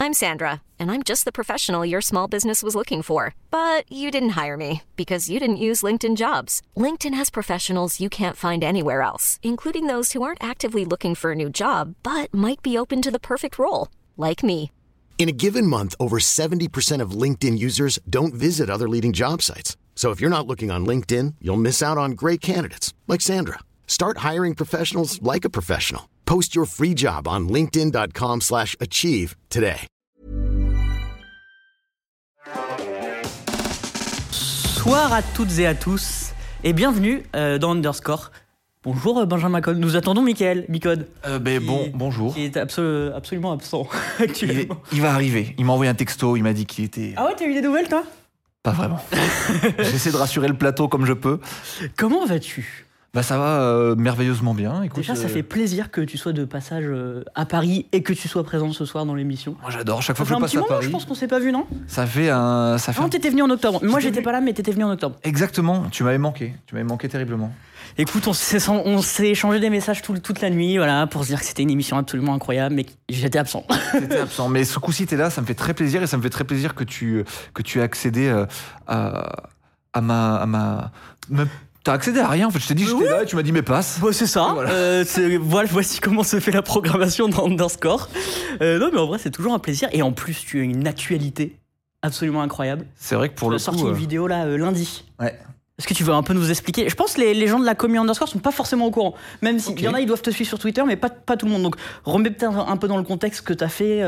I'm Sandra, and I'm just the professional your small business was looking for. But you didn't hire me because you didn't use LinkedIn Jobs. LinkedIn has professionals you can't find anywhere else, including those who aren't actively looking for a new job, but might be open to the perfect role, like me. In a given month, over 70% of LinkedIn users don't visit other leading job sites. So if you're not looking on LinkedIn, you'll miss out on great candidates like Sandra. Start hiring professionals like a professional. Post your free job on linkedin.com/achieve today. Bonsoir à toutes et à tous et bienvenue dans Underscore. Bonjour Benjamin Code. Nous attendons Micode. Bonjour. Qui est absolument absent actuellement. Il va arriver. Il m'a envoyé un texto, il m'a dit qu'il était... Ah ouais, t'as eu des nouvelles toi ? Pas vraiment. J'essaie de rassurer le plateau comme je peux. Comment vas-tu ? Bah ça va merveilleusement bien. Écoute, déjà, ça fait plaisir que tu sois de passage à Paris et que tu sois présent ce soir dans l'émission. Moi j'adore, chaque fois que je passe à Paris. Ça fait un petit moment, je pense qu'on s'est pas vu, non ? Non, t'étais venu en octobre. Moi, j'étais pas là, mais t'étais venu en octobre. Exactement, tu m'avais manqué terriblement. Écoute, on s'est échangé des messages toute la nuit, voilà, pour se dire que c'était une émission absolument incroyable, mais j'étais absent. T'étais absent, mais ce coup-ci t'es là, ça me fait très plaisir, et ça me fait très plaisir que tu aies accédé à ma... T'as accédé à rien, en fait, je t'ai dit que j'étais là et tu m'as dit mais passe. Bon, c'est ça, voici comment se fait la programmation dans Underscore. Non mais en vrai c'est toujours un plaisir, et en plus tu as une actualité absolument incroyable. C'est vrai que pour le coup... Tu as sorti une vidéo là lundi. Ouais. Est-ce que tu veux un peu nous expliquer ? Je pense que les gens de la commu Underscore sont pas forcément au courant. Même s'il y en a, ils doivent te suivre sur Twitter, mais pas tout le monde. Donc remets peut-être un peu dans le contexte que t'as fait.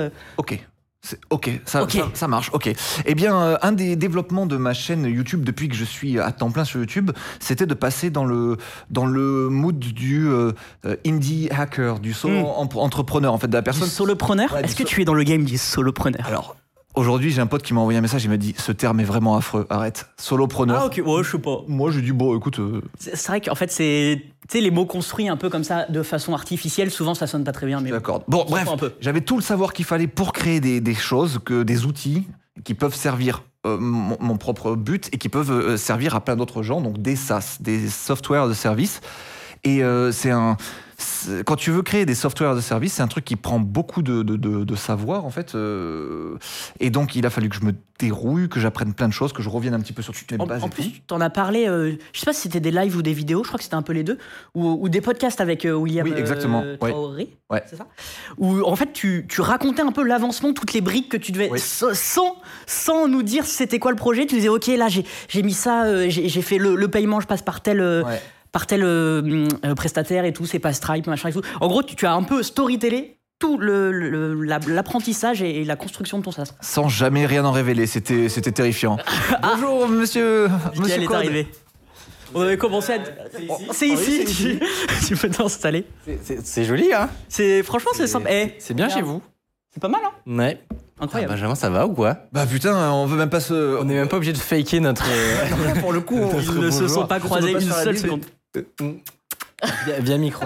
Ça marche, ok. Eh bien, un des développements de ma chaîne YouTube depuis que je suis à temps plein sur YouTube, c'était de passer dans le mood du indie hacker, du solo entrepreneur, en fait, de la personne... Du solopreneur ? Est-ce que tu es dans le game du solopreneur ? Alors, aujourd'hui, j'ai un pote qui m'a envoyé un message, il m'a dit « Ce terme est vraiment affreux, arrête, solopreneur. » Ah ok, ouais, je sais pas. Moi, j'ai dit « Bon, écoute... C'est vrai qu'en fait, c'est... Tu sais, les mots construits un peu comme ça, de façon artificielle, souvent ça sonne pas très bien. Mais d'accord. Bon, bref, j'avais tout le savoir qu'il fallait pour créer des choses, des outils qui peuvent servir mon propre but et qui peuvent servir à plein d'autres gens, donc des SaaS, des software as a service. Et quand tu veux créer des software as a service, c'est un truc qui prend beaucoup de savoir, en fait. Et donc, il a fallu que je me dérouille, que j'apprenne plein de choses, que je revienne un petit peu sur toutes les bases. En plus, tu en as parlé, je sais pas si c'était des lives ou des vidéos, je crois que c'était un peu les deux, ou des podcasts avec William Traoré, ouais. C'est ça ? Où en fait, tu racontais un peu l'avancement, toutes les briques que tu devais... Ouais. Sans nous dire c'était quoi le projet, tu disais, ok, là, j'ai mis ça, j'ai fait le paiement, je passe par tel... par tel prestataire et tout, c'est pas Stripe, machin et tout. En gros, tu as un peu storytellé tout l'apprentissage et la construction de ton SaaS. Sans jamais rien en révéler, c'était terrifiant. Bonjour, monsieur Code. Elle est arrivée. On avait commencé à... C'est ici. Tu peux t'installer. C'est joli, hein ? Franchement, c'est sympa. C'est bien chez vous. C'est pas mal, hein ? Ouais. Incroyable. Benjamin, ça va ou quoi ? Bah putain, on veut même pas se... On n'est même pas obligé de faker notre... Pour le coup, ils ne se sont pas croisés une seule seconde. Via micro.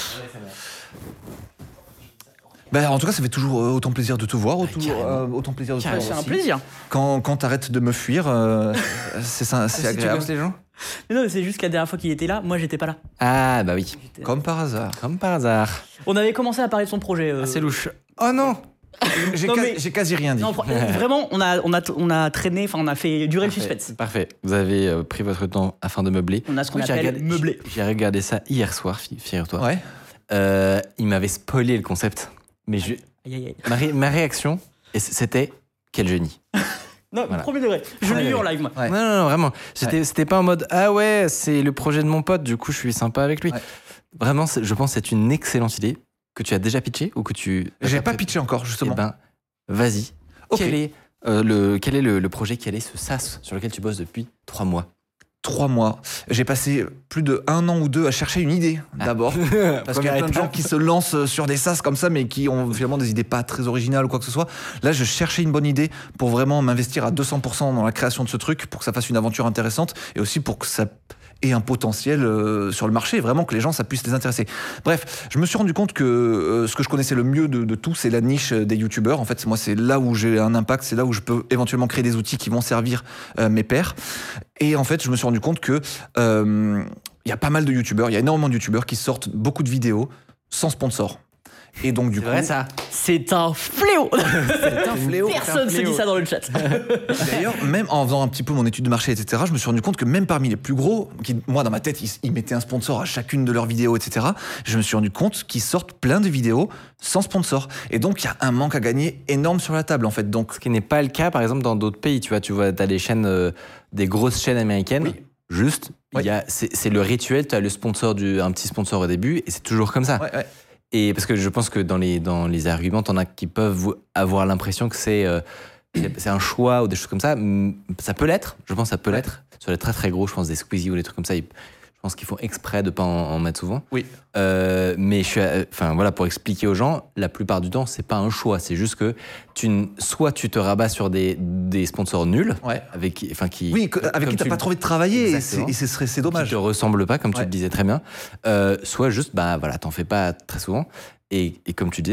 Bah, en tout cas, ça fait toujours autant plaisir de te voir, autant plaisir de te voir. C'est un plaisir. Quand t'arrêtes de me fuir, c'est agréable. Les gens ? Mais non, c'est juste que la dernière fois qu'il était là, moi j'étais pas là. Ah bah oui. Comme par hasard. On avait commencé à parler de son projet. C'est louche. Oh non. J'ai quasi rien dit. Non, vraiment, on a traîné, enfin on a fait durer le suspense. Parfait. Vous avez pris votre temps afin de meubler. On a ce qu'on appelle meubler. J'ai regardé ça hier soir, figure-toi. Ouais. Il m'avait spoilé le concept. Mais ma réaction, c'était quel génie. Non, voilà. Premier degré. Je l'ai eu en live, moi. Ouais. Non, vraiment. C'était pas en mode ah ouais, c'est le projet de mon pote, du coup je suis sympa avec lui. Ouais. Vraiment, je pense que c'est une excellente idée que tu as déjà pitché ou que tu. J'ai pas pitché encore, justement. Eh ben, vas-y. Okay. Quel est le projet, quel est ce SaaS sur lequel tu bosses depuis 3 mois ? 3 mois. J'ai passé plus de 1 an ou 2 à chercher une idée, d'abord. Parce qu'il y a plein de gens qui se lancent sur des SaaS comme ça, mais qui ont finalement des idées pas très originales ou quoi que ce soit. Là, je cherchais une bonne idée pour vraiment m'investir à 200% dans la création de ce truc, pour que ça fasse une aventure intéressante, et aussi pour que ça ait un potentiel sur le marché, vraiment que les gens, ça puisse les intéresser. Bref, je me suis rendu compte que ce que je connaissais le mieux de tout, c'est la niche des youtubeurs. En fait, moi, c'est là où j'ai un impact, c'est là où je peux éventuellement créer des outils qui vont servir mes pairs. Et en fait, je me suis rendu compte que y a pas mal de youtubeurs, il y a énormément de youtubeurs qui sortent beaucoup de vidéos sans sponsor. Et donc du coup, vrai, ça. C'est un fléau. c'est un fléau. Personne se dit ça dans le chat. D'ailleurs, même en faisant un petit peu mon étude de marché, etc., je me suis rendu compte que même parmi les plus gros, moi dans ma tête, ils mettaient un sponsor à chacune de leurs vidéos, etc., je me suis rendu compte qu'ils sortent plein de vidéos sans sponsor. Et donc, il y a un manque à gagner énorme sur la table, en fait. Donc, Ce qui n'est pas le cas, par exemple, dans d'autres pays. Tu vois, t'as des chaînes, des grosses chaînes américaines. Oui. Juste, Oui. c'est le rituel. Tu as le sponsor un petit sponsor au début, et c'est toujours comme ça. ouais. Et parce que je pense que dans les arguments, t'en as qui peuvent avoir l'impression que c'est un choix ou des choses comme ça. Ça peut l'être. Je pense que ça peut l'être. Sur les très très gros, je pense des Squeezie ou des trucs comme ça. Je pense qu'ils font exprès de pas en mettre souvent. Oui. Mais voilà, pour expliquer aux gens, la plupart du temps, c'est pas un choix. C'est juste que soit tu te rabats sur des sponsors nuls, avec qui avec qui t'as pas trop envie de travailler, et c'est dommage. Qui te ressemblent pas, comme tu le disais très bien. Soit juste, t'en fais pas très souvent. Et comme tu disais,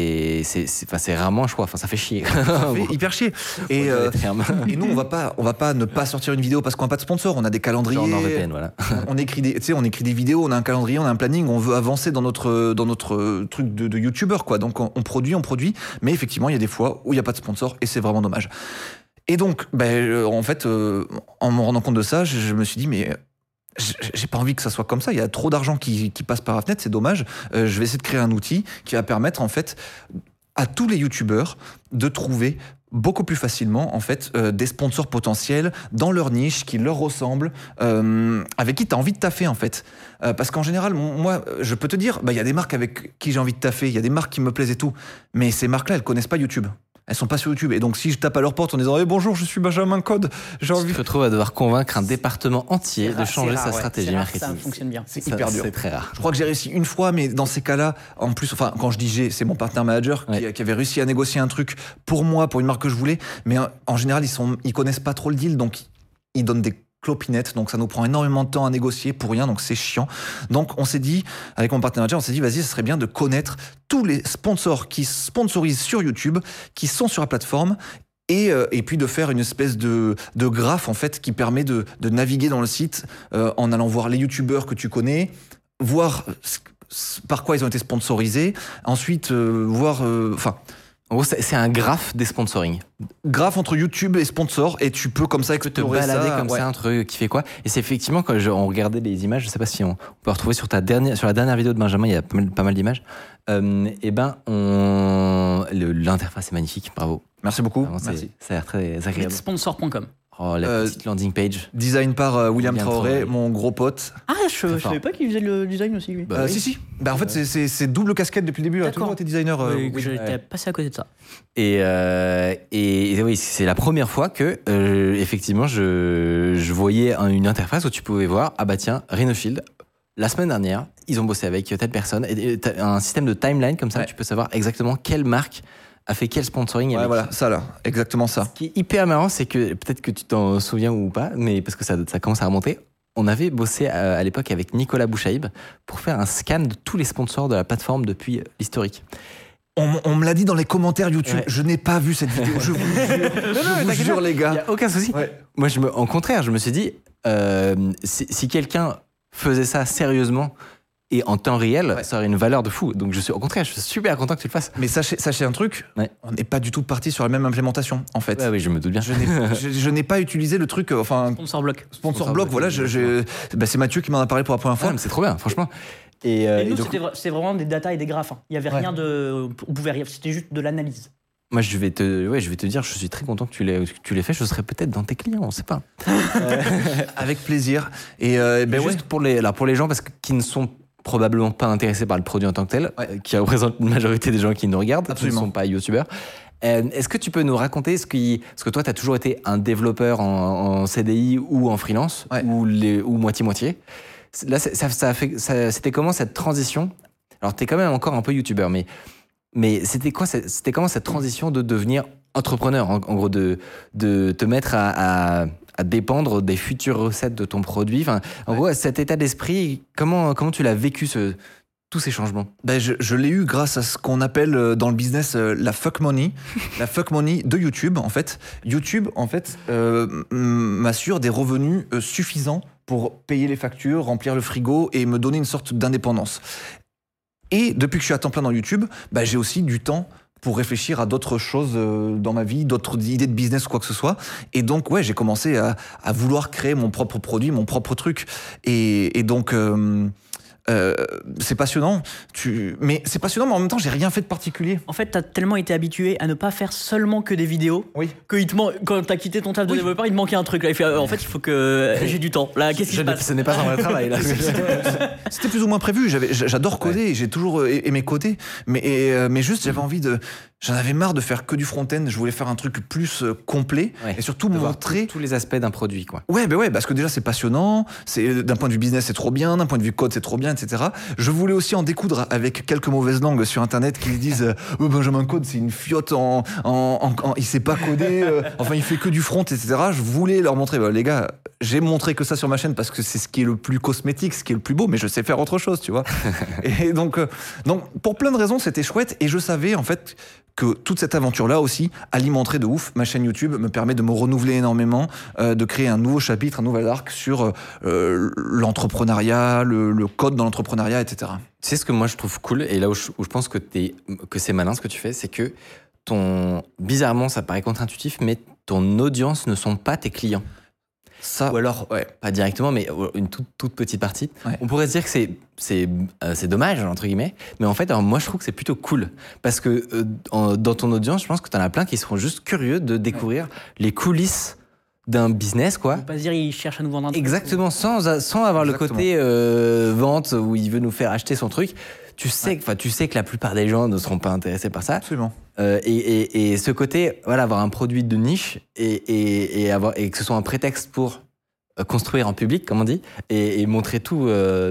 c'est rarement un choix. Enfin, ça fait chier. Ça fait hyper chier. Et nous, on va pas ne pas sortir une vidéo parce qu'on n'a pas de sponsor. On a des calendriers. Genre NordVPN, voilà. on écrit des vidéos, on a un calendrier, on a un planning, on veut avancer dans notre truc de youtubeur, quoi. Donc, on produit. Mais effectivement, il y a des fois où il n'y a pas de sponsor et c'est vraiment dommage. Et donc, en fait, en me rendant compte de ça, je me suis dit, mais j'ai pas envie que ça soit comme ça. Il y a trop d'argent qui passe par la fenêtre, c'est dommage. Je vais essayer de créer un outil qui va permettre en fait à tous les youtubeurs de trouver beaucoup plus facilement en fait des sponsors potentiels dans leur niche qui leur ressemblent, avec qui tu as envie de taffer en fait. Parce qu'en général, moi, je peux te dire, il y a des marques avec qui j'ai envie de taffer, il y a des marques qui me plaisent et tout, mais ces marques-là, elles connaissent pas YouTube. Elles sont pas sur YouTube. Et donc, si je tape à leur porte en disant bonjour, je suis Benjamin Code, j'ai envie. Tu te retrouves à devoir convaincre un département entier de changer sa stratégie marketing. Ça fonctionne bien. C'est hyper dur. C'est très rare. Je crois que j'ai réussi une fois, mais dans ces cas-là, en plus, quand je dis j'ai, c'est mon partenaire manager qui avait réussi à négocier un truc pour moi, pour une marque que je voulais. Mais en général, ils connaissent pas trop le deal, donc ils donnent des clopinettes, donc ça nous prend énormément de temps à négocier pour rien, donc c'est chiant. Donc on s'est dit, avec mon partenaire manager, vas-y, ce serait bien de connaître tous les sponsors qui sponsorisent sur YouTube, qui sont sur la plateforme, et puis de faire une espèce de graphe en fait qui permet de naviguer dans le site en allant voir les youtubeurs que tu connais, voir par quoi ils ont été sponsorisés, ensuite voir... En gros, c'est un graphe des sponsoring. Graphe entre YouTube et sponsor, et tu peux comme ça explorer ça. Tu peux te balader comme ça, un truc qui fait quoi. Et c'est effectivement, quand on regardait les images, je sais pas si on peut retrouver sur la dernière vidéo de Benjamin, il y a pas mal d'images. L'interface est magnifique, bravo. Merci beaucoup. Vraiment, merci. Ça a l'air très agréable. Sponsor.com. Oh, la petite landing page. Design par William Traoré, mon gros pote. Ah, je savais pas qu'il faisait le design aussi, lui. Oui. Si. En fait, c'est double casquette depuis le début. Il a toujours été designer. J'étais passé à côté de ça. Et oui, c'est la première fois que, effectivement, je voyais une interface où tu pouvais voir, Rhinoshield, la semaine dernière, ils ont bossé avec telle personne. Et t'as un système de timeline comme ça, tu peux savoir exactement quelle marque a fait quel sponsoring. Voilà, ça là, exactement ça. Ce qui est hyper marrant, c'est que peut-être que tu t'en souviens ou pas, mais parce que ça commence à remonter. On avait bossé à l'époque avec Nicolas Bouchaïb pour faire un scan de tous les sponsors de la plateforme depuis l'historique. On me l'a dit dans les commentaires YouTube. Ouais. Je n'ai pas vu cette vidéo. Je vous jure, les gars. Il n'y a aucun souci. Ouais. Moi, au contraire, je me suis dit, si quelqu'un faisait ça sérieusement et en temps réel, ça aurait une valeur de fou. Donc, au contraire, je suis super content que tu le fasses. Mais sachez un truc, on n'est pas du tout parti sur la même implémentation, en fait. Oui, je me doute bien. Je n'ai pas utilisé le truc... Sponsor bloc, voilà. C'est Mathieu qui m'en a parlé pour la première fois. C'est trop bien, franchement. Et nous, c'était vraiment des datas et des graphes. Il n'y avait rien de... C'était juste de l'analyse. Moi, je vais te dire, je suis très content que tu l'aies fait. Je serai peut-être dans tes clients, on ne sait pas. Avec plaisir. Et juste pour les gens qui ne sont probablement pas intéressés par le produit en tant que tel, qui représente une majorité des gens qui nous regardent, qui ne sont pas youtubeurs. Est-ce que tu peux nous raconter ce que toi, tu as toujours été un développeur en CDI ou en freelance, ou moitié-moitié. Là, c'était comment cette transition? Alors, tu es quand même encore un peu youtubeur, mais c'était comment cette transition de devenir entrepreneur, en gros, de te mettre à dépendre des futures recettes de ton produit. Enfin, en gros, cet état d'esprit, comment tu l'as vécu tous ces changements? Je l'ai eu grâce à ce qu'on appelle dans le business la fuck money. La fuck money de YouTube, en fait. YouTube, en fait, m'assure des revenus suffisants pour payer les factures, remplir le frigo et me donner une sorte d'indépendance. Et depuis que je suis à temps plein dans YouTube, j'ai aussi du temps pour réfléchir à d'autres choses dans ma vie, d'autres idées de business ou quoi que ce soit. Et donc, j'ai commencé à vouloir créer mon propre produit, mon propre truc. Et donc, c'est passionnant. Mais c'est passionnant, mais en même temps, j'ai rien fait de particulier. En fait, t'as tellement été habitué à ne pas faire seulement que des vidéos, que quand t'as quitté ton taf de développeur, il te manquait un truc. Là, il fait, en fait, il faut que j'ai du temps. Là, qu'est-ce qui se passe ? Ce n'est pas un vrai travail. Là. C'était plus ou moins prévu. J'adore coder. J'ai toujours aimé coder. Mais juste, j'avais envie de... J'en avais marre de faire que du front-end. Je voulais faire un truc plus complet et surtout montrer tous les aspects d'un produit, quoi. Ouais, parce que déjà c'est passionnant. D'un point de vue business, c'est trop bien. D'un point de vue code, c'est trop bien, etc. Je voulais aussi en découdre avec quelques mauvaises langues sur Internet qui disent Benjamin Code, c'est une fiotte il sait pas coder. Enfin, il fait que du front, etc. Je voulais leur montrer, les gars, j'ai montré que ça sur ma chaîne parce que c'est ce qui est le plus cosmétique, ce qui est le plus beau, mais je sais faire autre chose, tu vois. Et donc, pour plein de raisons, c'était chouette. Et je savais en fait que toute cette aventure-là aussi alimenterait de ouf ma chaîne YouTube, me permet de me renouveler énormément, de créer un nouveau chapitre, un nouvel arc sur l'entrepreneuriat, le code dans l'entrepreneuriat, etc. Tu sais ce que moi je trouve cool, et là où je pense que c'est malin ce que tu fais, c'est que bizarrement ça paraît contre-intuitif, mais ton audience ne sont pas tes clients. Ça, ou alors, pas directement, mais une toute petite partie. Ouais. On pourrait se dire que c'est dommage, entre guillemets. Mais en fait, alors moi, je trouve que c'est plutôt cool. Parce que dans ton audience, je pense que t'en as plein qui seront juste curieux de découvrir les coulisses d'un business, quoi. On peut pas se dire il cherche à nous vendre un truc. Exactement, sans avoir le côté vente où il veut nous faire acheter son truc. Tu sais que la plupart des gens ne seront pas intéressés par ça. Absolument. Et ce côté, avoir un produit de niche et que ce soit un prétexte pour construire en public, comme on dit, et montrer tout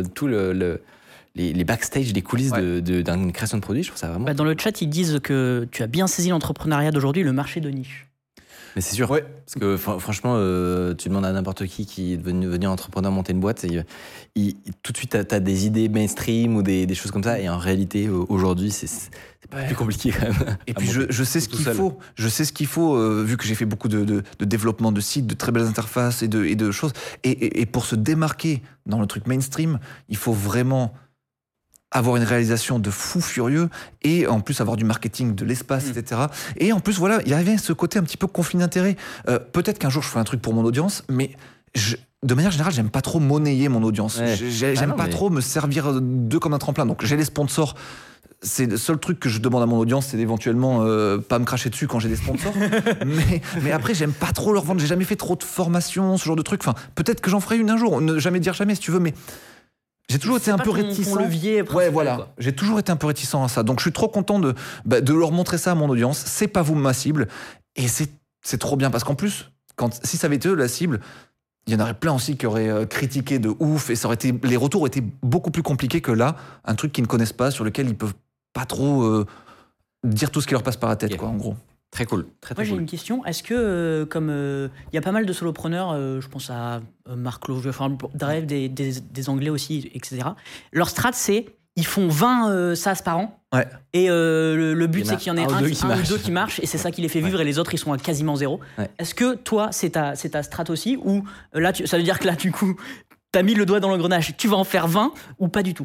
les backstage, les coulisses d'une création de produit, je trouve ça vraiment... Dans le chat, ils disent que tu as bien saisi l'entrepreneuriat d'aujourd'hui, le marché de niche. Mais c'est sûr, parce que franchement, tu demandes à n'importe qui est devenu entrepreneur, monter une boîte, tout de suite, t'as des idées mainstream ou des choses comme ça, et en réalité, aujourd'hui, c'est plus compliqué quand même. Et puis je sais ce qu'il faut. Je sais ce qu'il faut, vu que j'ai fait beaucoup de développement de sites, de très belles interfaces et de choses. Et pour se démarquer dans le truc mainstream, il faut vraiment avoir une réalisation de fou furieux et en plus avoir du marketing, de l'espace, etc. Et en plus, il y avait ce côté un petit peu conflit d'intérêts. Peut-être qu'un jour, je ferai un truc pour mon audience, mais de manière générale, j'aime pas trop monnayer mon audience. Ouais. J'aime pas trop me servir d'eux comme un tremplin. Donc, j'ai les sponsors. C'est le seul truc que je demande à mon audience, c'est d'éventuellement pas me cracher dessus quand j'ai des sponsors. mais après, j'aime pas trop leur vendre. J'ai jamais fait trop de formation, ce genre de truc. Enfin, peut-être que j'en ferai une un jour. Ne jamais dire jamais, si tu veux, mais... J'ai toujours été un peu réticent. J'ai toujours été un peu réticent à ça. Donc je suis trop content de leur montrer ça à mon audience. C'est pas vous ma cible. Et c'est trop bien. Parce qu'en plus, si ça avait été eux la cible, il y en aurait plein aussi qui auraient critiqué de ouf. Et les retours étaient beaucoup plus compliqués que là. Un truc qu'ils ne connaissent pas, sur lequel ils peuvent pas trop dire tout ce qui leur passe par la tête, quoi, en gros. Très cool. Moi, j'ai une question. Est-ce que, comme il y a pas mal de solopreneurs, je pense à Marc Lowe, bref, des Anglais aussi, etc. Leur strat, c'est ils font 20 SaaS par an. Ouais. Et le but, c'est qu'il y en ait un ou deux qui marchent. Et c'est ça qui les fait vivre. Et les autres, ils sont à quasiment zéro. Ouais. Est-ce que toi, c'est ta strat aussi? Ou là, ça veut dire que là, du coup, t'as mis le doigt dans l'engrenage. Tu vas en faire 20 ou pas du tout?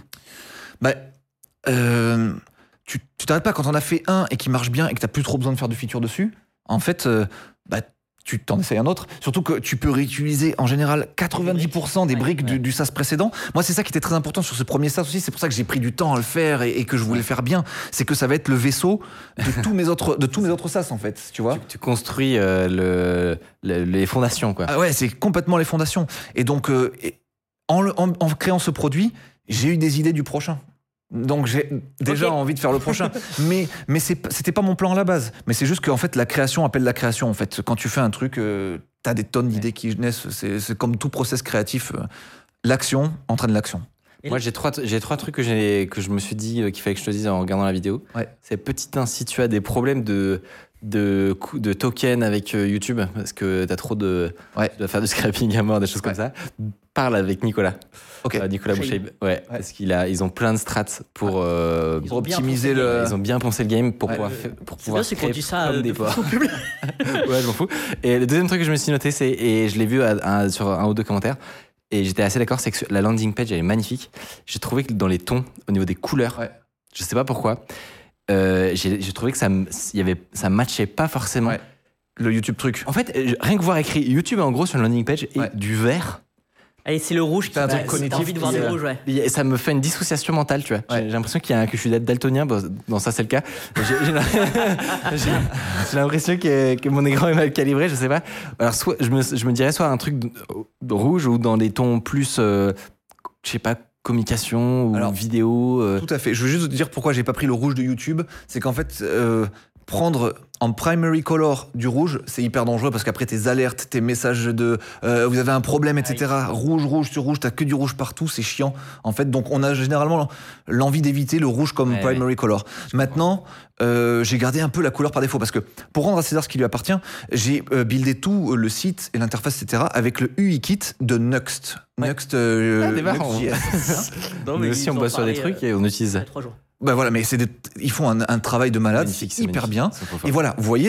Tu t'arrêtes pas quand on a fait un et qui marche bien et que t'as plus trop besoin de faire de feature dessus. En fait, tu t'en essayes un autre. Surtout que tu peux réutiliser en général 90% des briques du SaaS précédent. Moi, c'est ça qui était très important sur ce premier SaaS aussi. C'est pour ça que j'ai pris du temps à le faire et que je voulais le faire bien. C'est que ça va être le vaisseau de tous mes autres SaaS, en fait. Tu vois. Tu construis les fondations, quoi. Ah ouais, c'est complètement les fondations. Et donc, en créant ce produit, j'ai eu des idées du prochain. Donc j'ai déjà envie de faire le prochain, mais c'était pas mon plan à la base. Mais c'est juste qu'en fait la création appelle la création. En fait, quand tu fais un truc, t'as des tonnes d'idées qui naissent. C'est comme tout process créatif. L'action entraîne l'action. Moi j'ai trois trucs que je me suis dit qu'il fallait que je te dise en regardant la vidéo. Ouais. C'est petit 1, si tu as des problèmes de tokens avec YouTube parce que t'as trop tu dois faire du scrapping à mort, des choses comme ça. Parle avec Nicolas. Nicolas Boucher. Parce ils ont plein de strats pour optimiser ils ont bien pensé le game pour pouvoir c'est qu'on dit ça des ports. Ouais, je m'en fous. Et le deuxième truc que je me suis noté, et je l'ai vu sur un ou deux commentaires, et j'étais assez d'accord, c'est que la landing page elle est magnifique. J'ai trouvé que dans les tons, au niveau des couleurs, je sais pas pourquoi. J'ai trouvé que ça matchait pas forcément. Ouais. Le YouTube truc. En fait, rien que voir écrit YouTube en gros sur le landing page et du vert. Allez, c'est le rouge qui un truc cognitif. T'as envie de voir du rouge, ouais. Ça me fait une dissociation mentale, tu vois. J'ai l'impression que je suis daltonien. Bon, ça c'est le cas. J'ai l'impression que mon écran est mal calibré, je sais pas. Alors soit je me dirais soit un truc de rouge ou dans des tons plus, je sais pas, communication ou vidéo. Tout à fait. Je veux juste te dire pourquoi j'ai pas pris le rouge de YouTube. C'est qu'en fait, prendre en primary color du rouge, c'est hyper dangereux parce qu'après tes alertes, tes messages de vous avez un problème, etc. Rouge sur rouge, t'as que du rouge partout, c'est chiant. En fait, donc on a généralement l'envie d'éviter le rouge comme primary color. Maintenant, j'ai gardé un peu la couleur par défaut parce que pour rendre à César ce qui lui appartient, j'ai buildé tout le site et l'interface, etc. avec le UI kit de Nuxt. Nuxt. Non, mais aussi on bosse sur des trucs et on utilise ça. 3 jours. Ben voilà, mais ils font un travail de malade, c'est hyper bien. Et voilà, vous voyez,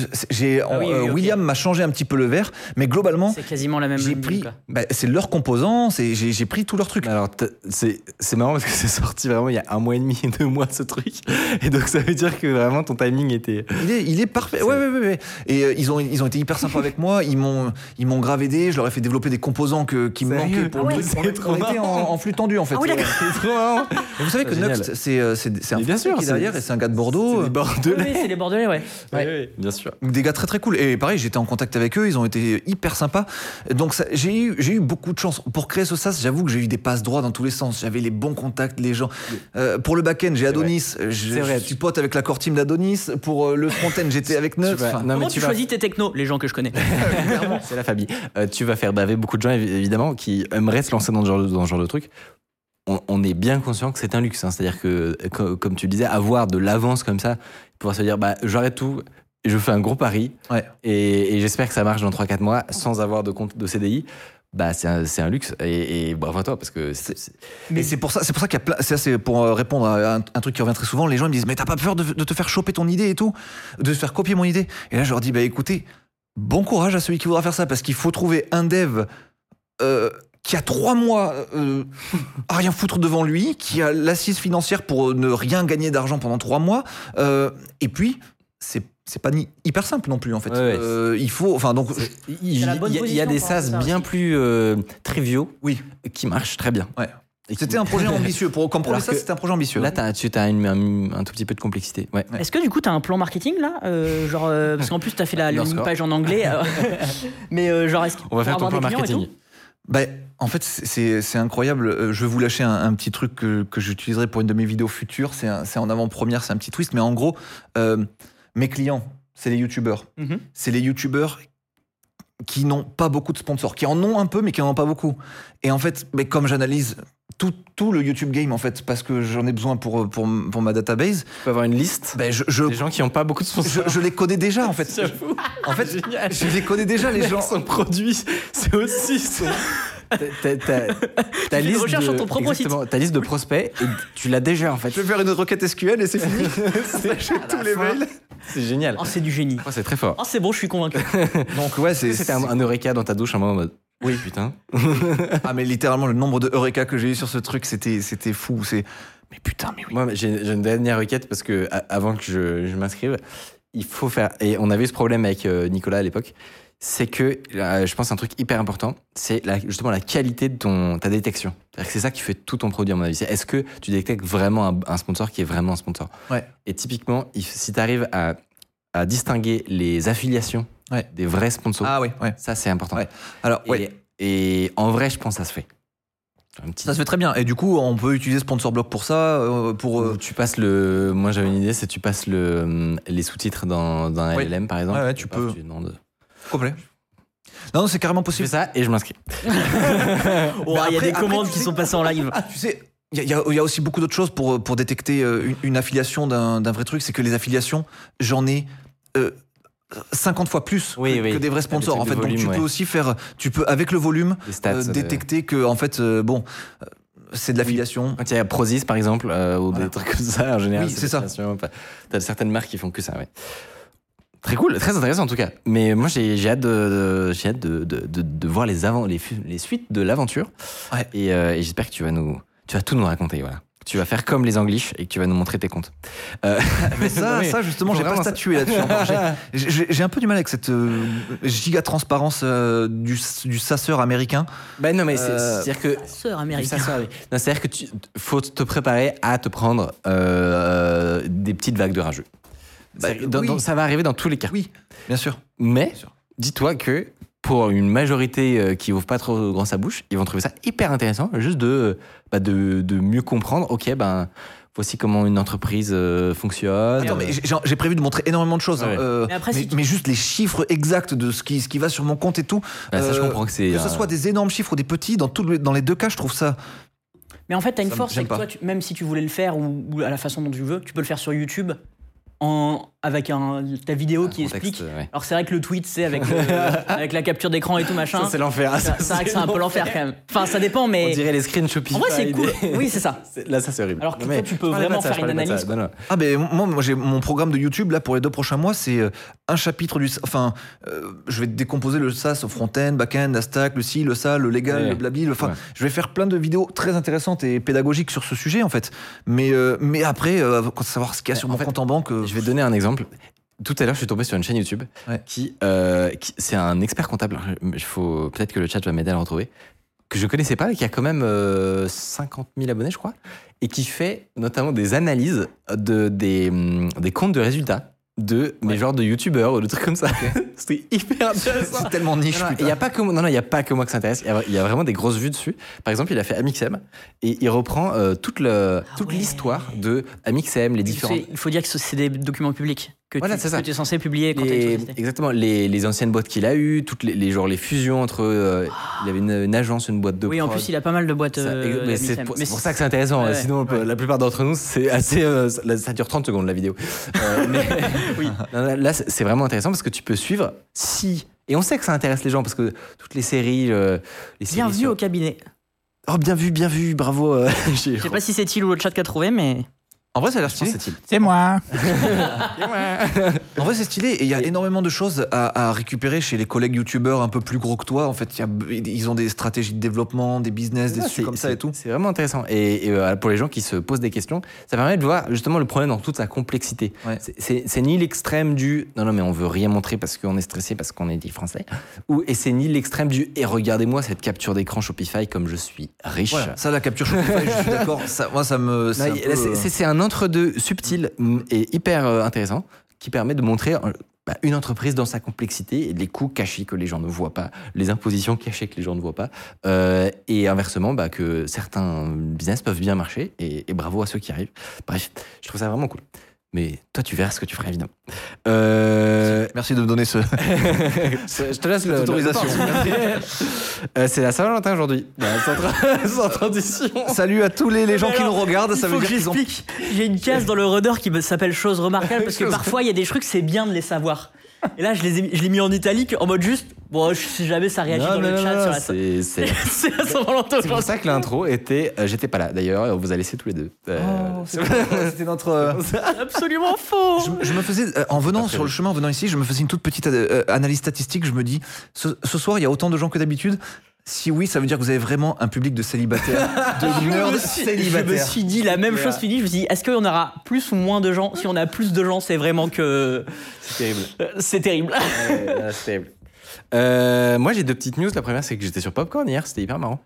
William m'a changé un petit peu le verre, mais globalement, c'est quasiment la même. J'ai pris, c'est leurs composants, j'ai pris tous leurs trucs. Alors c'est marrant parce que c'est sorti vraiment il y a 1 mois et demi, 2 mois ce truc, et donc ça veut dire que vraiment ton timing était. Il est parfait. Ouais. Et ils ont été hyper sympas avec moi. Ils m'ont grave aidé. Je leur ai fait développer des composants qui me manquaient pour le truc. On était en flux tendu en fait. Ah oui, d'accord. C'est trop marrant. Vous savez que Nuxt, c'est un bien sûr, qui est derrière et c'est un gars de Bordeaux. C'est des Bordelais. Oui, c'est les Bordelais, ouais. Oui, bien sûr. Des gars très très cool. Et pareil, j'étais en contact avec eux, ils ont été hyper sympas. Donc j'ai eu beaucoup de chance. Pour créer ce SaaS, j'avoue que j'ai eu des passes droits dans tous les sens. J'avais les bons contacts, les gens. Pour le back-end, j'ai Adonis. Je suis pote avec la core team d'Adonis. Pour le front-end, j'étais avec Nuxt. Comment tu choisis tes technos, les gens que je connais? C'est la famille. Tu vas faire baver beaucoup de gens, évidemment, qui aimeraient se lancer dans ce genre de truc. On est bien conscient que c'est un luxe, hein. C'est-à-dire que, comme tu le disais, avoir de l'avance comme ça, pouvoir se dire, j'arrête tout, et je fais un gros pari, et j'espère que ça marche dans 3-4 mois, sans avoir de compte de CDI, c'est un luxe, et bravo à toi, parce que Mais c'est pour ça qu'il y a plein, c'est pour répondre à un truc qui revient très souvent, les gens me disent, mais t'as pas peur de te faire choper ton idée et tout, de se faire copier mon idée? Et là, je leur dis, écoutez, bon courage à celui qui voudra faire ça, parce qu'il faut trouver un dev, qui a 3 mois à rien foutre devant lui, qui a l'assise financière pour ne rien gagner d'argent pendant 3 mois, et puis c'est pas hyper simple non plus en fait. Il faut, enfin donc il y a des SaaS bien plus triviaux, qui marchent très bien. Ouais. C'était un projet ambitieux. Comme premier SaaS, c'était un projet ambitieux. Là, tu as un tout petit peu de complexité. Ouais. Est-ce que du coup, tu as un plan marketing là, parce qu'en plus, tu as fait la page en anglais, mais est-ce on va faire ton plan marketing. En fait, c'est incroyable. Je vais vous lâcher un petit truc que j'utiliserai pour une de mes vidéos futures. C'est en avant-première, c'est un petit twist. Mais en gros, mes clients, c'est les youtubeurs. Mm-hmm. C'est les youtubeurs qui n'ont pas beaucoup de sponsors, qui en ont un peu, mais qui n'en ont pas beaucoup. Et en fait, comme j'analyse tout le YouTube game, en fait, parce que j'en ai besoin pour ma database. Tu peux avoir une liste des gens qui n'ont pas beaucoup de sponsors. Je les connais déjà, en fait. J'avoue. En fait, je les connais déjà, les gens. Son produit, c'est aussi son... Ta liste recherche sur ton propre site. Ta liste de prospects, et tu l'as déjà, en fait. Je vais faire une requête SQL et c'est fini. J'ai tous les mails. C'est génial. C'est du génie. C'est très fort. C'est bon, je suis convaincu. Donc c'était un eureka dans ta douche, un moment en mode. Oui, putain. Mais littéralement, le nombre de eureka que j'ai eu sur ce truc, c'était fou. Mais putain, mais oui. Moi, j'ai une dernière requête parce que avant que je m'inscrive, il faut faire. Et on avait ce problème avec Nicolas à l'époque. C'est que, je pense, un truc hyper important, c'est justement la qualité de ta détection. C'est-à-dire que c'est ça qui fait tout ton produit, à mon avis. Est-ce que tu détectes vraiment un sponsor qui est vraiment un sponsor? Ouais. Et typiquement, si tu arrives à distinguer les affiliations des vrais sponsors, ça, c'est important. Ouais. Alors, et en vrai, je pense que ça se fait. Ça se fait très bien. Et du coup, on peut utiliser SponsorBlock pour ça. Tu passes Moi, j'avais une idée, c'est tu passes les sous-titres dans un LLM, par exemple. Ouais, tu peux. Complet. Non, c'est carrément possible. Je fais ça et je m'inscris. Il y a des commandes qui sont passées en live. Tu sais, il y a aussi beaucoup d'autres choses pour détecter une affiliation d'un vrai truc. C'est que les affiliations, j'en ai 50 fois plus que des vrais sponsors. En fait, volume, donc tu peux aussi faire, avec le volume, détecter que en fait, c'est de l'affiliation. Quand il y a Prozis, par exemple, ou des trucs comme ça, en général. Oui, c'est ça. T'as certaines marques qui font que ça, Très cool, très intéressant en tout cas. Mais moi j'ai hâte de voir les suites de l'aventure. Et j'espère que tu vas tout nous raconter, voilà. Tu vas faire comme les Anglish et que tu vas nous montrer tes comptes. Mais ça justement, j'ai pas statué là-dessus encore. J'ai un peu du mal avec cette giga transparence du sasseur américain. Ben non, mais c'est-à-dire que sasseur américain. Non, c'est-à-dire que faut te préparer à te prendre des petites vagues de rageux. Ça va arriver dans tous les cas. Oui, bien sûr. Mais dis-toi que pour une majorité qui ouvre pas trop grand sa bouche, ils vont trouver ça hyper intéressant, juste de mieux comprendre. Ok, voici comment une entreprise fonctionne. Attends, mais j'ai prévu de montrer énormément de choses. Ouais. Mais juste les chiffres exacts de ce qui va sur mon compte et tout. Ça, je comprends que c'est. Que ce soit des énormes chiffres ou des petits, dans les deux cas, je trouve ça. Mais en fait, t'as une force, c'est que toi, même si tu voulais le faire ou à la façon dont tu veux, tu peux le faire sur YouTube. Avec ta vidéo qui explique. Ouais. Alors c'est vrai que le tweet, c'est avec la capture d'écran et tout machin. Ça, c'est l'enfer. C'est vrai que c'est un peu l'enfer quand même. Enfin, ça dépend, mais. On dirait les screens Shopify. En vrai, c'est cool. Oui, c'est ça. Là, ça, c'est horrible. Alors que toi, tu peux vraiment faire une analyse. Ah, mais moi, j'ai mon programme de YouTube, là, pour les 2 prochains mois, c'est un chapitre du. Enfin, je vais décomposer le SaaS au front-end, back-end, la stack, le ci, le ça, le légal, le blabli. Je vais faire plein de vidéos très intéressantes et pédagogiques sur ce sujet, en fait. Mais après, savoir ce qu'il y a sur mon compte en banque. Je vais te donner un exemple. Tout à l'heure, je suis tombé sur une chaîne YouTube qui c'est un expert comptable. Peut-être que le chat va m'aider à le retrouver. Que je connaissais pas et qui a quand même 50 000 abonnés, je crois, et qui fait notamment des analyses des comptes de résultats mes genres de youtubeurs ou de trucs comme ça. C'était hyper intéressant. C'est tellement niche. Il n'y a pas que moi que ça intéresse. Il y a vraiment des grosses vues dessus. Par exemple, il a fait Amixem et il reprend toute l'histoire de Amixem, les différents. Il faut dire que c'est des documents publics que tu es censé publier quand tu es exactement, les anciennes boîtes qu'il a eues, toutes les fusions entre. Il avait une agence, une boîte de prod. Oui, en plus, il a pas mal de boîtes. C'est pour ça que c'est intéressant. Ouais, sinon, la plupart d'entre nous, c'est assez. Ça dure 30 secondes la vidéo. Mais oui. Là, c'est vraiment intéressant parce que tu peux suivre et on sait que ça intéresse les gens parce que toutes les séries. Bienvenue au cabinet. Oh, bien vu, bravo. Je sais pas si c'est il ou le chat qui a trouvé, mais. En vrai, ça a l'air stylé. C'est moi. En vrai, c'est stylé. Et il y a énormément de choses à récupérer chez les collègues youtubeurs un peu plus gros que toi. En fait, ils ont des stratégies de développement, des business, des trucs comme ça et tout. C'est vraiment intéressant. Et pour les gens qui se posent des questions, ça permet de voir justement le problème dans toute sa complexité. Ouais. C'est ni l'extrême du non, mais on veut rien montrer parce qu'on est stressé, parce qu'on est dit français. Et c'est ni l'extrême du regardez-moi cette capture d'écran Shopify comme je suis riche. Voilà. Ça, la capture Shopify, je suis d'accord. Moi, ça me. C'est un entre-deux subtil et hyper intéressant qui permet de montrer une entreprise dans sa complexité et les coûts cachés que les gens ne voient pas, les impositions cachées que les gens ne voient pas, et inversement que certains business peuvent bien marcher et bravo à ceux qui arrivent. Bref, je trouve ça vraiment cool. Mais toi, tu verras ce que tu feras, évidemment. Merci de me donner je te laisse l'autorisation. C'est la Saint-Valentin aujourd'hui. Sans transition. Salut à tous les gens qui nous regardent. Ça veut dire qu'ils ont... J'ai une case dans le runner qui s'appelle choses remarquables parce que parfois, il y a des trucs, c'est bien de les savoir. Et là, je l'ai mis en italique en mode juste. Bon, je sais jamais, ça réagit dans le chat. C'est la Saint-Valentin. C'est pour ça que l'intro était. J'étais pas là d'ailleurs, on vous a laissé tous les deux. C'était notre. Absolument faux. Je me faisais, en venant sur le chemin, en venant ici, je me faisais une toute petite analyse statistique. Je me dis, ce soir, il y a autant de gens que d'habitude. Si oui, ça veut dire que vous avez vraiment un public de célibataires, de nerds célibataires. Je me suis dit la même chose, Philippe. Je me suis dit, est-ce qu'on aura plus ou moins de gens? Si on a plus de gens, c'est vraiment que. C'est terrible. C'est terrible. C'est terrible. Moi, j'ai 2 petites news. La première, c'est que j'étais sur Popcorn hier. C'était hyper marrant.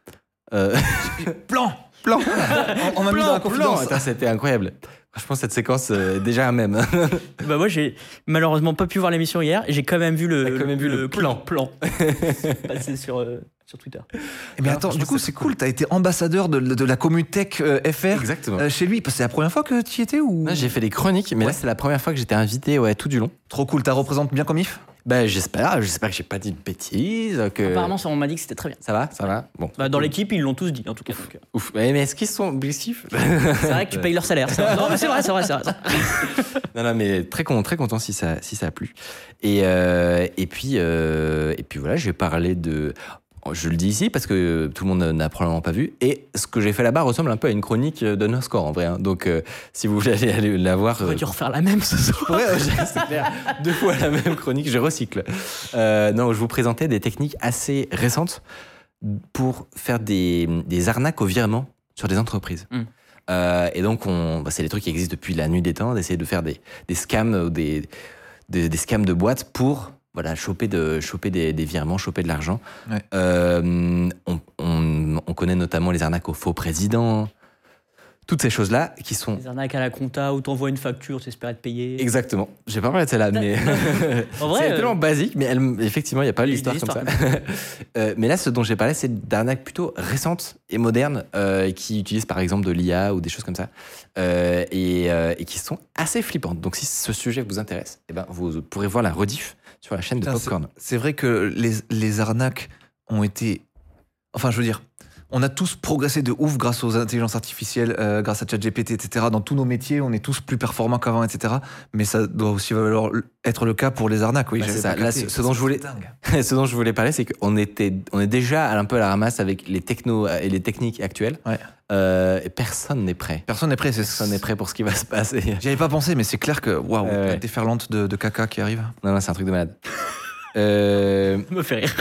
Plan. On m'a mis dans la confidence. C'était incroyable. Franchement, cette séquence est déjà un mème. Moi, j'ai malheureusement pas pu voir l'émission hier. Et j'ai quand même vu le plan. Passé sur Twitter. Mais attends, du coup, c'est cool. T'as été ambassadeur de la Comutech FR chez lui. C'est la première fois que tu y étais ou... Là, j'ai fait des chroniques, mais là, c'est la première fois que j'étais invité tout du long. Trop cool. T'as représenté bien comme if? J'espère que j'ai pas dit de bêtises. Apparemment, on m'a dit que c'était très bien. Ça va. Bon. Dans l'équipe, ils l'ont tous dit, en tout cas. Ouf. Mais est-ce qu'ils sont objectifs? C'est vrai que tu payes leur salaire. Non, mais c'est vrai. Non, mais très content si ça a plu. Et puis voilà, je vais parler de. Je le dis ici parce que tout le monde n'a probablement pas vu. Et ce que j'ai fait là-bas ressemble un peu à une chronique de No Score en vrai. Donc si vous voulez aller la voir. Pourrais-tu refaire la même ce soir? Ouais, c'est clair. 2 fois la même chronique, je recycle. Non, je vous présentais des techniques assez récentes pour faire des arnaques au virement sur des entreprises. Et donc, c'est des trucs qui existent depuis la nuit des temps, d'essayer de faire des scams, des scams de boîtes pour choper des virements, choper de l'argent. Ouais. On connaît notamment les arnaques aux faux présidents. Toutes ces choses-là qui sont... Les arnaques à la compta où t'envoies une facture, t'espères être payé. Exactement. J'ai pas parlé de celle-là, mais en vrai, c'est tellement basique, mais effectivement, il n'y a pas l'histoire comme ça. Mais là, ce dont j'ai parlé, c'est d'arnaques plutôt récentes et modernes qui utilisent par exemple de l'IA ou des choses comme ça et qui sont assez flippantes. Donc si ce sujet vous intéresse, vous pourrez voir la rediff sur la chaîne de Popcorn. C'est vrai que les arnaques ont été... Enfin, je veux dire... On a tous progressé de ouf grâce aux intelligences artificielles, grâce à ChatGPT, etc. Dans tous nos métiers, on est tous plus performants qu'avant, etc. Mais ça doit aussi être le cas pour les arnaques. Oui, c'est ça. Là, ce dont je voulais parler, c'est qu'on est déjà un peu à la ramasse avec les technos et les techniques actuelles. Ouais. Et personne n'est prêt. Personne n'est prêt. Personne n'est prêt pour ce qui va se passer. J'y avais pas pensé, mais c'est clair que la déferlante de caca qui arrive. Non, c'est un truc de malade. Ça me fait rire.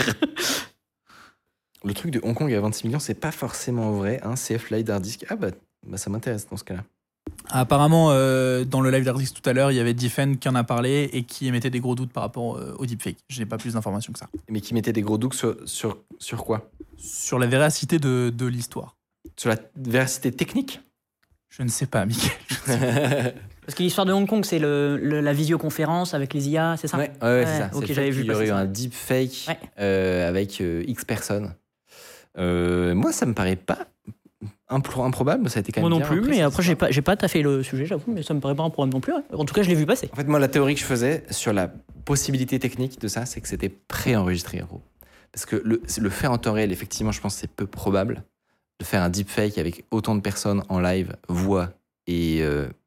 Le truc de Hong Kong à 26 millions, c'est pas forcément vrai. CF Live Hard Disk. Ça m'intéresse dans ce cas-là. Apparemment, dans le live d'Hard Disk tout à l'heure, il y avait Diffen qui en a parlé et qui émettait des gros doutes par rapport au deepfake. Je n'ai pas plus d'informations que ça. Mais qui mettait des gros doutes sur quoi ? Sur la véracité de l'histoire. Sur la véracité technique ? Je ne sais pas, Mickaël. Parce que l'histoire de Hong Kong, c'est la visioconférence avec les IA, c'est ça ? Ouais, c'est ça. Ok, j'avais vu. Il y aurait eu un deepfake avec X personnes. Moi, ça me paraît pas improbable. Ça a été quand même moi non plus, mais après, j'ai pas taffé le sujet, j'avoue, mais ça me paraît pas un problème non plus. Ouais. En tout cas, je l'ai vu passer. En fait, moi, la théorie que je faisais sur la possibilité technique de ça, c'est que c'était préenregistré, en gros. Parce que le faire en temps réel, effectivement, je pense que c'est peu probable de faire un deepfake avec autant de personnes en live, voix et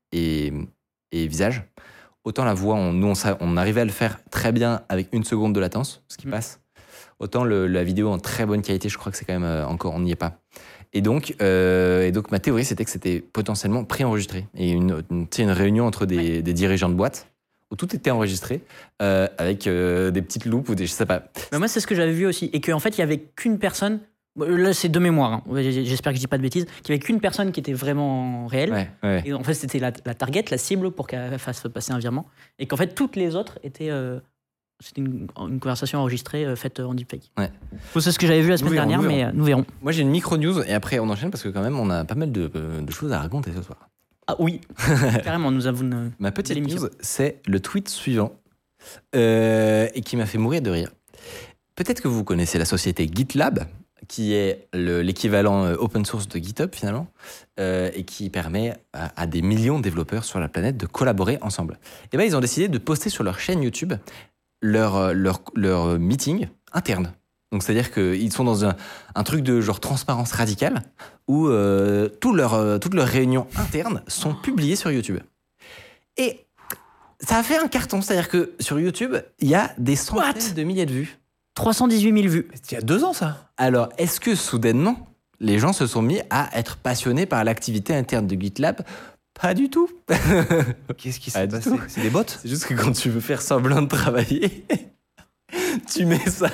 visage. Autant la voix, on arrivait à le faire très bien avec 1 seconde de latence, ce qui passe. Autant la vidéo en très bonne qualité, je crois que c'est quand même encore, on n'y est pas. Et donc ma théorie, c'était que c'était potentiellement préenregistré. Et une réunion entre des dirigeants de boîte où tout était enregistré avec des petites loupes ou je sais pas. Mais moi, c'est ce que j'avais vu aussi. Et qu'en fait, il n'y avait qu'une personne, là c'est de mémoire, hein. J'espère que je dis pas de bêtises, qu'il n'y avait qu'une personne qui était vraiment réelle. Ouais. Et en fait, c'était la target, la cible pour qu'elle fasse passer un virement. Et qu'en fait, toutes les autres étaient... C'était une conversation enregistrée faite en deepfake. Ouais. C'est ce que j'avais vu la semaine dernière, mais nous verrons. Moi, j'ai une micro-news et après, on enchaîne parce que quand même, on a pas mal de choses à raconter ce soir. Ah oui, carrément, nous avons une... Ma petite news, c'est le tweet suivant et qui m'a fait mourir de rire. Peut-être que vous connaissez la société GitLab, qui est l'équivalent open source de GitHub finalement, et qui permet à des millions de développeurs sur la planète de collaborer ensemble. Et ils ont décidé de poster sur leur chaîne YouTube leur meeting interne. Donc c'est-à-dire qu'ils sont dans un truc de genre transparence radicale où toutes leurs réunions internes sont publiées sur YouTube. Et ça a fait un carton, c'est-à-dire que sur YouTube, il y a des centaines de milliers de vues. 318 000 vues. Il y a 2 ans, ça. Alors, est-ce que soudainement, les gens se sont mis à être passionnés par l'activité interne de GitLab ? Pas du tout. Qu'est-ce qui s'est passé ? C'est des bots ? C'est juste que quand tu veux faire semblant de travailler, tu mets ça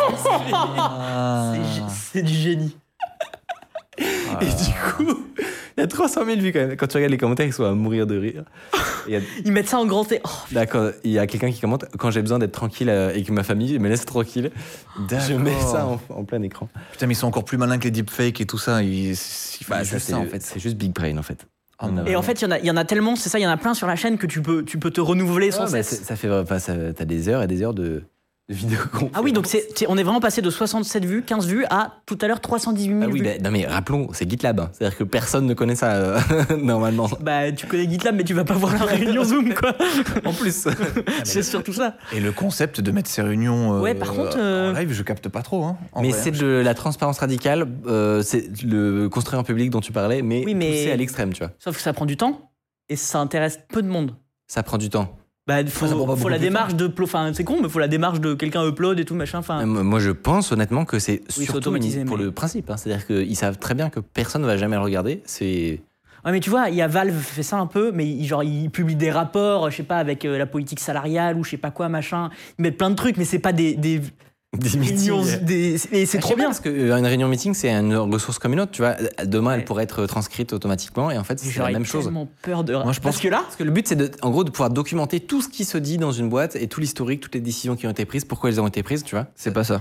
C'est du génie. Et du coup, il y a 300 000 vues quand même. Quand tu regardes les commentaires, ils sont à mourir de rire. Ils mettent ça en grand T. Oh, d'accord, il y a quelqu'un qui commente « Quand j'ai besoin d'être tranquille et que ma famille me laisse tranquille, je mets ça en plein écran. » Putain, mais ils sont encore plus malins que les deepfakes et tout ça. Ils font juste ça, en fait. C'est juste Big Brain, en fait. Et en fait, il y en a tellement, c'est ça, il y en a plein sur la chaîne que tu peux te renouveler sans cesse. T'as des heures et des heures de vidéoconférence. Ah oui, donc on est vraiment passé de 67 vues, 15 vues à tout à l'heure 318 000 vues. Non mais rappelons, c'est GitLab. Hein. C'est-à-dire que personne ne connaît ça normalement. Tu connais GitLab, mais tu vas pas voir la réunion Zoom, quoi. En plus. C'est surtout ça. Et le concept de mettre ces réunions par contre, en live, je capte pas trop. Hein, mais vrai, c'est de la transparence radicale, c'est le construire en public dont tu parlais, mais poussé à l'extrême, tu vois. Sauf que ça prend du temps et ça intéresse peu de monde. Ça prend du temps. Faut la démarche de... Enfin, c'est con, mais faut la démarche de quelqu'un upload et tout, machin. Moi, je pense honnêtement que c'est surtout pour le principe. Hein. C'est-à-dire qu'ils savent très bien que personne ne va jamais le regarder. Ouais, mais tu vois, il y a Valve fait ça un peu, mais ils publient des rapports, je sais pas, avec la politique salariale ou je sais pas quoi, machin. Ils mettent plein de trucs, mais c'est pas des Des réunions, meetings. Et c'est trop bien. Parce qu'une réunion meeting, c'est une ressource comme une autre. Tu vois, demain, elle pourrait être transcrite automatiquement. Et en fait, c'est la même chose. J'ai tellement peur de. Moi, je pense parce que le but, c'est en gros de pouvoir documenter tout ce qui se dit dans une boîte et tout l'historique, toutes les décisions qui ont été prises, pourquoi elles ont été prises, tu vois. C'est pas ça.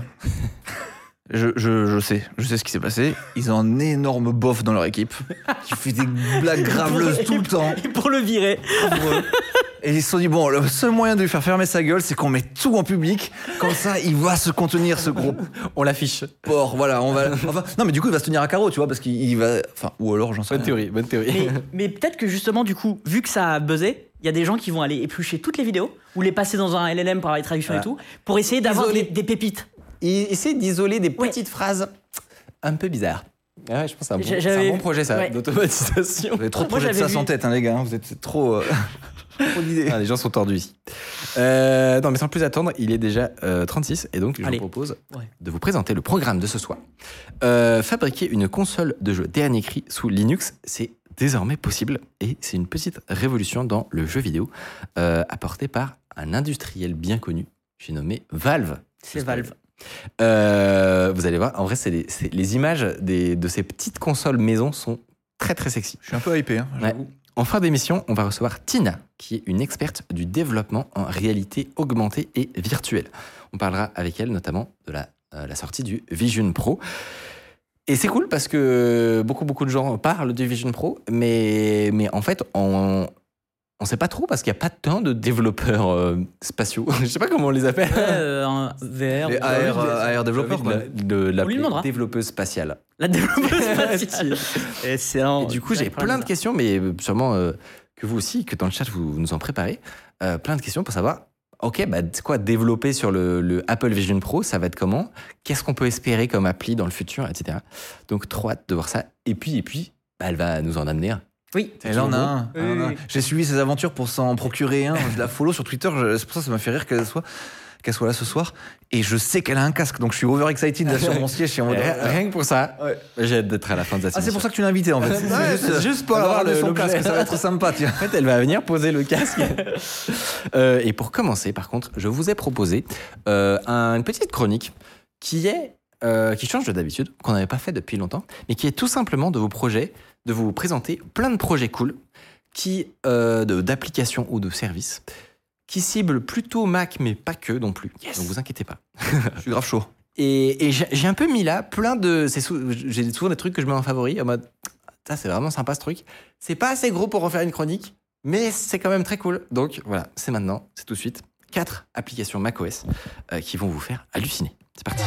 Je sais ce qui s'est passé. Ils ont un énorme bof dans leur équipe qui fait des blagues graveleuses tout le temps. Et pour le virer. Et ils se sont dit, bon, le seul moyen de lui faire fermer sa gueule, c'est qu'on met tout en public. Comme ça, il va se contenir, ce gros On l'affiche. porc. Voilà, non, mais du coup, il va se tenir à carreau, tu vois, parce qu'il va. Enfin, ou alors, j'en sais rien. Bonne théorie. Mais peut-être que justement, du coup, vu que ça a buzzé, il y a des gens qui vont aller éplucher toutes les vidéos ou les passer dans un LLM pour avoir les traductions et tout, pour essayer d'avoir des pépites. Et essayer d'isoler des petites phrases un peu bizarres. Ouais, je pense que c'est un bon projet, ça, d'automatisation. Vous avez trop de projets de ça en tête, hein, les gars. Vous êtes trop d'idées. Les gens sont tordus ici. Non, mais sans plus attendre, il est déjà 36. Et donc, je vous propose de vous présenter le programme de ce soir. Fabriquer une console de jeu dernier cri sous Linux, c'est désormais possible. Et c'est une petite révolution dans le jeu vidéo apportée par un industriel bien connu. J'ai nommé Valve. C'est Valve. Vous allez voir, en vrai, les images de ces petites consoles maison sont très très sexy. Je suis un peu hypé, hein, j'avoue. En fin d'émission, on va recevoir Tina, qui est une experte du développement en réalité augmentée et virtuelle. On parlera avec elle notamment de la sortie du Vision Pro. Et c'est cool parce que beaucoup de gens parlent du Vision Pro, mais en fait, on sait pas trop parce qu'il n'y a pas tant de développeurs spatiaux. Je sais pas comment on les appelle. VR. Les AR développeurs. La développeuse spatiale. La développeuse spatiale. Et du coup, j'ai plein de questions, mais sûrement que vous aussi, que dans le chat, vous nous en préparez. Plein de questions pour savoir, ok, c'est quoi développer sur le Apple Vision Pro, ça va être comment? Qu'est-ce qu'on peut espérer comme appli dans le futur, etc. Donc, trop hâte de voir ça. Et puis elle va nous en amener un. Oui. Et là, on a un. J'ai suivi ses aventures pour s'en procurer un. Je la follow sur Twitter. C'est pour ça que ça m'a fait rire qu'elle soit là ce soir. Et je sais qu'elle a un casque. Donc, je suis overexcited là sur mon siège. Rien que pour ça, j'ai hâte d'être à la fin de cette émission. C'est pour ça que tu l'as invitée, en fait. C'est juste pour avoir son casque. Ça va être sympa, tiens. En fait, elle va venir poser le casque. Et pour commencer, par contre, je vous ai proposé une petite chronique qui change de d'habitude, qu'on n'avait pas fait depuis longtemps, mais qui est tout simplement de vous présenter plein de projets cool d'applications ou de services qui ciblent plutôt Mac, mais pas que non plus. Yes. Donc vous inquiétez pas. Je suis grave chaud. Et j'ai un peu mis là plein de... J'ai souvent des trucs que je mets en favori, en mode, ça c'est vraiment sympa ce truc. C'est pas assez gros pour refaire une chronique, mais c'est quand même très cool. Donc voilà, c'est maintenant, c'est tout de suite. 4 applications macOS qui vont vous faire halluciner. C'est parti.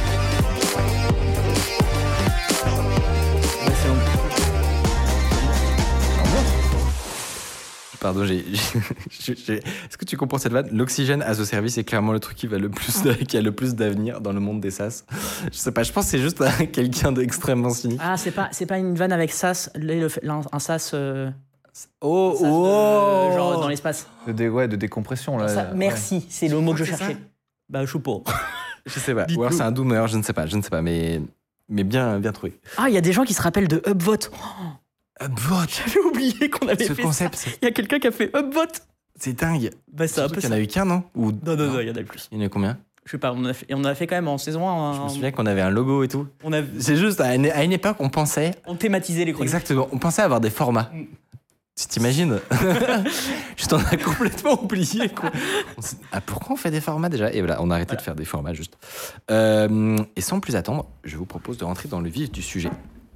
Pardon, est-ce que tu comprends cette vanne? L'oxygène as a service est clairement le truc qui a le plus d'avenir dans le monde des SaaS. Je sais pas, je pense que c'est juste quelqu'un d'extrêmement cynique. Ah, c'est pas une vanne avec SaaS, un SaaS. Genre dans l'espace. De décompression là. Ça, merci, c'est le mot que je cherchais. Je suis pas. Je sais pas. Ou alors c'est un doomer, je ne sais pas, mais bien trouvé. Ah, il y a des gens qui se rappellent de Upvote. Upvote. J'avais oublié qu'on avait fait concept, ça. Il y a quelqu'un qui a fait Upvote. C'est dingue. C'est un peu il y en a eu qu'un, non? Non, il y en a eu plus. Il y en a eu combien? Je sais pas, on a fait quand même en saison 1. Je me souviens qu'on avait un logo et tout. C'est juste, à une époque, on pensait... On thématisait les chroniques. Exactement, on pensait avoir des formats. Tu t'imagines? Juste, on a complètement oublié. Pourquoi on fait des formats déjà? Et voilà, on a arrêté de faire des formats juste. Et sans plus attendre, je vous propose de rentrer dans le vif du sujet.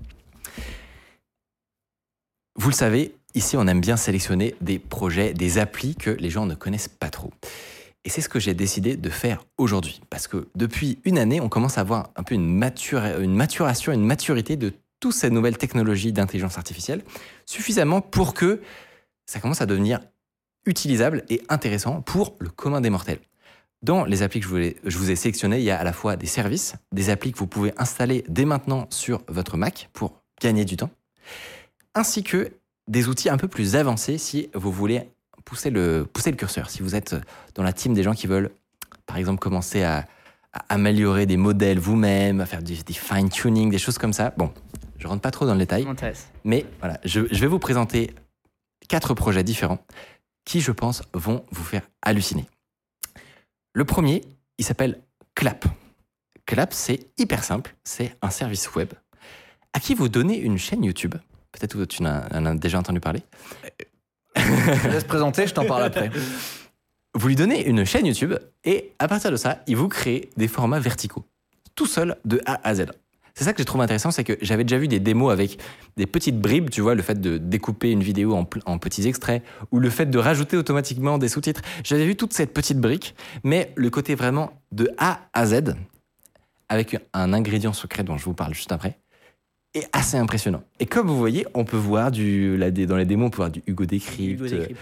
Vous le savez, ici, on aime bien sélectionner des projets, des applis que les gens ne connaissent pas trop. Et c'est ce que j'ai décidé de faire aujourd'hui. Parce que depuis une année, on commence à avoir un peu une maturation, une maturité de toutes ces nouvelles technologies d'intelligence artificielle, suffisamment pour que ça commence à devenir utilisable et intéressant pour le commun des mortels. Dans les applis que je vous ai sélectionnées, il y a à la fois des services, des applis que vous pouvez installer dès maintenant sur votre Mac pour gagner du temps, ainsi que des outils un peu plus avancés si vous voulez pousser le curseur. Si vous êtes dans la team des gens qui veulent, par exemple, commencer à améliorer des modèles vous-même, à faire des fine-tuning, des choses comme ça. Bon, je rentre pas trop dans le détail, mais voilà, je vais vous présenter 4 projets différents qui, je pense, vont vous faire halluciner. Le premier, il s'appelle Clap. Clap, c'est hyper simple. C'est un service web à qui vous donnez une chaîne YouTube. Peut-être que tu en as déjà entendu parler. Je te laisse présenter, je t'en parle après. Vous lui donnez une chaîne YouTube et à partir de ça, il vous crée des formats verticaux, tout seul de A à Z. C'est ça que j'ai trouvé intéressant, c'est que j'avais déjà vu des démos avec des petites bribes, tu vois, le fait de découper une vidéo en petits extraits ou le fait de rajouter automatiquement des sous-titres. J'avais vu toute cette petite brique, mais le côté vraiment de A à Z, avec un ingrédient secret dont je vous parle juste après, est assez impressionnant. Et comme vous voyez, on peut voir dans les démos, on peut voir du Hugo Décrypte,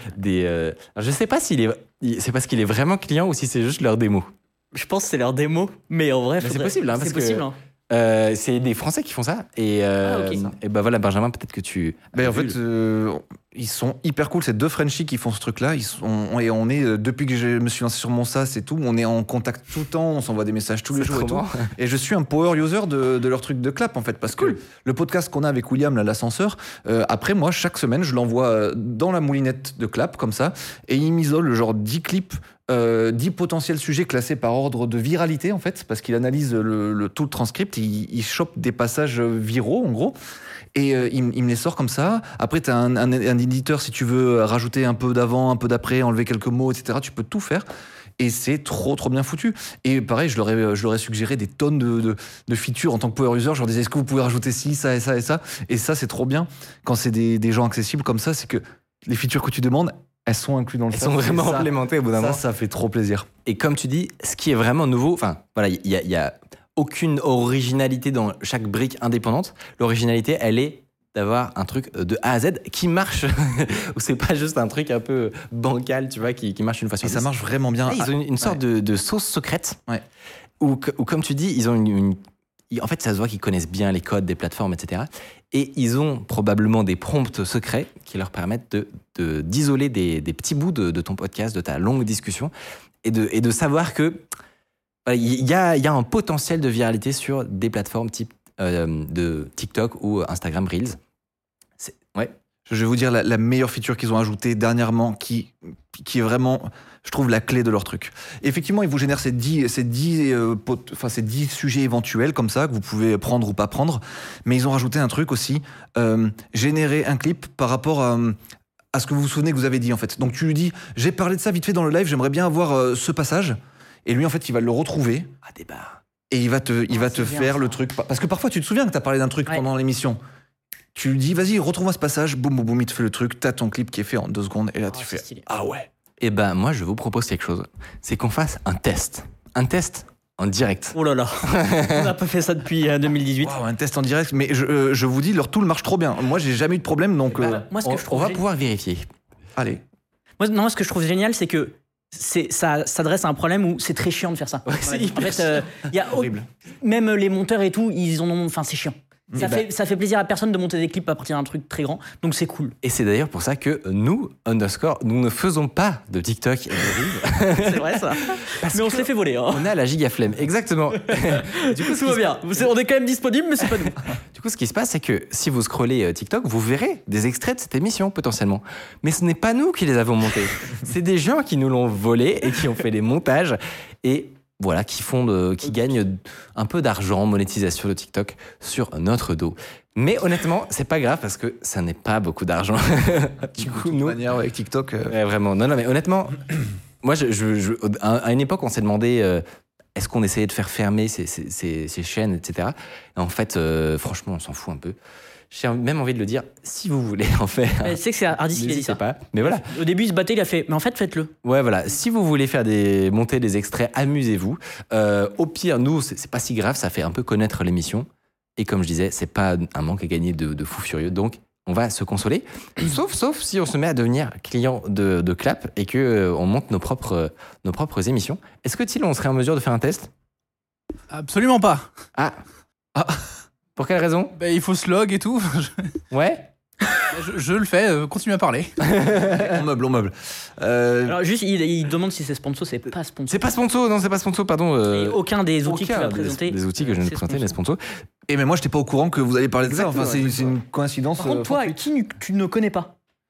je sais pas c'est parce qu'il est vraiment client ou si c'est juste leur démo. Je pense que c'est leur démo, mais en vrai, c'est possible. C'est possible. C'est des Français qui font ça. Et bah voilà, Benjamin, peut-être que tu. En fait, ils sont hyper cool. C'est deux Frenchies qui font ce truc-là. Et on est, depuis que je me suis lancé sur mon SaaS et tout, on est en contact tout le temps. On s'envoie des messages tous les jours et tout. Et je suis un power user de leur truc de Clap, en fait. Parce que le podcast qu'on a avec William, là, l'ascenseur, après, moi, chaque semaine, je l'envoie dans la moulinette de Clap, comme ça. Et il m'isole genre 10 clips. 10 potentiels sujets classés par ordre de viralité, en fait, parce qu'il analyse tout le transcript, il chope des passages viraux, en gros, et il me les sort comme ça. Après, tu as un éditeur, si tu veux rajouter un peu d'avant, un peu d'après, enlever quelques mots, etc., tu peux tout faire. Et c'est trop bien foutu. Et pareil, je leur ai suggéré des tonnes de features en tant que power user. Je leur disais, est-ce que vous pouvez rajouter ci, ça et ça et ça. Et ça, c'est trop bien. Quand c'est des gens accessibles comme ça, c'est que les features que tu demandes, elles sont incluses dans le SaaS. Elles sont vraiment implémentées au bout d'un moment. Ça fait trop plaisir. Et comme tu dis, ce qui est vraiment nouveau, enfin, voilà, il y a aucune originalité dans chaque brique indépendante. L'originalité, elle est d'avoir un truc de A à Z qui marche, ou c'est pas juste un truc un peu bancal, tu vois, qui marche une fois sur 10. Et ça marche vraiment bien. Ils ont une sorte de sauce secrète, ouais. où comme tu dis, ils ont en fait, ça se voit qu'ils connaissent bien les codes des plateformes, etc. Et ils ont probablement des prompts secrets qui leur permettent d'isoler des petits bouts de ton podcast, de ta longue discussion, et de savoir que il y a un potentiel de viralité sur des plateformes type de TikTok ou Instagram Reels. Ouais. Je vais vous dire la meilleure feature qu'ils ont ajoutée dernièrement, qui est vraiment, je trouve, la clé de leur truc. Effectivement, ils vous génèrent ces 10 sujets éventuels comme ça, que vous pouvez prendre ou pas prendre, mais ils ont rajouté un truc aussi, générer un clip par rapport à ce que vous vous souvenez que vous avez dit, en fait. Donc tu lui dis, j'ai parlé de ça vite fait dans le live, j'aimerais bien avoir ce passage, et lui, en fait, il va le retrouver. Ah, des barres. Et il va te faire le truc. Parce que parfois, tu te souviens que tu as parlé d'un truc pendant l'émission. Tu lui dis, vas-y, retrouve-moi ce passage, boum, boum, boum, il te fait le truc, t'as ton clip qui est fait en 2 secondes, et là, tu fais, stylé. Ah ouais. Et ben, moi, je vous propose quelque chose. C'est qu'on fasse un test. Un test en direct. Oh là là, on n'a pas fait ça depuis 2018. Wow, un test en direct, mais je vous dis, leur tool marche trop bien. Moi, j'ai jamais eu de problème, donc moi, on va pouvoir vérifier. Allez. Moi, ce que je trouve génial, c'est que ça s'adresse à un problème où c'est très chiant de faire ça. Ouais, c'est hyper horrible. Même les monteurs et tout, enfin, c'est chiant. Ça fait plaisir à personne de monter des clips à partir d'un truc très grand, donc c'est cool. Et c'est d'ailleurs pour ça que nous ne faisons pas de TikTok et de Reels. C'est vrai ça. Mais on se les fait voler. Hein. On a la giga flemme, exactement. Du coup, tout va bien. On est quand même disponible, mais c'est pas nous. Du coup, ce qui se passe, c'est que si vous scrollez TikTok, vous verrez des extraits de cette émission potentiellement. Mais ce n'est pas nous qui les avons montés. C'est des gens qui nous l'ont volé et qui ont fait les montages et voilà, qui gagnent un peu d'argent en monétisation de TikTok sur notre dos. Mais honnêtement, c'est pas grave parce que ça n'est pas beaucoup d'argent. Du coup, nous, manière avec TikTok. Ouais, vraiment. Non, mais honnêtement, moi, à une époque, on s'est demandé est-ce qu'on essayait de faire fermer ces chaînes, etc. Et en fait, franchement, on s'en fout un peu. J'ai même envie de le dire, si vous voulez en faire. Tu sais que c'est Hardis qui a dit ça. Pas. Mais voilà. Au début, il se battait, il a fait, mais en fait, faites-le. Ouais, voilà. Si vous voulez monter des extraits, amusez-vous. Au pire, nous, c'est pas si grave, ça fait un peu connaître l'émission. Et comme je disais, c'est pas un manque à gagner de fou furieux. Donc, on va se consoler. sauf si on se met à devenir client de Clap et qu'on monte nos propres émissions. Est-ce que, Thiel, on serait en mesure de faire un test ? Absolument pas. Ah. Pour quelle raison ? Il faut se log et tout. Ouais. Je le fais, continue à parler. On meuble. Alors juste, il demande si c'est sponsor, c'est pas sponsor. C'est pas sponsor, pardon. Et aucun des outils que tu vas présenter. Des outils que je viens de présenter, les sponsors. Et mais moi, j'étais pas au courant que vous alliez parler de ça. Enfin, c'est une coïncidence. Par contre, toi, qui tu ne connais pas ?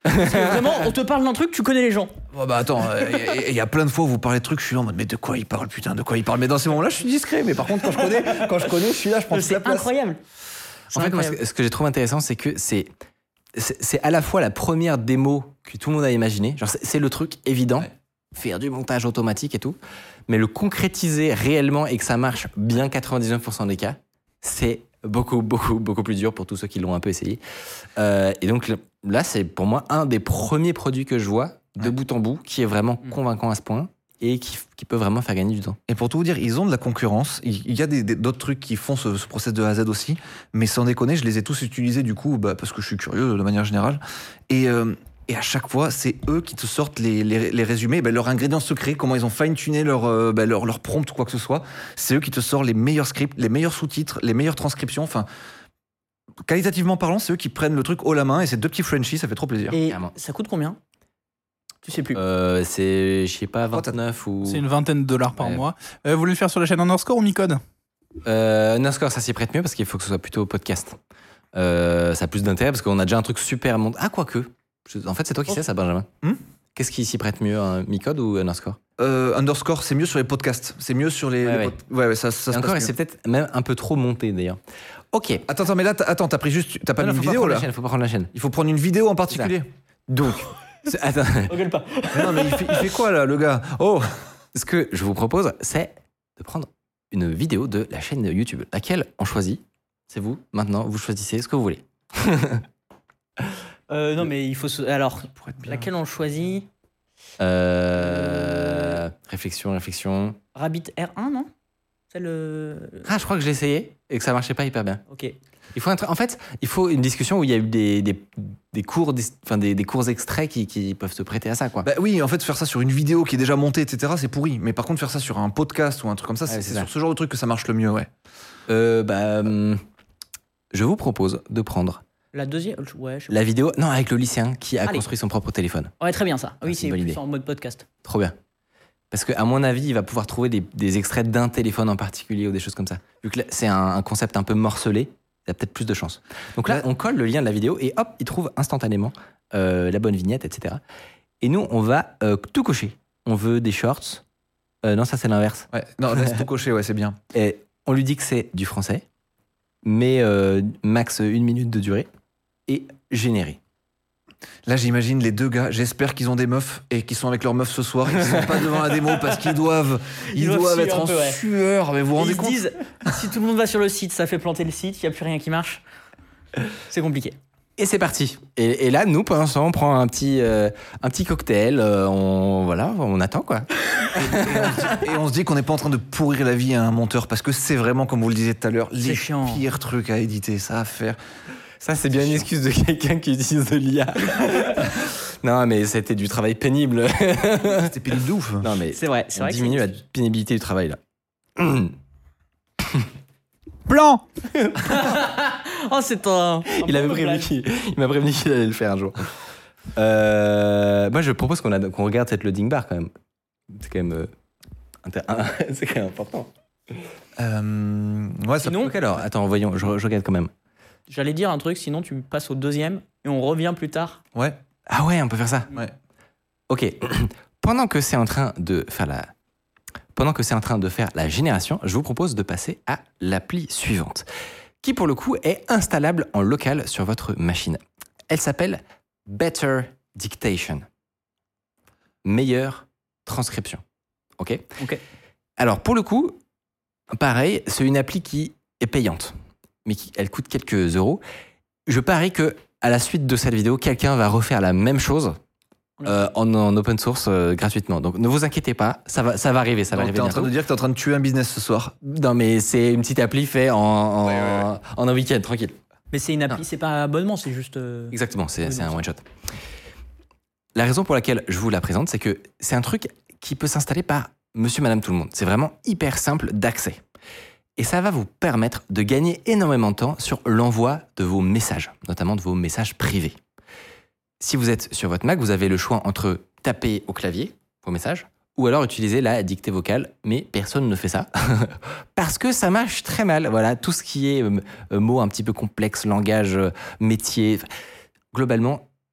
Vraiment, on te parle d'un truc, tu connais les gens. Oh bah attends, il y a plein de fois où vous parlez de trucs, je suis là en mode mais de quoi il parle, putain, de quoi il parle. Mais dans ces moments-là, je suis discret. Mais par contre, quand je connais, je suis là, je prends toute la place. C'est incroyable. En fait, moi, ce que j'ai trouvé intéressant, c'est que c'est à la fois la première démo que tout le monde a imaginé. Genre, c'est le truc évident, faire du montage automatique et tout. Mais le concrétiser réellement et que ça marche bien 99% des cas, c'est beaucoup plus dur pour tous ceux qui l'ont un peu essayé. Et donc là, c'est pour moi un des premiers produits que je vois de bout en bout qui est vraiment convaincant à ce point et qui peut vraiment faire gagner du temps. Et pour tout vous dire, ils ont de la concurrence. Il y a d'autres trucs qui font ce process de A à Z aussi. Mais sans déconner, je les ai tous utilisés du coup, parce que je suis curieux de manière générale. Et à chaque fois, c'est eux qui te sortent les résumés, leurs ingrédients secrets, comment ils ont fine-tuné leur prompt ou quoi que ce soit. C'est eux qui te sortent les meilleurs scripts, les meilleurs sous-titres, les meilleures transcriptions. Enfin, qualitativement parlant, c'est eux qui prennent le truc haut la main et ces deux petits Frenchies, ça fait trop plaisir. Et ça coûte combien ? Tu sais plus. C'est, je sais pas, 29 ou... C'est une vingtaine de dollars par mois. Vous voulez le faire sur la chaîne Underscore ou Micode ? Underscore, ça s'y prête mieux parce qu'il faut que ce soit plutôt podcast. Ça a plus d'intérêt parce qu'on a déjà un truc super monté. Ah, quoique. En fait, c'est toi qui sais ça, Benjamin. Qu'est-ce qui s'y prête mieux, Micode ou Underscore ? Underscore, c'est mieux sur les podcasts. C'est mieux sur les... ça se passe encore, mieux. et c'est peut-être même un peu trop monté, d'ailleurs. Ok. Attends, mais là, t'as pris juste... T'as pas mis une vidéo, là ? Faut pas prendre la chaîne. Il faut prendre une vidéo en particulier. Donc... Attends. Regueule pas. Non, mais il fait quoi, là, le gars ? Oh ! Ce que je vous propose, c'est de prendre une vidéo de la chaîne YouTube. Laquelle on choisit ? C'est vous, maintenant, vous choisissez ce que vous voulez. Non, mais il faut... Alors, laquelle on choisit ? Réflexion. Rabbit R1, non ? C'est Ah, je crois que je l'ai essayé et que ça marchait pas hyper bien. Ok. En fait, il faut une discussion où il y a eu des cours extraits qui peuvent se prêter à ça, quoi. Bah oui, en fait, faire ça sur une vidéo qui est déjà montée, etc., c'est pourri. Mais par contre, faire ça sur un podcast ou un truc comme ça, c'est sur ce genre de truc que ça marche le mieux, ouais. Je vous propose de prendre la deuxième, la vidéo, non, avec le lycéen qui a construit son propre téléphone. Ouais, très bien ça. Oui, c'est une bonne plus idée. en mode podcast. Trop bien. Parce qu'à mon avis, il va pouvoir trouver des extraits d'un téléphone en particulier ou des choses comme ça. Vu que c'est un concept un peu morcelé, il y a peut-être plus de chance. Donc là, on colle le lien de la vidéo et hop, il trouve instantanément la bonne vignette, etc. Et nous, on va tout cocher. On veut des shorts. Non, ça, c'est l'inverse. Ouais, non, laisse tout cocher, ouais, c'est bien. Et on lui dit que c'est du français, mais max 1 minute de durée et généré. Là, j'imagine les deux gars, j'espère qu'ils ont des meufs et qu'ils sont avec leurs meufs ce soir, qu'ils ne sont pas devant la démo parce qu'ils doivent être en sueur. Mais vous vous rendez compte ? Ils se disent, si tout le monde va sur le site, ça fait planter le site, il n'y a plus rien qui marche. C'est compliqué. Et c'est parti. Et là, nous, pendant ce temps, on prend un petit cocktail, on attend, quoi. Et on se dit qu'on n'est pas en train de pourrir la vie à un monteur parce que c'est vraiment, comme vous le disiez tout à l'heure, les pires trucs à éditer, ça à faire. Ça, c'est bien une excuse de quelqu'un qui utilise de l'IA. Non, mais c'était du travail pénible. C'était pénible de ouf. Non, mais c'est vrai. On diminue la pénibilité du travail, là. Plan. Oh, c'est un il m'a prévenu qu'il allait le faire un jour. Moi, je propose qu'on regarde cette loading bar, quand même. C'est quand même... c'est quand même important. Ouais, ça sinon, alors, attends, voyons, je regarde quand même. J'allais dire un truc, sinon tu passes au deuxième et on revient plus tard. Ouais. Ah ouais, on peut faire ça. Ouais. Ok. Pendant que c'est en train de faire la génération, je vous propose de passer à l'appli suivante, qui pour le coup est installable en local sur votre machine. Elle s'appelle Better Dictation. Meilleure transcription. Ok. Alors pour le coup, pareil, c'est une appli qui est payante, mais elle coûte quelques euros. Je parie que à la suite de cette vidéo, quelqu'un va refaire la même chose en open source gratuitement. Donc ne vous inquiétez pas, ça va arriver, ça va arriver bientôt. T'es en train de dire que t'es en train de tuer un business ce soir. Non, mais c'est une petite appli faite en un week-end, tranquille. Mais c'est une appli, c'est pas un abonnement, c'est juste... Exactement, c'est un one-shot. La raison pour laquelle je vous la présente, c'est que c'est un truc qui peut s'installer par monsieur, madame, tout le monde. C'est vraiment hyper simple d'accès. Et ça va vous permettre de gagner énormément de temps sur l'envoi de vos messages, notamment de vos messages privés. Si vous êtes sur votre Mac, vous avez le choix entre taper au clavier vos messages ou alors utiliser la dictée vocale, mais personne ne fait ça parce que ça marche très mal. Voilà, tout ce qui est mots un petit peu complexes, langage, métier, globalement,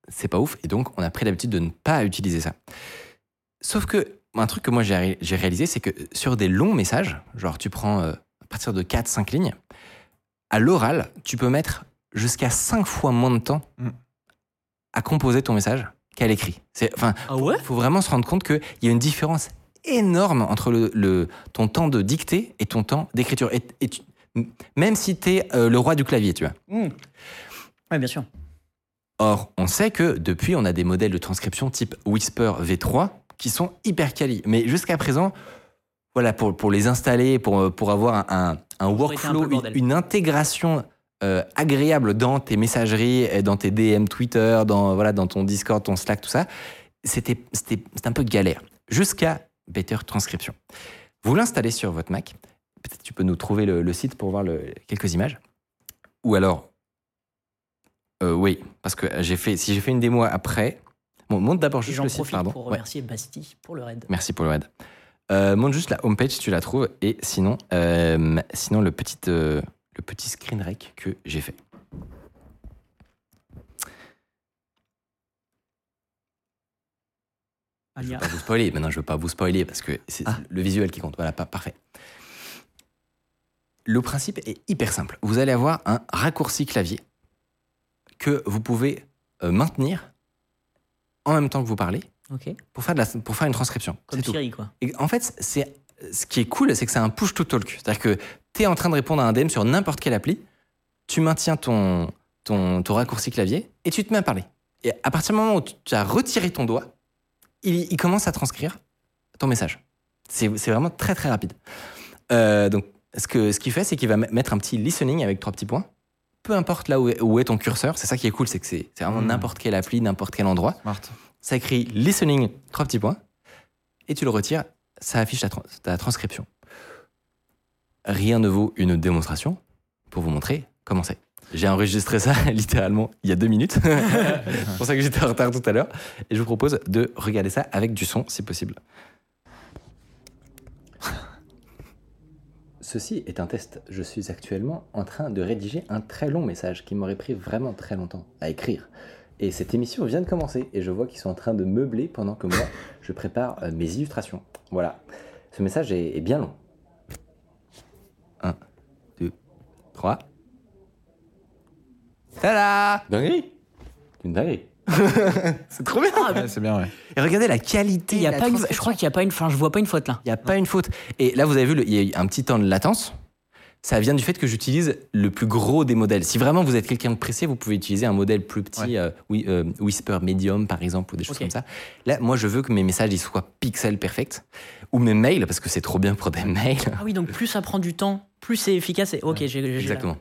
c'est pas ouf. Et donc, on a pris l'habitude de ne pas utiliser ça. Sauf que, un truc que moi j'ai réalisé, c'est que sur des longs messages, genre tu prends à partir de 4-5 lignes, à l'oral, tu peux mettre jusqu'à 5 fois moins de temps à composer ton message qu'à l'écrit. Faut vraiment se rendre compte qu'il y a une différence énorme entre ton temps de dictée et ton temps d'écriture. Même si t'es le roi du clavier, tu vois. Oui, bien sûr. Or, on sait que depuis, on a des modèles de transcription type Whisper V3 qui sont hyper quali. Mais jusqu'à présent, voilà, pour les installer, pour avoir un workflow, une intégration agréable dans tes messageries, dans tes DM Twitter, dans ton Discord, ton Slack, tout ça, c'était un peu galère. Jusqu'à Better Transcription. Vous l'installez sur votre Mac. Peut-être tu peux nous trouver le site pour voir quelques images. Ou alors, oui, parce que si j'ai fait une démo après... Bon, montre d'abord juste le site, pardon. J'en profite pour remercier Bastille pour le raid. Merci pour le raid. Montre juste la homepage si tu la trouves. Et sinon le petit screen rec que j'ai fait. Je ne veux pas vous spoiler. Maintenant, je ne veux pas vous spoiler parce que c'est le visuel qui compte. Voilà, parfait. Le principe est hyper simple. Vous allez avoir un raccourci clavier que vous pouvez maintenir en même temps que vous parlez pour faire une transcription. Comme Siri, quoi. Et en fait, ce qui est cool, c'est que c'est un push-to-talk. C'est-à-dire que tu es en train de répondre à un DM sur n'importe quelle appli, tu maintiens ton raccourci clavier et tu te mets à parler. Et à partir du moment où tu as retiré ton doigt, il commence à transcrire ton message. C'est vraiment très, très rapide. Donc, ce qu'il fait, c'est qu'il va mettre un petit listening avec 3 petits points. Peu importe là où est ton curseur, c'est ça qui est cool, c'est que c'est vraiment n'importe quelle appli, n'importe quel endroit. Smart. Ça écrit listening, 3 petits points, et tu le retires, ça affiche ta transcription. Rien ne vaut une démonstration pour vous montrer comment c'est. J'ai enregistré ça littéralement il y a 2 minutes. C'est pour ça que j'étais en retard tout à l'heure. Et je vous propose de regarder ça avec du son, si possible. Ceci est un test. Je suis actuellement en train de rédiger un très long message qui m'aurait pris vraiment très longtemps à écrire. Et cette émission vient de commencer et je vois qu'ils sont en train de meubler pendant que moi, je prépare mes illustrations. Voilà. Ce message est bien long. 1, 2, 3... Tada! Dinguerie! Une dinguerie. C'est trop bien! Ouais, c'est bien, ouais. Et regardez la qualité. Je crois qu'il n'y a pas une... Enfin, je vois pas une faute là. Il n'y a pas une faute. Et là, vous avez vu, il y a eu un petit temps de latence. Ça vient du fait que j'utilise le plus gros des modèles. Si vraiment vous êtes quelqu'un de pressé, vous pouvez utiliser un modèle plus petit, Whisper Medium par exemple, ou des choses comme ça. Là, moi, je veux que mes messages ils soient pixel perfect. Ou mes mails, parce que c'est trop bien pour des mails. Ah oui, donc plus ça prend du temps, plus c'est efficace. J'ai exactement.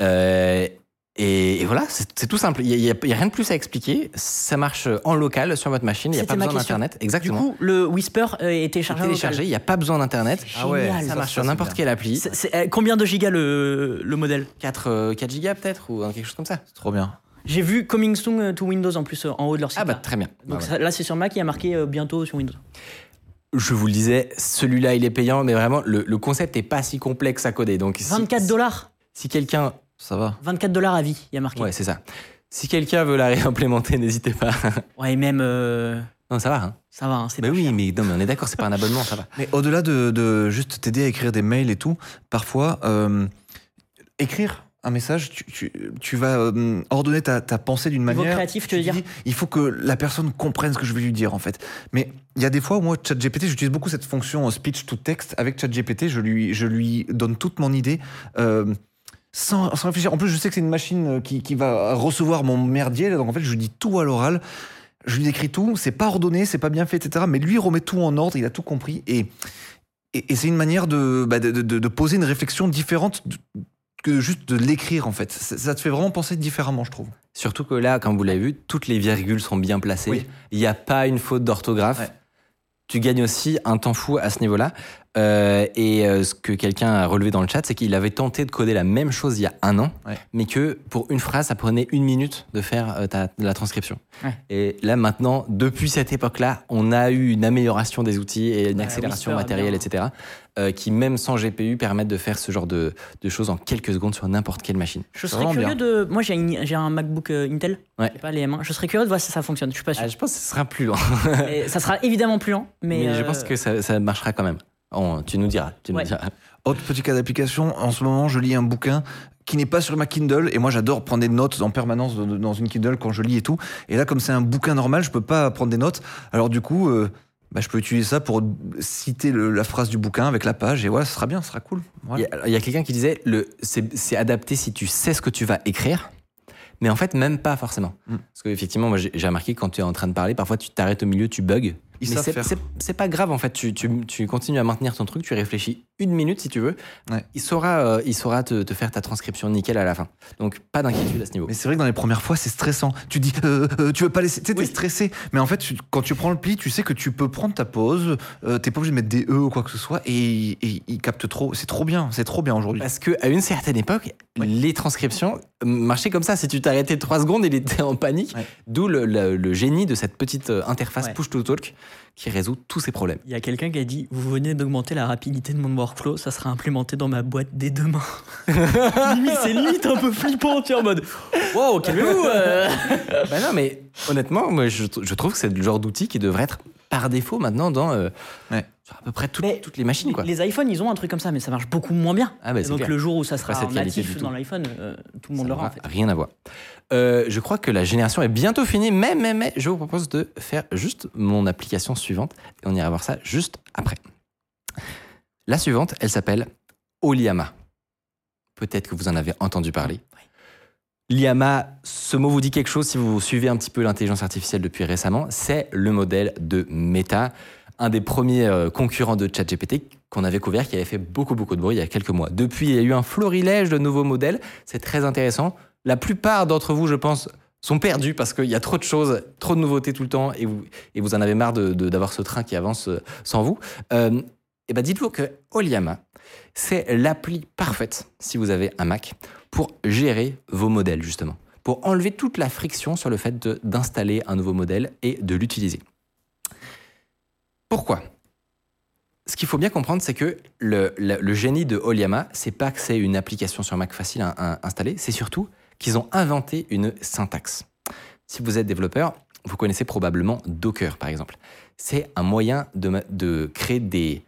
Et voilà, c'est tout simple. Il n'y a rien de plus à expliquer. Ça marche en local sur votre machine. Il n'y a pas besoin d'Internet. Exactement. Du coup, le Whisper est téléchargé. Il n'y a pas besoin d'Internet. Génial, ça marche sur n'importe quelle appli. Combien de gigas le modèle? 4 gigas peut-être, ou quelque chose comme ça. C'est trop bien. J'ai vu Coming Soon to Windows en plus en haut de leur site. Ah bah très bien. Donc là, c'est sur Mac, il y a marqué bientôt sur Windows. Je vous le disais, celui-là, il est payant, mais vraiment, le concept n'est pas si complexe à coder. Donc, $24. Si quelqu'un... Ça va. $24 à vie, il y a marqué. Ouais, c'est ça. Si quelqu'un veut la réimplémenter, n'hésitez pas. Ouais, même... Non, ça va. Hein. Ça va, hein, c'est mais oui, cher. Mais on est d'accord, c'est pas un abonnement, ça va. Mais au-delà de juste t'aider à écrire des mails et tout, parfois, écrire un message, tu vas ordonner ta pensée d'une manière... créatif, tu veux dire? Il faut que la personne comprenne ce que je vais lui dire, en fait. Mais il y a des fois où moi, ChatGPT, j'utilise beaucoup cette fonction speech to text. Avec ChatGPT, je lui donne toute mon idée... Sans réfléchir. En plus, je sais que c'est une machine qui va recevoir mon merdier. Donc, en fait, je lui dis tout à l'oral. Je lui décris tout. C'est pas ordonné, c'est pas bien fait, etc. Mais lui, il remet tout en ordre. Il a tout compris. Et c'est une manière de poser une réflexion différente que juste de l'écrire, en fait. Ça te fait vraiment penser différemment, je trouve. Surtout que là, comme vous l'avez vu, toutes les virgules sont bien placées. Oui. Il n'y a pas une faute d'orthographe. Ouais. Tu gagnes aussi un temps fou à ce niveau-là. Ce que quelqu'un a relevé dans le chat, c'est qu'il avait tenté de coder la même chose il y a 1 an, mais que pour une phrase, ça prenait 1 minute de faire la transcription. Ouais. Et là, maintenant, depuis cette époque-là, on a eu une amélioration des outils et une accélération matérielle, etc. qui, même sans GPU, permettent de faire ce genre de choses en quelques secondes sur n'importe quelle machine. Je serais curieux de... Moi, j'ai un MacBook Intel, pas les M1. Je serais curieux de voir si ça fonctionne, je suis pas sûr. Je pense que ça sera plus lent. Ça sera évidemment plus lent, mais je pense que ça marchera quand même. Tu nous diras. Autre petit cas d'application, en ce moment, je lis un bouquin qui n'est pas sur ma Kindle, et moi j'adore prendre des notes en permanence dans une Kindle quand je lis et tout, et là comme c'est un bouquin normal, je peux pas prendre des notes, alors du coup je peux utiliser ça pour citer la phrase du bouquin avec la page, et voilà, ça sera bien, ça sera cool. Voilà. Il y a quelqu'un qui disait c'est adapté si tu sais ce que tu vas écrire, mais en fait même pas forcément, parce qu'effectivement moi j'ai remarqué quand tu es en train de parler, parfois tu t'arrêtes au milieu, tu bugs. Mais c'est pas grave en fait, tu continues à maintenir ton truc, tu réfléchis 1 minute si tu veux, il saura te faire ta transcription nickel à la fin. Donc pas d'inquiétude à ce niveau. Mais c'est vrai que dans les premières fois c'est stressant, tu dis tu veux pas laisser, tu sais, t'es stressé, mais en fait quand tu prends le pli, tu sais que tu peux prendre ta pause, t'es pas obligé de mettre des E ou quoi que ce soit, et il capte trop, c'est trop bien aujourd'hui. Parce qu'à une certaine époque, les transcriptions marchaient comme ça, si tu t'arrêtais 3 secondes, il était en panique, d'où le génie de cette petite interface push-to-talk qui résout tous ces problèmes. Il y a quelqu'un qui a dit « Vous venez d'augmenter la rapidité de mon workflow, ça sera implémenté dans ma boîte dès demain. » C'est limite un peu flippant, tu es en mode « Wow, calmez-vous » Non, mais honnêtement, moi, je trouve que c'est le genre d'outil qui devrait être par défaut maintenant dans à peu près toutes les machines. Quoi. Les iPhones, ils ont un truc comme ça, mais ça marche beaucoup moins bien. Donc clair. Le jour où ça sera natif dans l'iPhone, tout le monde l'aura en fait. Rien à voir. Je crois que la génération est bientôt finie, mais je vous propose de faire juste mon application suivante et on ira voir ça juste après. La suivante, elle s'appelle Oliama. Peut-être que vous en avez entendu parler. Liama, ce mot vous dit quelque chose si vous suivez un petit peu l'intelligence artificielle depuis récemment. C'est le modèle de Meta, un des premiers concurrents de ChatGPT qu'on avait couvert, qui avait fait beaucoup de bruit il y a quelques mois. Depuis, il y a eu un florilège de nouveaux modèles. C'est très intéressant. La plupart d'entre vous, je pense, sont perdus parce qu'il y a trop de choses, trop de nouveautés tout le temps et vous en avez marre d'avoir ce train qui avance sans vous. Dites-vous que Oliama, c'est l'appli parfaite, si vous avez un Mac, pour gérer vos modèles, justement. Pour enlever toute la friction sur le fait d'installer un nouveau modèle et de l'utiliser. Pourquoi ? Ce qu'il faut bien comprendre, c'est que le génie de Oliama, c'est pas que c'est une application sur Mac facile à installer, c'est surtout qu'ils ont inventé une syntaxe. Si vous êtes développeur, vous connaissez probablement Docker, par exemple. C'est un moyen de créer des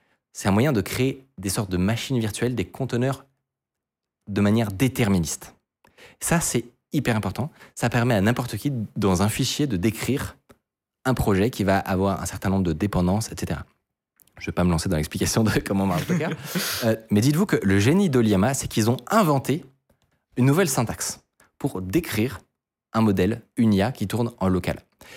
sortes de machines virtuelles, des conteneurs de manière déterministe. Ça, c'est hyper important. Ça permet à n'importe qui, dans un fichier, de décrire un projet qui va avoir un certain nombre de dépendances, etc. Je ne vais pas me lancer dans l'explication de comment marche Docker. Mais dites-vous que le génie d'Oliama, c'est qu'ils ont inventé une nouvelle syntaxe pour décrire un modèle, une IA qui tourne en local.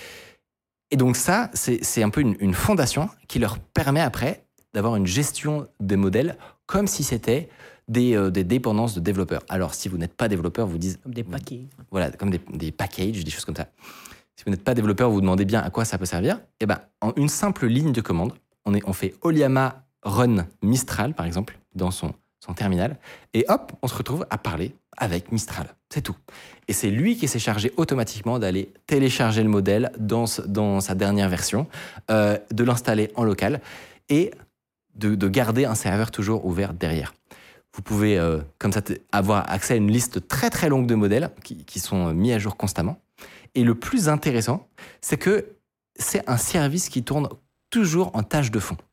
Et donc ça, c'est un peu une fondation qui leur permet après d'avoir une gestion des modèles comme si c'était des dépendances de développeurs. Alors, si vous n'êtes pas développeur, vous dites... Comme des paquets. Voilà, comme des packages, des choses comme ça. Si vous n'êtes pas développeur, vous vous demandez bien à quoi ça peut servir. Eh ben, en une simple ligne de commande, on fait Oliama run Mistral, par exemple, dans son terminal, et hop, on se retrouve à parler avec Mistral. C'est tout. Et c'est lui qui s'est chargé automatiquement d'aller télécharger le modèle dans sa dernière version, de l'installer en local, et de garder un serveur toujours ouvert derrière. Vous pouvez, comme ça, avoir accès à une liste très très longue de modèles qui sont mis à jour constamment. Et le plus intéressant, c'est que c'est un service qui tourne toujours en tâche de fond.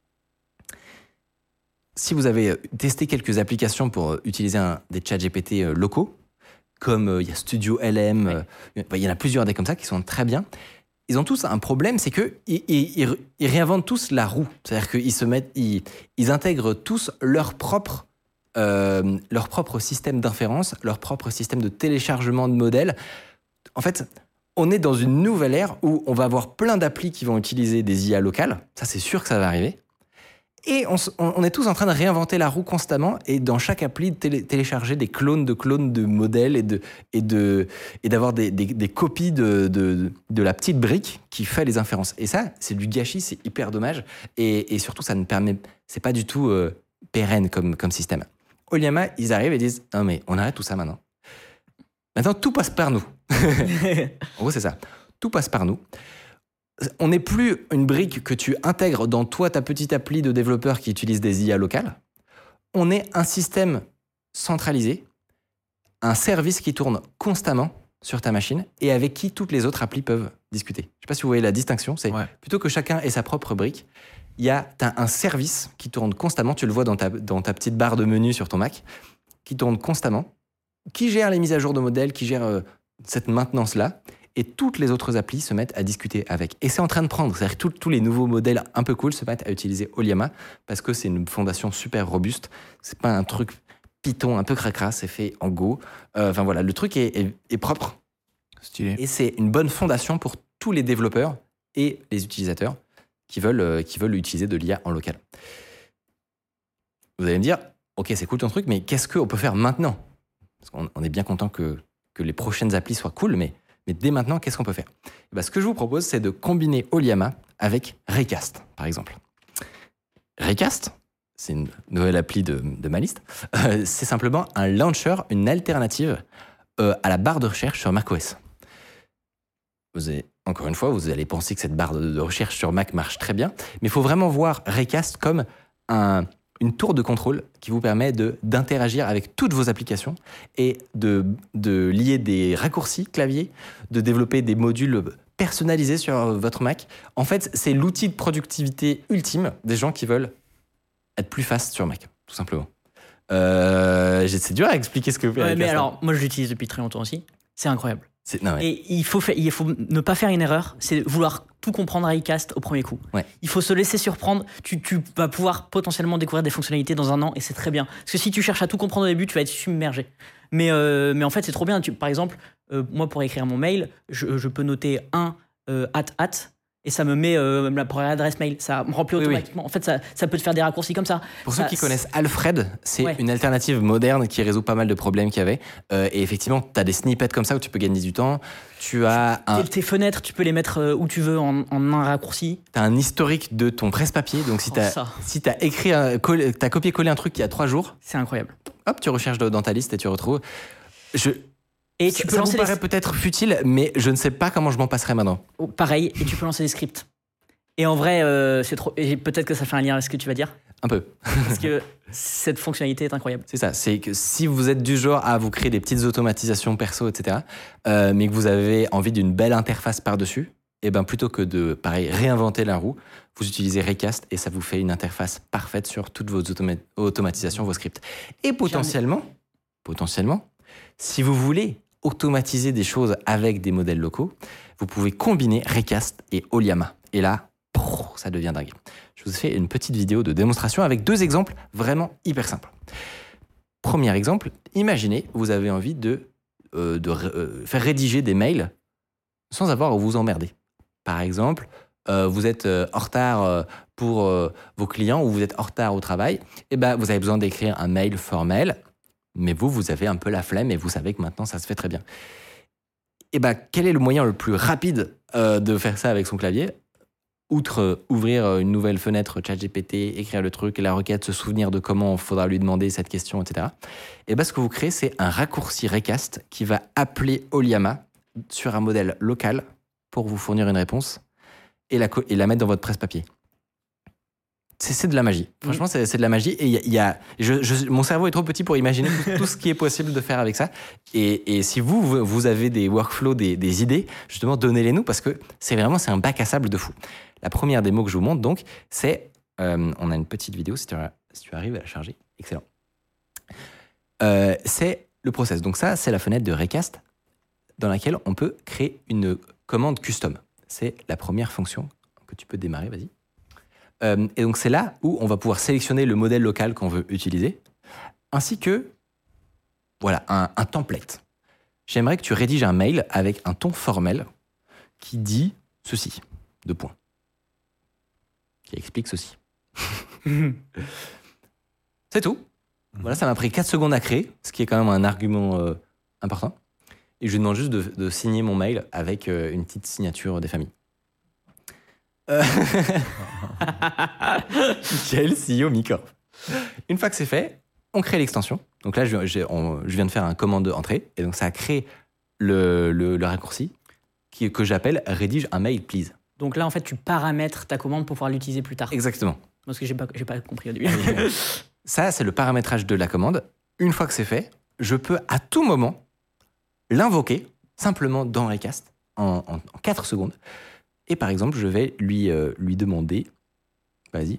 Si vous avez testé quelques applications pour utiliser des chats GPT locaux, comme il y a Studio LM, il y en a plusieurs des comme ça qui sont très bien. Ils ont tous un problème, c'est qu'ils réinventent tous la roue. C'est-à-dire qu'ils intègrent tous leur propre système d'inférence, leur propre système de téléchargement de modèles. En fait, on est dans une nouvelle ère où on va avoir plein d'applis qui vont utiliser des IA locales. Ça, c'est sûr que ça va arriver. Et on est tous en train de réinventer la roue constamment et dans chaque appli, télécharger des clones de modèles et d'avoir des copies de la petite brique qui fait les inférences. Et ça, c'est du gâchis, c'est hyper dommage. Et surtout, c'est pas du tout pérenne comme système. Oliama, ils arrivent et disent « Non mais on arrête tout ça maintenant. Maintenant, tout passe par nous. » En gros, c'est ça. Tout passe par nous. On n'est plus une brique que tu intègres dans ta petite appli de développeur qui utilise des IA locales. on est un système centralisé, un service qui tourne constamment sur ta machine et avec qui toutes les autres applis peuvent discuter. Je ne sais pas si vous voyez la distinction, c'est plutôt que chacun ait sa propre brique, t'as un service qui tourne constamment, tu le vois dans ta petite barre de menu sur ton Mac, qui tourne constamment, qui gère les mises à jour de modèles, qui gère cette maintenance-là, et toutes les autres applis se mettent à discuter avec. Et c'est en train de prendre, c'est-à-dire que tous les nouveaux modèles un peu cool se mettent à utiliser Oliama, parce que c'est une fondation super robuste, c'est pas un truc Python un peu cracra, c'est fait en Go. Enfin voilà, le truc est propre. Stylé. Et c'est une bonne fondation pour tous les développeurs et les utilisateurs qui veulent utiliser de l'IA en local. Vous allez me dire, ok, c'est cool ton truc, mais qu'est-ce qu'on peut faire maintenant? Parce qu'on est bien content que les prochaines applis soient cool, mais dès maintenant, qu'est-ce qu'on peut faire? Et ben, ce que je vous propose, c'est de combiner Oliama avec Raycast, par exemple. Raycast, c'est une nouvelle appli de ma liste, c'est simplement un launcher, une alternative à la barre de recherche sur macOS. Encore une fois, vous allez penser que cette barre de recherche sur Mac marche très bien, mais il faut vraiment voir Raycast comme une tour de contrôle qui vous permet d'interagir avec toutes vos applications et de lier des raccourcis clavier, de développer des modules personnalisés sur votre Mac. En fait, c'est l'outil de productivité ultime des gens qui veulent être plus fast sur Mac, tout simplement. C'est dur à expliquer ce que vous faites. Mais alors, moi, je l'utilise depuis très longtemps aussi. C'est incroyable. Et il faut ne pas faire une erreur, c'est vouloir tout comprendre à Raycast au premier coup. Ouais. Il faut se laisser surprendre. Tu vas pouvoir potentiellement découvrir des fonctionnalités dans un an et c'est très bien. Parce que si tu cherches à tout comprendre au début, tu vas être submergé. Mais en fait, c'est trop bien. Par exemple, moi, pour écrire mon mail, je peux noter et ça me met pour l'adresse mail. Ça me remplit automatiquement. Oui. En fait, ça peut te faire des raccourcis comme ça. Pour ceux qui connaissent Alfred, c'est une alternative moderne qui résout pas mal de problèmes qu'il y avait. Et effectivement, tu as des snippets comme ça où tu peux gagner du temps. Tu as tes fenêtres, tu peux les mettre où tu veux en un raccourci. Tu as un historique de ton presse-papier. Donc, si tu as écrit, t'as copié-collé un truc il y a 3 jours. C'est incroyable. Hop, tu recherches dans ta liste et tu retrouves. Et tu peux ça vous paraît peut-être futile, mais je ne sais pas comment je m'en passerai maintenant. Pareil, et tu peux lancer des scripts. Et en vrai, c'est trop. Et peut-être que ça fait un lien avec ce que tu vas dire. Un peu. Parce que cette fonctionnalité est incroyable. C'est ça. C'est que si vous êtes du genre à vous créer des petites automatisations perso, etc., mais que vous avez envie d'une belle interface par-dessus, et ben plutôt que de, pareil, réinventer la roue, vous utilisez Raycast et ça vous fait une interface parfaite sur toutes vos automatisations, vos scripts. Et potentiellement, si vous voulez automatiser des choses avec des modèles locaux, vous pouvez combiner Raycast et Oliama. Et là, ça devient dingue. Je vous ai fait une petite vidéo de démonstration avec 2 exemples vraiment hyper simples. Premier exemple, imaginez, vous avez envie de faire rédiger des mails sans avoir à vous emmerder. Par exemple, vous êtes en retard pour vos clients ou vous êtes en retard au travail, et ben, vous avez besoin d'écrire un mail formel. Mais vous avez un peu la flemme et vous savez que maintenant, ça se fait très bien. Et ben, quel est le moyen le plus rapide de faire ça avec son clavier? Outre ouvrir une nouvelle fenêtre ChatGPT, écrire le truc, la requête, se souvenir de comment il faudra lui demander cette question, etc. Et ben, ce que vous créez, c'est un raccourci Raycast qui va appeler Oliama sur un modèle local pour vous fournir une réponse et la mettre dans votre presse-papier. C'est de la magie. Franchement, c'est de la magie. Et mon cerveau est trop petit pour imaginer tout ce qui est possible de faire avec ça. Et si vous avez des workflows, des idées, justement, donnez-les nous parce que c'est un bac à sable de fou. La première démo que je vous montre, donc, c'est... on a une petite vidéo, si tu arrives à la charger. Excellent. C'est le process. Donc ça, c'est la fenêtre de Raycast dans laquelle on peut créer une commande custom. C'est la première fonction que tu peux démarrer. Vas-y. Et donc, c'est là où on va pouvoir sélectionner le modèle local qu'on veut utiliser, ainsi que un template. J'aimerais que tu rédiges un mail avec un ton formel qui dit ceci, 2 points, qui explique ceci. C'est tout. Voilà, ça m'a pris 4 secondes à créer, ce qui est quand même un argument important. Et je lui demande juste de signer mon mail avec une petite signature des familles. Quel CEO Micorp. Une fois que c'est fait, on crée l'extension. Donc là, je viens de faire un commande entrée. Et donc, ça a créé le raccourci que j'appelle « Rédige un mail, please ». Donc là, en fait, tu paramètres ta commande pour pouvoir l'utiliser plus tard. Exactement. Parce que j'ai pas compris au début. Ça, c'est le paramétrage de la commande. Une fois que c'est fait, je peux à tout moment l'invoquer simplement dans Raycast en 4 secondes. Et par exemple, je vais lui demander... Vas-y.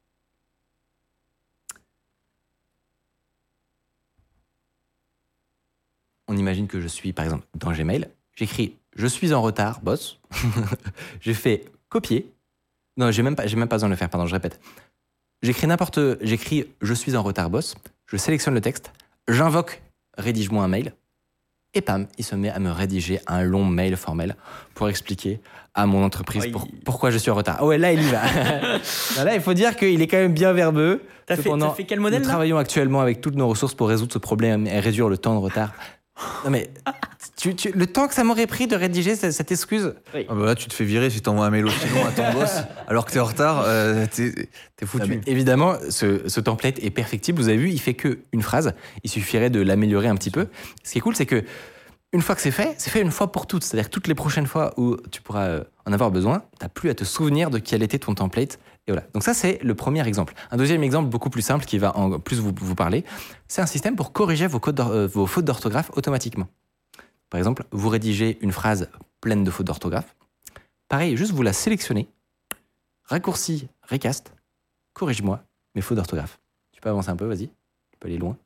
On imagine que je suis, par exemple, dans Gmail. J'écris « Je suis en retard, boss ». J'ai fait « Copier ». Non, j'ai même pas besoin de le faire, pardon, je répète. J'écris « Je suis en retard, boss ». Je sélectionne le texte. J'invoque « Rédige-moi un mail ». Et pam, il se met à me rédiger un long mail formel pour expliquer à mon entreprise pourquoi je suis en retard. Ah ouais, là, il y va. Là, il faut dire qu'il est quand même bien verbeux. T'as fait quel modèle, nous là ? travaillons actuellement avec toutes nos ressources pour résoudre ce problème et réduire le temps de retard. Non mais, le temps que ça m'aurait pris de rédiger cette excuse... Oui. Ah bah là, tu te fais virer si t'envoies un mail aussi long à ton boss alors que t'es en retard, t'es foutu. Non, évidemment, ce template est perfectible. Vous avez vu, il fait qu'une phrase. Il suffirait de l'améliorer un petit peu. Ce qui est cool, c'est que une fois que c'est fait une fois pour toutes. C'est-à-dire que toutes les prochaines fois où tu pourras en avoir besoin, t'as plus à te souvenir de quel était ton template. Et voilà. Donc ça, c'est le premier exemple. Un deuxième exemple beaucoup plus simple qui va en plus vous parler, c'est un système pour corriger vos fautes d'orthographe automatiquement. Par exemple, vous rédigez une phrase pleine de fautes d'orthographe. Pareil, juste vous la sélectionnez, raccourci, Raycast, corrige-moi mes fautes d'orthographe. Tu peux avancer un peu, vas-y. Tu peux aller loin.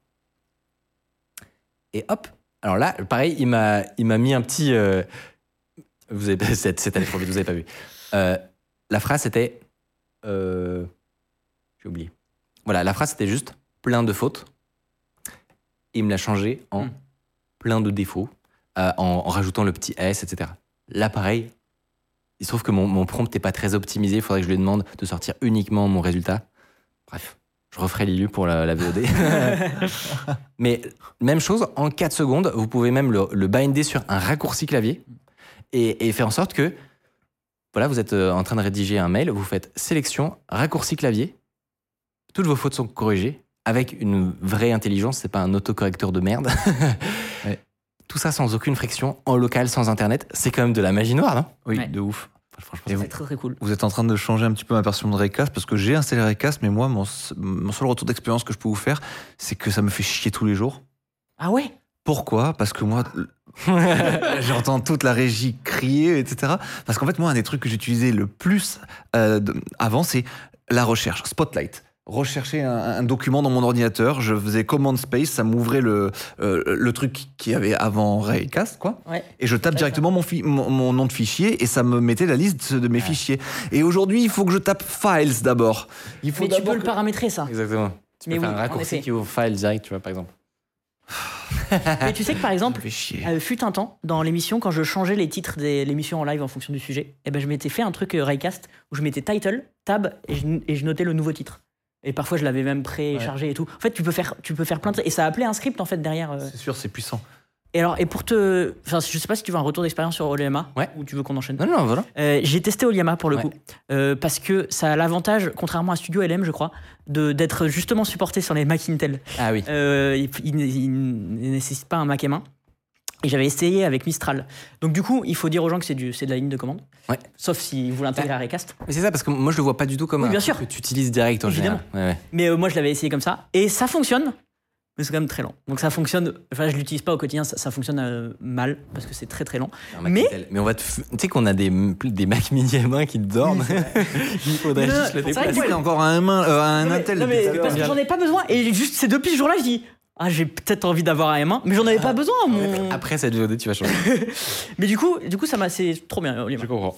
Et hop. Alors là, pareil, il m'a mis un petit... vous avez c'est allé trop vite, vous n'avez pas vu. La phrase, c'était... j'ai oublié. Voilà, la phrase, c'était juste plein de fautes. Et il me l'a changé en plein de défauts, en rajoutant le petit S, etc. Là, pareil, il se trouve que mon prompt n'est pas très optimisé. Il faudrait que je lui demande de sortir uniquement mon résultat. Bref, je referai l'ILU pour la VOD. Mais même chose, en 4 secondes, vous pouvez même le binder sur un raccourci clavier et faire en sorte que voilà, vous êtes en train de rédiger un mail, vous faites sélection, raccourci clavier, toutes vos fautes sont corrigées avec une vraie intelligence, c'est pas un autocorrecteur de merde. Ouais. Tout ça sans aucune friction, en local, sans internet, c'est quand même de la magie noire, non ? Oui, ouais. De ouf. Franchement, c'est très très cool. Vous êtes en train de changer un petit peu ma version de Raycast parce que j'ai installé Raycast, mais moi, mon seul retour d'expérience que je peux vous faire, c'est que ça me fait chier tous les jours. Ah ouais ? Pourquoi ? Parce que moi, j'entends toute la régie crier, etc. Parce qu'en fait, moi, un des trucs que j'utilisais le plus avant, c'est la recherche, Spotlight. Rechercher un document dans mon ordinateur, je faisais command space, ça m'ouvrait le truc qu'il y avait avant Raycast, quoi. Ouais. Et je tape directement mon nom de fichier et ça me mettait la liste de mes fichiers. Et aujourd'hui, il faut que je tape files d'abord. Mais tu peux le paramétrer, ça. Exactement. Tu peux faire un raccourci qui ouvre files direct, tu vois, par exemple. Mais tu sais que par exemple, fut un temps dans l'émission, quand je changeais les titres de l'émission en live en fonction du sujet, eh ben je m'étais fait un truc Raycast où je mettais title, tab et je notais le nouveau titre. Et parfois je l'avais même préchargé et tout. En fait, tu peux faire plein de trucs et ça appelait un script en fait derrière. C'est sûr, c'est puissant. Et alors, je sais pas si tu veux un retour d'expérience sur Oliama ou tu veux qu'on enchaîne. Non, voilà. J'ai testé Oliama pour le coup parce que ça a l'avantage, contrairement à Studio LM, je crois, d'être justement supporté sur les Mac Intel. Ah oui. Il ne nécessite pas un Mac M1. Et j'avais essayé avec Mistral. Donc du coup, il faut dire aux gens que c'est de la ligne de commande. Ouais. Sauf si vous l'intégrez à Raycast. Mais c'est ça, parce que moi je le vois pas du tout comme un truc que tu utilises direct en général. Ouais. Mais moi je l'avais essayé comme ça et ça fonctionne. Mais c'est quand même très lent. Donc ça fonctionne. Enfin, je l'utilise pas au quotidien. Ça fonctionne mal parce que c'est très très lent. Mais on va tu sais qu'on a des Mac Mini M1 qui dorment. Il faudrait juste le déplacer. Il a encore un Intel. Non, mais parce que j'en ai pas besoin. Et juste ces depuis ce jour-là, je dis. Ah, j'ai peut-être envie d'avoir un M1, mais j'en avais pas besoin. Après cette VOD, tu vas changer. Mais du coup, c'est trop bien. Je comprends.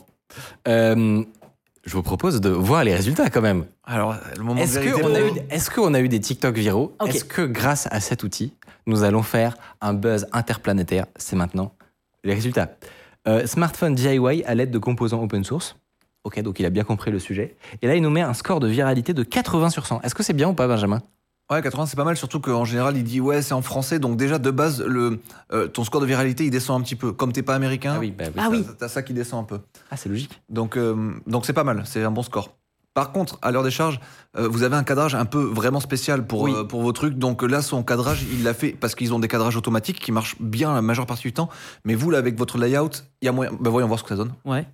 Je vous propose de voir les résultats quand même. Alors, le moment est-ce qu'on a eu des TikTok viraux ? Okay. Est-ce que grâce à cet outil, nous allons faire un buzz interplanétaire ? C'est maintenant les résultats. Smartphone DIY à l'aide de composants open source. Ok, donc il a bien compris le sujet. Et là, il nous met un score de viralité de 80 sur 100. Est-ce que c'est bien ou pas, Benjamin ? Ouais, 80 c'est pas mal, surtout qu'en général il dit c'est en français, donc déjà de base ton score de viralité il descend un petit peu. Comme t'es pas américain, t'as ça qui descend un peu. Ah, c'est logique. Donc c'est pas mal, c'est un bon score. Par contre, à l'heure des charges, vous avez un cadrage un peu vraiment spécial pour vos trucs. Donc là, son cadrage, il l'a fait parce qu'ils ont des cadrages automatiques qui marchent bien la majeure partie du temps. Mais vous, là, avec votre layout, il y a moyen. Bah, voyons voir ce que ça donne. Ouais.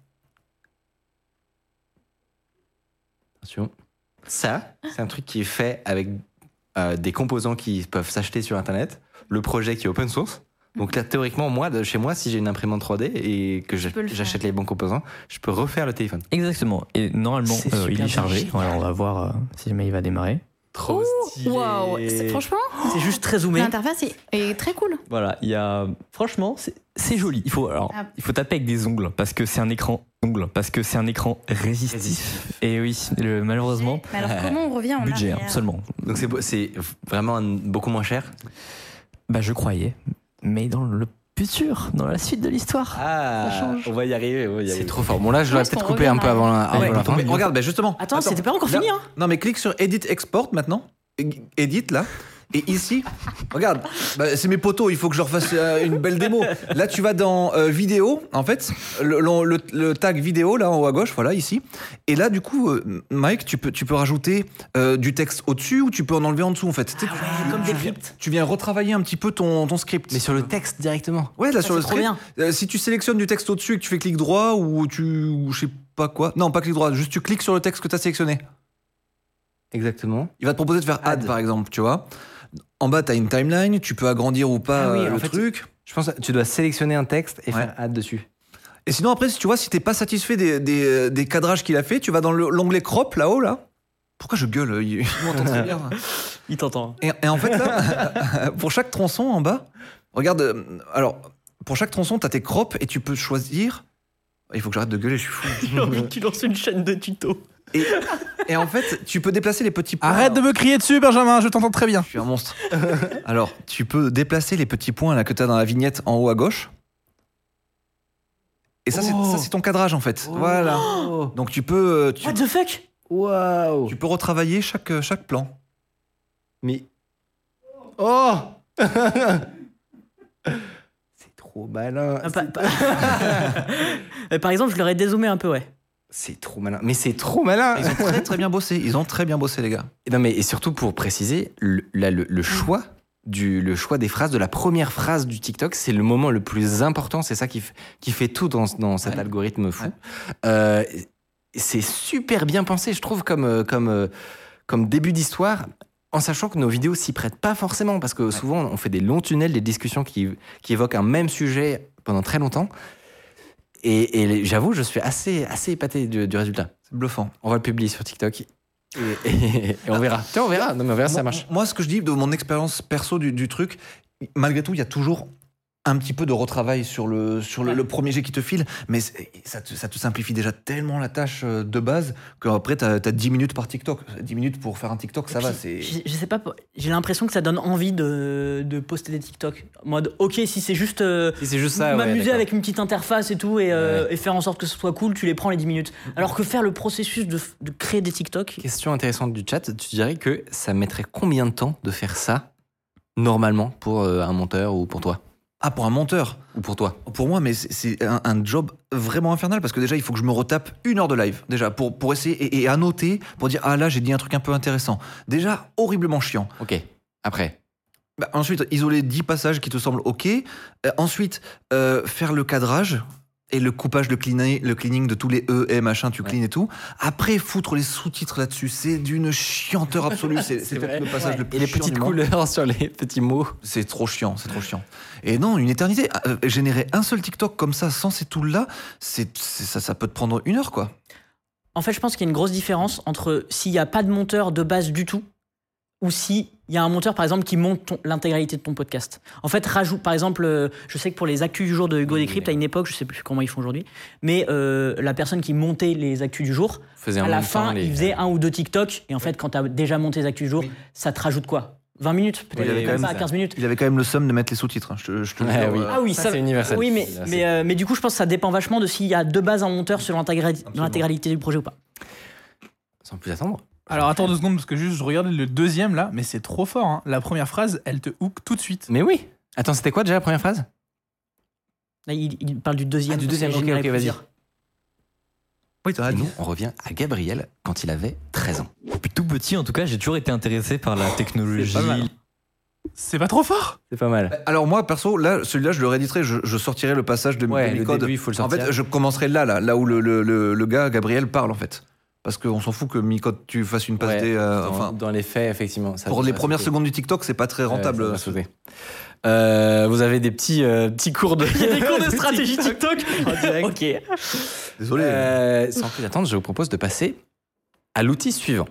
Attention. Ça, c'est un truc qui est fait avec des composants qui peuvent s'acheter sur Internet, le projet qui est open source. Donc là, théoriquement, chez moi, si j'ai une imprimante 3D et que j'achète les bons composants, je peux refaire le téléphone. Exactement. Et normalement, il est chargé. Alors, on va voir si jamais il va démarrer. Trop stylé. Waouh. Franchement, c'est juste très zoomé. L'interface est très cool. Voilà, franchement, c'est joli. Il faut taper avec des ongles parce que c'est un écran résistif. Et oui, malheureusement. Mais alors comment on revient en budget seulement. Donc c'est vraiment beaucoup moins cher. Bah je croyais, mais dans le futur, dans la suite de l'histoire, ça change. On va y arriver. C'est trop fort. Bon là, je l'aurais peut-être coupé un peu avant la fin. Regarde, justement. Attends, c'était pas encore fini. Hein. Non, mais clique sur Edit Export maintenant. Edit là. Et ici, regarde, c'est mes potos, il faut que je refasse une belle démo. Là, tu vas dans vidéo, en fait, le tag vidéo, là, en haut à gauche, voilà, ici. Et là, du coup, Mike, tu peux rajouter du texte au-dessus ou tu peux en enlever en dessous, en fait. Comme des scripts. Tu viens retravailler un petit peu ton script. Mais sur le texte directement. Ouais, là, sur le script. Si tu sélectionnes du texte au-dessus et que tu fais clic droit ou je sais pas quoi. Non, pas clic droit, juste tu cliques sur le texte que tu as sélectionné. Exactement. Il va te proposer de faire add, par exemple, tu vois. En bas, tu as une timeline, tu peux agrandir ou pas le truc. Je pense que tu dois sélectionner un texte et faire add dessus. Et sinon, après, si tu vois, si t'es pas satisfait des cadrages qu'il a fait, tu vas dans l'onglet crop là-haut, là. Pourquoi je gueule? Il m'entend très bien. Il t'entend. Et en fait, là, pour chaque tronçon en bas, regarde, alors, pour chaque tronçon, tu as tes crops et tu peux choisir. Il faut que j'arrête de gueuler, je suis fou. J'ai envie que tu lances une chaîne de tutos. Et en fait, tu peux déplacer les petits points. Arrête de me crier dessus, Benjamin, je t'entends très bien. Je suis un monstre. Alors, tu peux déplacer les petits points là que tu as dans la vignette en haut à gauche. Et ça, c'est ton cadrage en fait. Voilà. Donc tu peux. What the fuck? Waouh. Tu peux retravailler chaque plan. Mais. Oh. C'est trop malin. Par exemple, je l'aurais dézoomé un peu, ouais. C'est trop malin. Mais c'est trop malin. Ils ont très bien bossé. Ils ont très bien bossé, les gars. Et surtout pour préciser, le choix le choix des phrases, de la première phrase du TikTok, c'est le moment le plus important. C'est ça qui fait tout dans cet algorithme fou. Ouais. C'est super bien pensé, je trouve, comme début d'histoire, en sachant que nos vidéos s'y prêtent pas forcément, parce que souvent on fait des longs tunnels, des discussions qui évoquent un même sujet pendant très longtemps. Et j'avoue, je suis assez épaté du résultat. C'est bluffant. On va le publier sur TikTok et on verra. Tiens, on verra. Non, mais on verra si ça marche. Moi, ce que je dis de mon expérience perso du truc, malgré tout, il y a toujours un petit peu de retravail sur le premier jet qui te file, mais ça te simplifie déjà tellement la tâche de base qu'après, t'as 10 minutes par TikTok. 10 minutes pour faire un TikTok, ça va. Je sais pas, j'ai l'impression que ça donne envie de poster des TikTok. En mode, ok, si c'est juste ça, m'amuser avec une petite interface et tout, et faire en sorte que ce soit cool, tu les prends les 10 minutes. Alors que faire le processus de créer des TikTok... Question intéressante du chat, tu dirais que ça mettrait combien de temps de faire ça, normalement, pour un monteur ou pour toi ? Ah, pour un monteur. Ou pour toi? Pour moi, mais c'est un job vraiment infernal, parce que déjà, il faut que je me retape 1 heure de live, déjà, pour essayer et annoter, pour dire, ah là, j'ai dit un truc un peu intéressant. Déjà, horriblement chiant. Ok. Après? Ensuite, isoler 10 passages qui te semblent ok. Ensuite, faire le cadrage et le coupage, le cleaning de tous les E et machin, tu clean et tout. Après, foutre les sous-titres là-dessus, c'est d'une chianteur absolue. C'est peut-être le passage le plus chiant. Et les petites couleurs sur les petits mots. C'est trop chiant. Et non, une éternité. Générer un seul TikTok comme ça, sans ces tools-là, ça peut te prendre 1 heure, quoi. En fait, je pense qu'il y a une grosse différence entre s'il n'y a pas de monteur de base du tout, ou s'il y a un monteur, par exemple, qui monte l'intégralité de ton podcast. En fait, rajoute, par exemple, je sais que pour les actus du jour de Hugo Décrypte, à une époque, je sais plus comment ils font aujourd'hui, mais la personne qui montait les actus du jour, à la fin, il faisait 1 ou 2 TikTok, et en fait, quand tu as déjà monté les actus du jour, ça te rajoute quoi ? 20 minutes, peut-être pas 15 minutes. Il avait quand même le somme de mettre les sous-titres. Je te le dis. Oui. Ah oui, ça c'est universel. Oui, mais du coup, je pense que ça dépend vachement de s'il y a de base un monteur sur l'intégralité du projet ou pas. Sans plus attendre. Alors attends 2 secondes, parce que juste je regarde le deuxième là, mais c'est trop fort. Hein. La première phrase, elle te hook tout de suite. Mais oui. Attends, c'était quoi déjà la première phrase? Là, il parle du deuxième. Du deuxième, ok, vas-y. Oui, et nous, on revient à Gabriel quand il avait 13 ans. Depuis tout petit, en tout cas, j'ai toujours été intéressé par la technologie. C'est pas trop fort? C'est pas mal. Alors moi, perso, là, celui-là, je le rééditerai, je sortirai le passage de Micode. Le début, il faut le sortir. En fait, je commencerai là où le gars, Gabriel, parle, en fait. Parce qu'on s'en fout que Micode, tu fasses une passe D. Dans les faits, effectivement. Pour les premières secondes du TikTok, c'est pas très rentable. Vous avez des petits cours de... Il y a des cours de stratégie TikTok en direct. Ok. Désolé. Sans plus attendre, je vous propose de passer à l'outil suivant.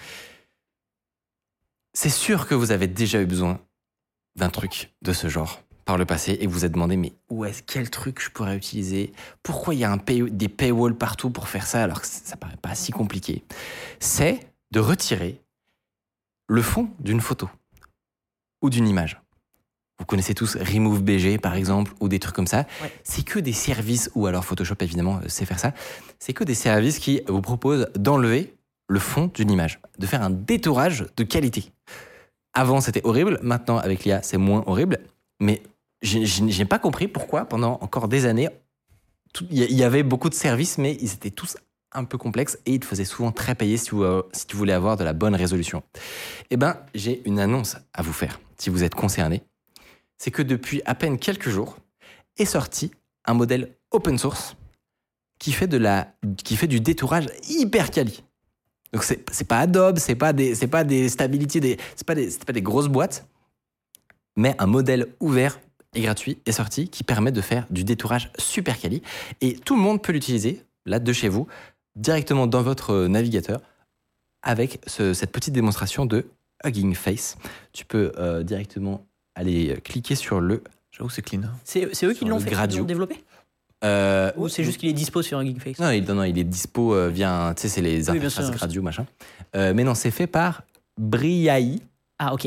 C'est sûr que vous avez déjà eu besoin d'un truc de ce genre par le passé et vous vous êtes demandé mais quel truc je pourrais utiliser ? Pourquoi il y a des paywalls partout pour faire ça alors que ça paraît pas si compliqué ? C'est de retirer le fond d'une photo ou d'une image. Vous connaissez tous Remove BG par exemple ou des trucs comme ça. Ouais. C'est que des services, ou alors Photoshop évidemment sait faire ça, c'est que des services qui vous proposent d'enlever le fond d'une image, de faire un détourage de qualité. Avant c'était horrible, maintenant avec l'IA c'est moins horrible, mais j'ai pas compris pourquoi pendant encore des années il y avait beaucoup de services mais ils étaient tous un peu complexes et ils te faisaient souvent très payer si tu voulais avoir de la bonne résolution. Eh ben j'ai une annonce à vous faire si vous êtes concerné. C'est que depuis à peine quelques jours est sorti un modèle open source qui fait du détourage hyper quali. Donc c'est pas Adobe, c'est pas des Stability, c'est pas des grosses boîtes, mais un modèle ouvert et gratuit est sorti qui permet de faire du détourage super quali et tout le monde peut l'utiliser là de chez vous directement dans votre navigateur avec cette petite démonstration de Hugging Face. Tu peux directement aller cliquer sur le... J'avoue c'est clean. C'est eux qui l'ont fait, qui l'ont développé ou c'est juste qu'il est dispo sur Hugging Face? Non, il est dispo via... Tu sais, c'est les interfaces Gradio, machin. Mais non, c'est fait par Briai. Ah, ok.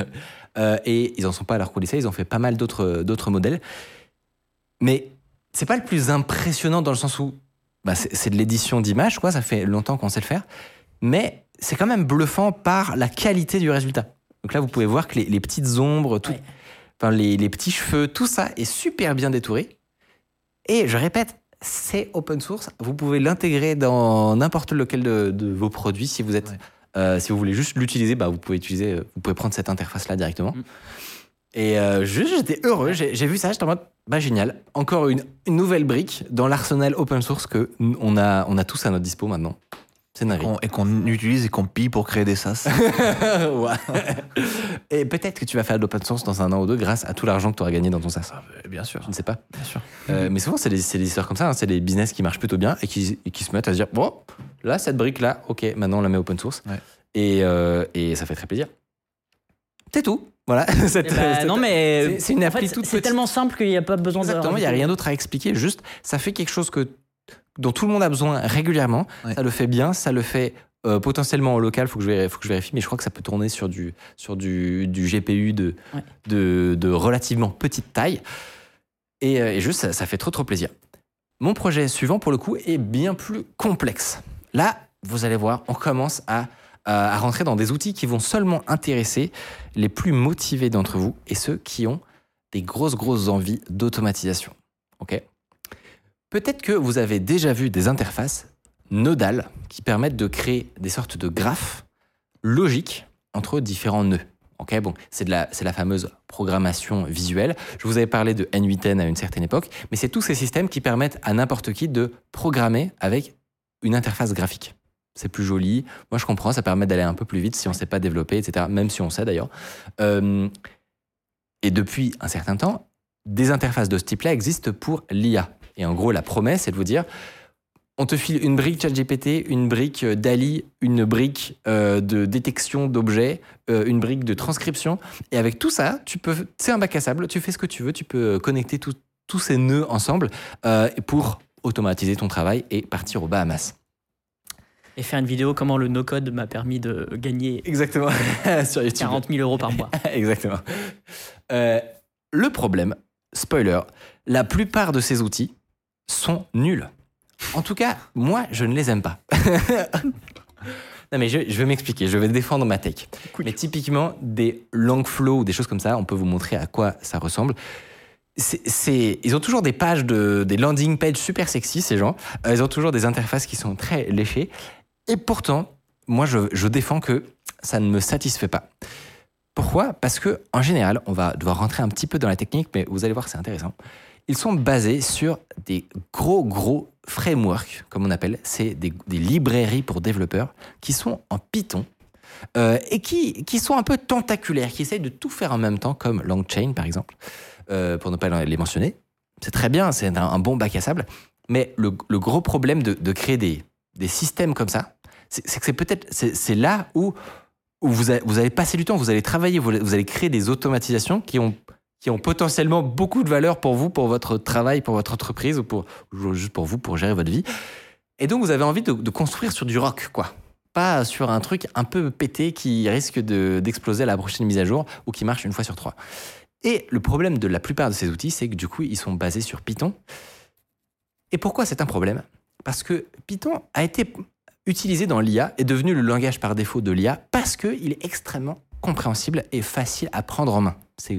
Et ils en sont pas à leur coup d'essai, ils ont fait pas mal d'autres modèles. Mais c'est pas le plus impressionnant dans le sens où c'est de l'édition d'images, quoi, ça fait longtemps qu'on sait le faire. Mais c'est quand même bluffant par la qualité du résultat. Donc là, vous pouvez voir que les petites ombres, les petits cheveux, tout ça est super bien détouré. Et je répète, c'est open source. Vous pouvez l'intégrer dans n'importe lequel de vos produits. Si vous êtes, si vous voulez juste l'utiliser, vous pouvez prendre cette interface-là directement. Et j'étais heureux. J'ai vu ça, j'étais en mode, génial. Encore une nouvelle brique dans l'arsenal open source que on a tous à notre dispo maintenant. C'est dingue. Et qu'on utilise et qu'on pille pour créer des SaaS. Ouais. Et peut-être que tu vas faire de l'open source dans un an ou deux grâce à tout l'argent que tu auras gagné dans ton SaaS. Bien sûr. Je ne sais pas. Bien sûr. Mais souvent, c'est des histoires comme ça. Hein. C'est des business qui marchent plutôt bien et qui se mettent à se dire bon, là, cette brique-là, ok, maintenant on la met open source. Ouais. Et ça fait très plaisir. C'est tout. Voilà. Non, mais c'est une appli toute c'est petite. tellement simple qu'il n'y a pas besoin de... Exactement, il n'y a rien d'autre à expliquer. Juste, ça fait quelque chose dont tout le monde a besoin régulièrement. Ouais. Ça le fait bien, ça le fait potentiellement en local. Faut que je vérifie, mais je crois que ça peut tourner sur du GPU de relativement petite taille. Et juste, ça fait trop plaisir. Mon projet suivant, pour le coup, est bien plus complexe. Là, vous allez voir, on commence à rentrer dans des outils qui vont seulement intéresser les plus motivés d'entre vous et ceux qui ont des grosses envies d'automatisation. Ok ? Peut-être que vous avez déjà vu des interfaces nodales qui permettent de créer des sortes de graphes logiques entre différents nœuds. Ok, bon, c'est la fameuse programmation visuelle. Je vous avais parlé de N8N à une certaine époque, mais c'est tous ces systèmes qui permettent à n'importe qui de programmer avec une interface graphique. C'est plus joli. Moi, je comprends, ça permet d'aller un peu plus vite si on ne sait pas développer, etc. Même si on sait d'ailleurs. Et depuis un certain temps, des interfaces de ce type-là existent pour l'IA. Et en gros, la promesse, c'est de vous dire, on te file une brique ChatGPT, une brique DALL-E, une brique de détection d'objets, une brique de transcription. Et avec tout ça, c'est un bac à sable, tu fais ce que tu veux, tu peux connecter tous ces nœuds ensemble pour automatiser ton travail et partir aux Bahamas. Et faire une vidéo comment le no-code m'a permis de gagner exactement sur YouTube. 40 000 € par mois. Exactement. Le problème, spoiler, la plupart de ces outils sont nuls. En tout cas, moi, je ne les aime pas. Non, mais je vais m'expliquer, je vais défendre ma tech. Cool. Mais typiquement, des Langflow ou des choses comme ça, on peut vous montrer à quoi ça ressemble. Ils ont toujours des pages, des landing pages super sexy, ces gens. Ils ont toujours des interfaces qui sont très léchées. Et pourtant, moi, je défends que ça ne me satisfait pas. Pourquoi ? Parce que en général, on va devoir rentrer un petit peu dans la technique, mais vous allez voir, c'est intéressant. Ils sont basés sur des gros frameworks, comme on appelle. C'est des librairies pour développeurs qui sont en Python et qui sont un peu tentaculaires, qui essayent de tout faire en même temps, comme LangChain, par exemple, pour ne pas les mentionner. C'est très bien, c'est un bon bac à sable. Mais le gros problème de créer des systèmes comme ça, c'est que c'est là où vous allez passer du temps, vous allez travailler, vous allez créer des automatisations qui ont potentiellement beaucoup de valeur pour vous, pour votre travail, pour votre entreprise ou juste pour vous, pour gérer votre vie. Et donc, vous avez envie de construire sur du rock, quoi. Pas sur un truc un peu pété qui risque d'exploser à la prochaine mise à jour ou qui marche une fois sur 3. Et le problème de la plupart de ces outils, c'est que du coup, ils sont basés sur Python. Et pourquoi c'est un problème ? Parce que Python a été utilisé dans l'IA, est devenu le langage par défaut de l'IA parce qu'il est extrêmement compréhensible et facile à prendre en main. Rien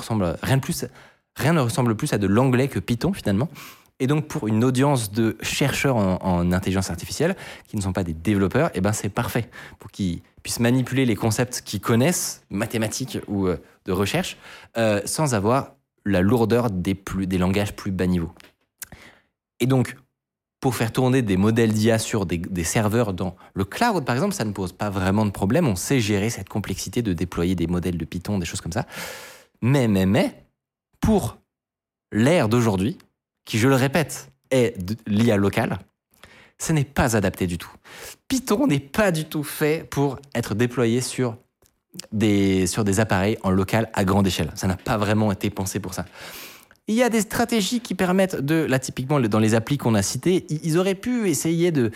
ne ressemble plus à de l'anglais que Python finalement. Et donc pour une audience de chercheurs en intelligence artificielle qui ne sont pas des développeurs, c'est parfait pour qu'ils puissent manipuler les concepts qu'ils connaissent, mathématiques ou de recherche, sans avoir la lourdeur des langages plus bas niveau. Et donc, pour faire tourner des modèles d'IA sur des serveurs dans le cloud, par exemple, ça ne pose pas vraiment de problème. On sait gérer cette complexité de déployer des modèles de Python, des choses comme ça. Mais, pour l'ère d'aujourd'hui, qui, je le répète, est de l'IA locale, ce n'est pas adapté du tout. Python n'est pas du tout fait pour être déployé sur des appareils en local à grande échelle. Ça n'a pas vraiment été pensé pour ça. Il y a des stratégies qui permettent là, typiquement, dans les applis qu'on a citées, ils auraient pu essayer de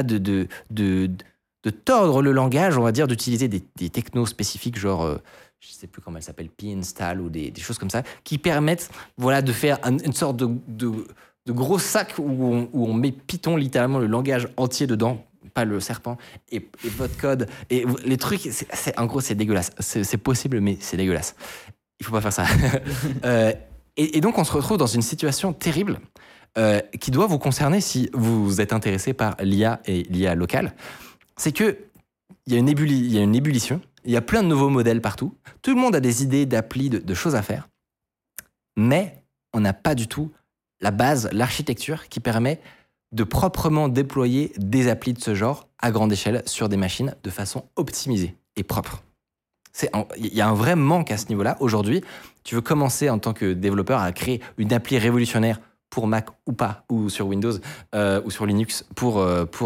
tordre le langage, on va dire, d'utiliser des technos spécifiques, genre, je ne sais plus comment elle s'appelle, p-install ou des choses comme ça, qui permettent, de faire une sorte de gros sac où on met Python, littéralement, le langage entier dedans, pas le serpent, et votre code, et les trucs, en gros, c'est dégueulasse. C'est possible, mais c'est dégueulasse. Il ne faut pas faire ça. Et donc, on se retrouve dans une situation terrible qui doit vous concerner si vous êtes intéressé par l'IA et l'IA locale. C'est qu'il y a une ébullition, il y a plein de nouveaux modèles partout, tout le monde a des idées d'applis, de choses à faire, mais on n'a pas du tout la base, l'architecture qui permet de proprement déployer des applis de ce genre à grande échelle sur des machines de façon optimisée et propre. Il y a un vrai manque à ce niveau-là. Aujourd'hui, tu veux commencer en tant que développeur à créer une appli révolutionnaire pour Mac ou pas, ou sur Windows ou sur Linux pour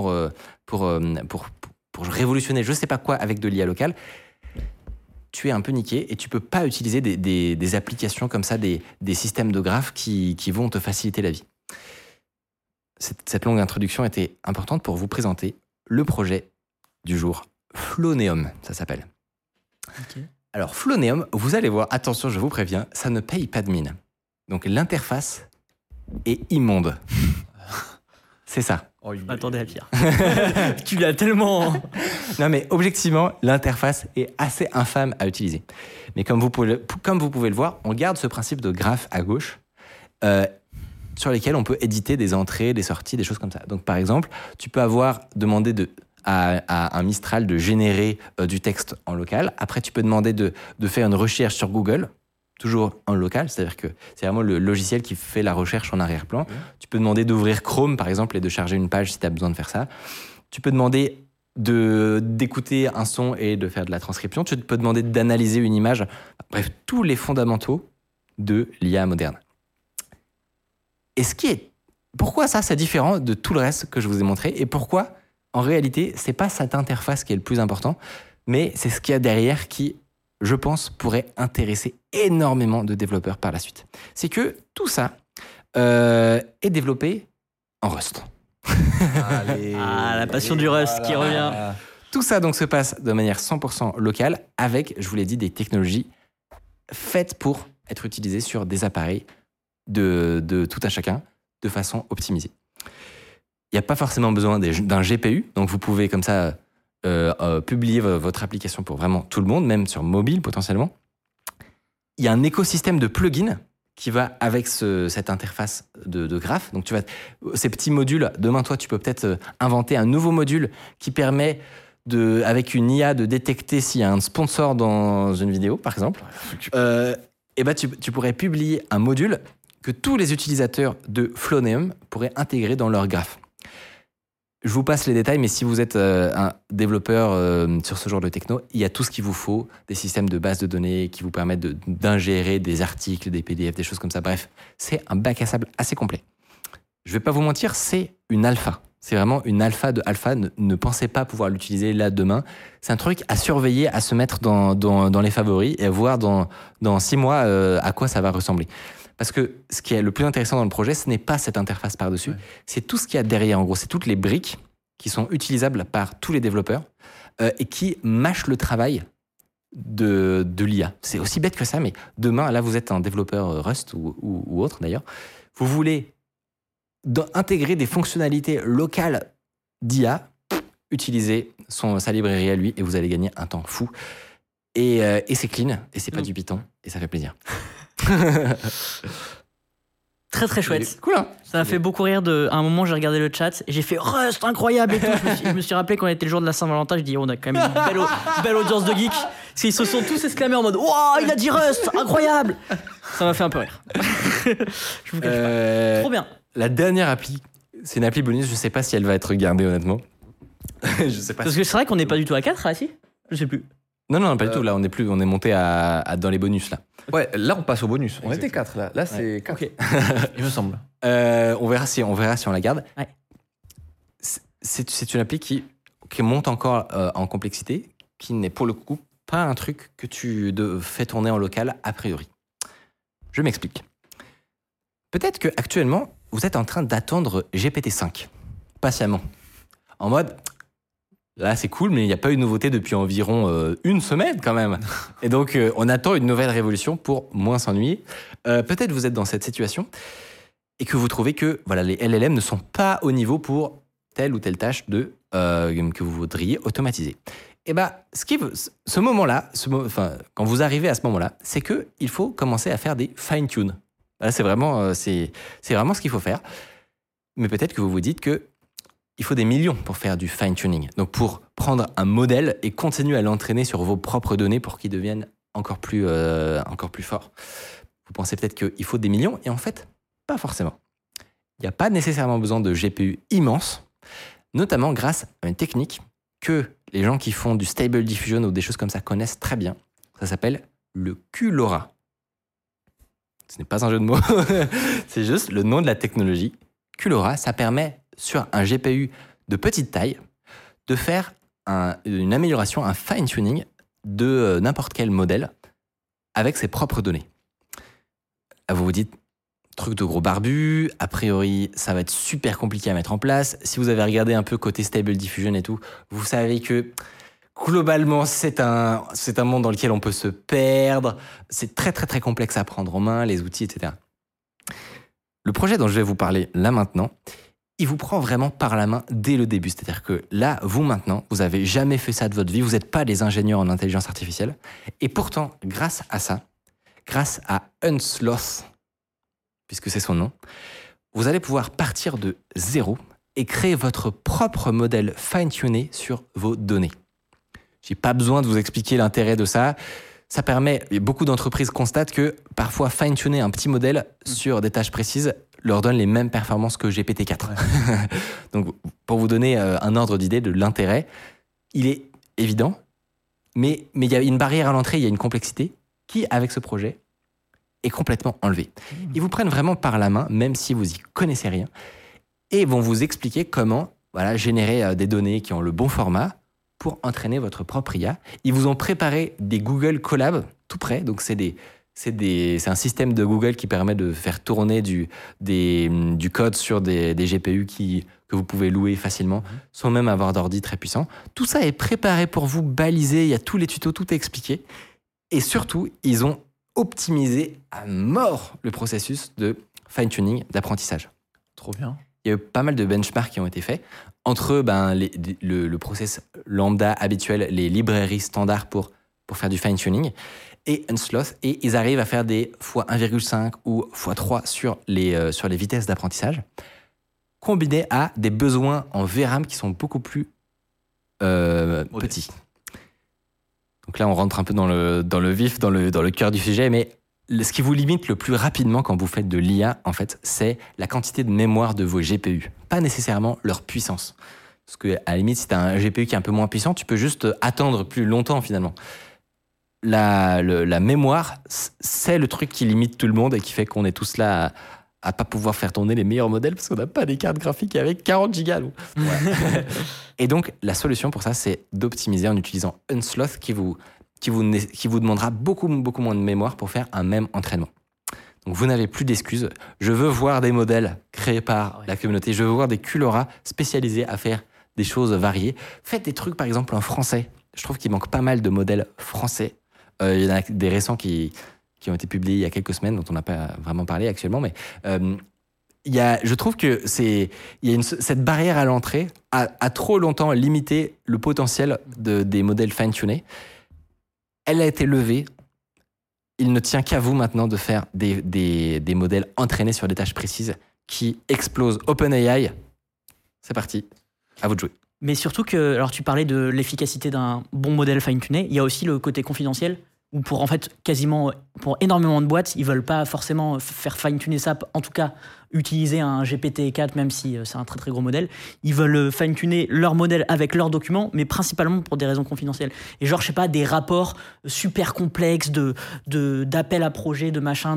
révolutionner je sais pas quoi avec de l'IA locale, tu es un peu niqué et tu peux pas utiliser des applications comme ça, des systèmes de graphes qui vont te faciliter la vie. Cette longue introduction était importante pour vous présenter le projet du jour, Floneum, ça s'appelle. Okay. Alors, Floneum, vous allez voir, attention, je vous préviens, ça ne paye pas de mine. Donc, l'interface est immonde. C'est ça. Je m'attendais à pire. Tu l'as tellement... Non, mais objectivement, l'interface est assez infâme à utiliser. Mais comme vous pouvez le voir, on garde ce principe de graphe à gauche sur lesquels on peut éditer des entrées, des sorties, des choses comme ça. Donc, par exemple, tu peux demandé à un Mistral de générer du texte en local. Après, tu peux demander de faire une recherche sur Google, toujours en local, c'est-à-dire que c'est vraiment le logiciel qui fait la recherche en arrière-plan. Okay. Tu peux demander d'ouvrir Chrome, par exemple, et de charger une page si tu as besoin de faire ça. Tu peux demander d'écouter un son et de faire de la transcription. Tu peux demander d'analyser une image. Bref, tous les fondamentaux de l'IA moderne. Pourquoi ça, c'est différent de tout le reste que je vous ai montré et pourquoi en réalité, c'est pas cette interface qui est le plus important, mais c'est ce qu'il y a derrière qui, je pense, pourrait intéresser énormément de développeurs par la suite. C'est que tout ça est développé en Rust. La passion du Rust qui revient. Tout ça donc se passe de manière 100% locale avec, je vous l'ai dit, des technologies faites pour être utilisées sur des appareils de tout à chacun de façon optimisée. Il n'y a pas forcément besoin d'un GPU, donc vous pouvez comme ça publier votre application pour vraiment tout le monde, même sur mobile potentiellement. Il y a un écosystème de plugins qui va avec cette interface de graphe. Donc ces petits modules, demain toi tu peux peut-être inventer un nouveau module qui permet avec une IA de détecter s'il y a un sponsor dans une vidéo par exemple. Tu pourrais publier un module que tous les utilisateurs de Floneum pourraient intégrer dans leur graphe. Je vous passe les détails, mais si vous êtes un développeur sur ce genre de techno, il y a tout ce qu'il vous faut, des systèmes de base de données qui vous permettent d'ingérer des articles, des PDF, des choses comme ça. Bref, c'est un bac à sable assez complet. Je ne vais pas vous mentir, c'est une alpha. C'est vraiment une alpha de alpha. Ne pensez pas pouvoir l'utiliser là demain. C'est un truc à surveiller, à se mettre dans les favoris et à voir dans 6 mois à quoi ça va ressembler. Parce que ce qui est le plus intéressant dans le projet, ce n'est pas cette interface par-dessus, c'est tout ce qu'il y a derrière. En gros, c'est toutes les briques qui sont utilisables par tous les développeurs et qui mâchent le travail de l'IA. C'est aussi bête que ça, mais demain, là, vous êtes un développeur Rust ou autre d'ailleurs, vous voulez intégrer des fonctionnalités locales d'IA, utiliser sa librairie à lui et vous allez gagner un temps fou. Et c'est clean, et c'est pas du Python, et ça fait plaisir. Très très chouette. Cool, hein. Ça m'a fait beaucoup rire. À un moment, j'ai regardé le chat et j'ai fait Rust, incroyable et tout. Je me suis rappelé quand était le jour de la Saint-Valentin, je dis on a quand même une belle audience de geeks. Parce qu'ils se sont tous exclamés en mode Waouh, il a dit Rust, incroyable. Ça m'a fait un peu rire. Je vous cache pas. Trop bien. La dernière appli, c'est une appli bonus, je sais pas si elle va être gardée honnêtement. Je sais pas. Parce que c'est vrai qu'on n'est pas du tout à 4 là, si. Je sais plus. Non, pas du tout. Là, on est monté dans les bonus là. Ouais, là on passe au bonus. On était 4 là. Là c'est 4. Okay. Il me semble. On verra si on la garde. Ouais. C'est une appli qui monte encore en complexité, qui n'est pour le coup pas un truc que tu fais tourner en local a priori. Je m'explique. Peut-être que actuellement vous êtes en train d'attendre GPT-5 patiemment, en mode. Là, c'est cool, mais il n'y a pas eu de nouveauté depuis environ une semaine quand même. Et donc, on attend une nouvelle révolution pour moins s'ennuyer. Peut-être vous êtes dans cette situation et que vous trouvez que voilà, les LLM ne sont pas au niveau pour telle ou telle tâche que vous voudriez automatiser. Et ce moment-là, quand vous arrivez à ce moment-là, c'est qu'il faut commencer à faire des fine-tune. Là, c'est vraiment ce qu'il faut faire. Mais peut-être que vous vous dites que il faut des millions pour faire du fine-tuning. Donc, pour prendre un modèle et continuer à l'entraîner sur vos propres données pour qu'il devienne encore plus fort. Vous pensez peut-être qu'il faut des millions, et en fait, pas forcément. Il n'y a pas nécessairement besoin de GPU immenses, notamment grâce à une technique que les gens qui font du Stable Diffusion ou des choses comme ça connaissent très bien. Ça s'appelle le QLoRa. Ce n'est pas un jeu de mots, c'est juste le nom de la technologie. QLoRa, ça permet sur un GPU de petite taille, de faire une amélioration, un fine-tuning de n'importe quel modèle avec ses propres données. Là, vous vous dites, truc de gros barbu, a priori, ça va être super compliqué à mettre en place. Si vous avez regardé un peu côté Stable Diffusion et tout, vous savez que globalement, c'est un monde dans lequel on peut se perdre. C'est très, très, très complexe à prendre en main, les outils, etc. Le projet dont je vais vous parler là maintenant, il vous prend vraiment par la main dès le début. C'est-à-dire que là, vous maintenant, vous n'avez jamais fait ça de votre vie, vous n'êtes pas des ingénieurs en intelligence artificielle. Et pourtant, grâce à ça, grâce à Unsloth, puisque c'est son nom, vous allez pouvoir partir de zéro et créer votre propre modèle fine-tuné sur vos données. J'ai pas besoin de vous expliquer l'intérêt de ça. Ça permet, beaucoup d'entreprises constatent que parfois fine-tuner un petit modèle sur des tâches précises leur donne les mêmes performances que GPT-4. Ouais. Donc, pour vous donner un ordre d'idée de l'intérêt, il est évident, mais il y a une barrière à l'entrée, il y a une complexité qui, avec ce projet, est complètement enlevée. Ils vous prennent vraiment par la main, même si vous y connaissez rien, et vont vous expliquer comment générer des données qui ont le bon format pour entraîner votre propre IA. Ils vous ont préparé des Google Colab tout près, donc c'est un système de Google qui permet de faire tourner du code sur des GPU que vous pouvez louer facilement, sans même avoir d'ordi très puissant. Tout ça est préparé pour vous, balisé, il y a tous les tutos, tout est expliqué. Et surtout, ils ont optimisé à mort le processus de fine-tuning, d'apprentissage. Trop bien. Il y a eu pas mal de benchmarks qui ont été faits entre le process lambda habituel, les librairies standards pour faire du fine-tuning, et Unsloth, et ils arrivent à faire des x1,5 ou x3 sur les vitesses d'apprentissage, combinés à des besoins en VRAM qui sont beaucoup plus petits. Donc là, on rentre un peu dans le vif, dans le cœur du sujet, mais ce qui vous limite le plus rapidement quand vous faites de l'IA, en fait, c'est la quantité de mémoire de vos GPU, pas nécessairement leur puissance. Parce que, à la limite, si tu as un GPU qui est un peu moins puissant, tu peux juste attendre plus longtemps, finalement. La mémoire, c'est le truc qui limite tout le monde et qui fait qu'on est tous là à pas pouvoir faire tourner les meilleurs modèles parce qu'on n'a pas des cartes graphiques avec 40 gigas. Ouais. Et donc, la solution pour ça, c'est d'optimiser en utilisant Unsloth qui vous demandera beaucoup moins de mémoire pour faire un même entraînement. Donc, vous n'avez plus d'excuses. Je veux voir des modèles créés par la communauté. Je veux voir des culoras spécialisés à faire des choses variées. Faites des trucs, par exemple, en français. Je trouve qu'il manque pas mal de modèles français. Il y en a des récents qui ont été publiés il y a quelques semaines, dont on n'a pas vraiment parlé actuellement, mais je trouve que cette barrière à l'entrée a trop longtemps limité le potentiel des modèles fine-tunés. Elle a été levée. Il ne tient qu'à vous maintenant de faire des modèles entraînés sur des tâches précises qui explosent. OpenAI, c'est parti, à vous de jouer. Mais surtout que, alors tu parlais de l'efficacité d'un bon modèle fine-tuné, il y a aussi le côté confidentiel, où pour énormément de boîtes, ils veulent pas forcément faire fine-tuner ça, en tout cas utiliser un GPT-4, même si c'est un très très gros modèle. Ils veulent fine-tuner leur modèle avec leurs documents, mais principalement pour des raisons confidentielles. Et genre, je sais pas, des rapports super complexes d'appels à projets, de machin,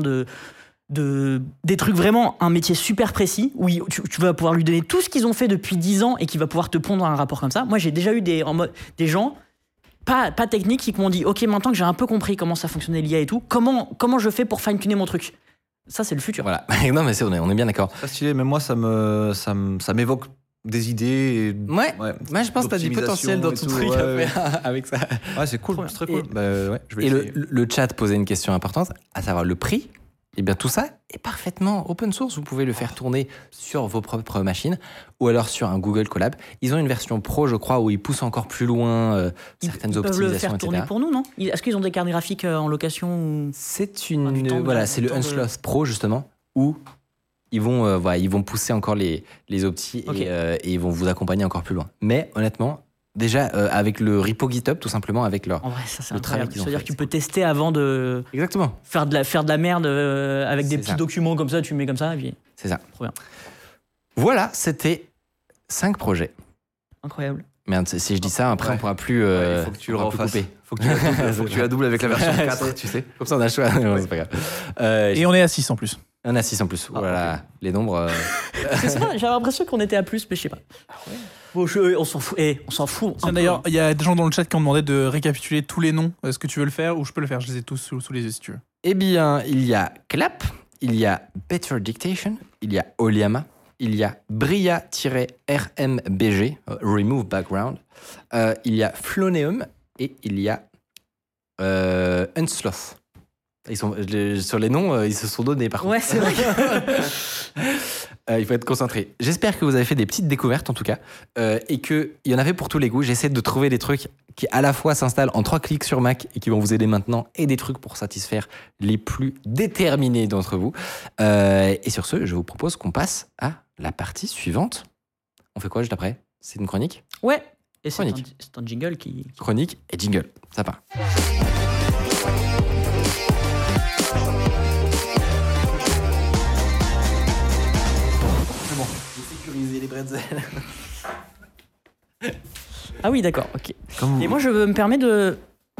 des trucs vraiment, un métier super précis où tu vas pouvoir lui donner tout ce qu'ils ont fait depuis 10 ans et qui va pouvoir te pondre un rapport comme ça. Moi, j'ai déjà eu des gens pas techniques qui m'ont dit ok, maintenant que j'ai un peu compris comment ça fonctionnait l'IA et tout, comment je fais pour fine-tuner mon truc. Ça, c'est le futur. Voilà. Non, mais on est bien d'accord. C'est pas stylé, mais moi, ça m'évoque des idées. Ouais. Moi, je pense que t'as du potentiel dans ton truc à faire avec ça. Ouais, c'est cool, c'est très cool. Je vais essayer. Le chat posait une question importante, à savoir le prix. Et bien tout ça est parfaitement open source. Vous pouvez le faire tourner sur vos propres machines ou alors sur un Google Colab. Ils ont une version pro, je crois, où ils poussent encore plus loin certaines optimisations, peuvent le faire tourner pour nous, non ? Est-ce qu'ils ont des cartes graphiques en location ou... C'est c'est le Unsloth Pro justement, où ils vont pousser encore les optis et ils vont vous accompagner encore plus loin. Mais honnêtement, déjà, avec le repo GitHub, tout simplement, avec le travail qu'ils ont fait. C'est-à-dire que tu peux tester avant de faire de la merde avec des petits documents comme ça, tu mets comme ça, et puis... C'est ça. Trop bien. Voilà, c'était 5 projets. Incroyable. Merde, si je dis ça, après, on pourra plus... il faut que tu le refasses. Faut que tu la doubles avec la version 4, tu sais. Comme ça, on a le choix. Non, c'est pas grave. Et on est à 6 en plus. On est à 6 en plus. Voilà, okay. Les nombres... C'est ça, j'avais l'impression qu'on était à plus, mais je sais pas. Ah ouais. Bon, on s'en fout. On s'en fout. D'ailleurs, il y a des gens dans le chat qui ont demandé de récapituler tous les noms. Est-ce que tu veux le faire ou je peux le faire ? Je les ai tous sous les yeux si tu veux. Eh bien, il y a Clap, il y a Better Dictation, il y a Oliama, il y a Bria-RMBG, Remove Background, il y a Floneum et il y a Unsloth. Sur les noms, ils se sont donnés par contre. Ouais, c'est vrai. Il faut être concentré. J'espère que vous avez fait des petites découvertes en tout cas et qu'il y en avait pour tous les goûts. J'essaie de trouver des trucs qui à la fois s'installent en 3 clics sur Mac et qui vont vous aider maintenant et des trucs pour satisfaire les plus déterminés d'entre vous. Et sur ce, je vous propose qu'on passe à la partie suivante. On fait quoi juste après ? C'est une chronique ? Ouais. Et c'est un jingle qui... Chronique et jingle. Ça part. Les bretzels. Ah oui, d'accord, ok. Et moi, je me permets de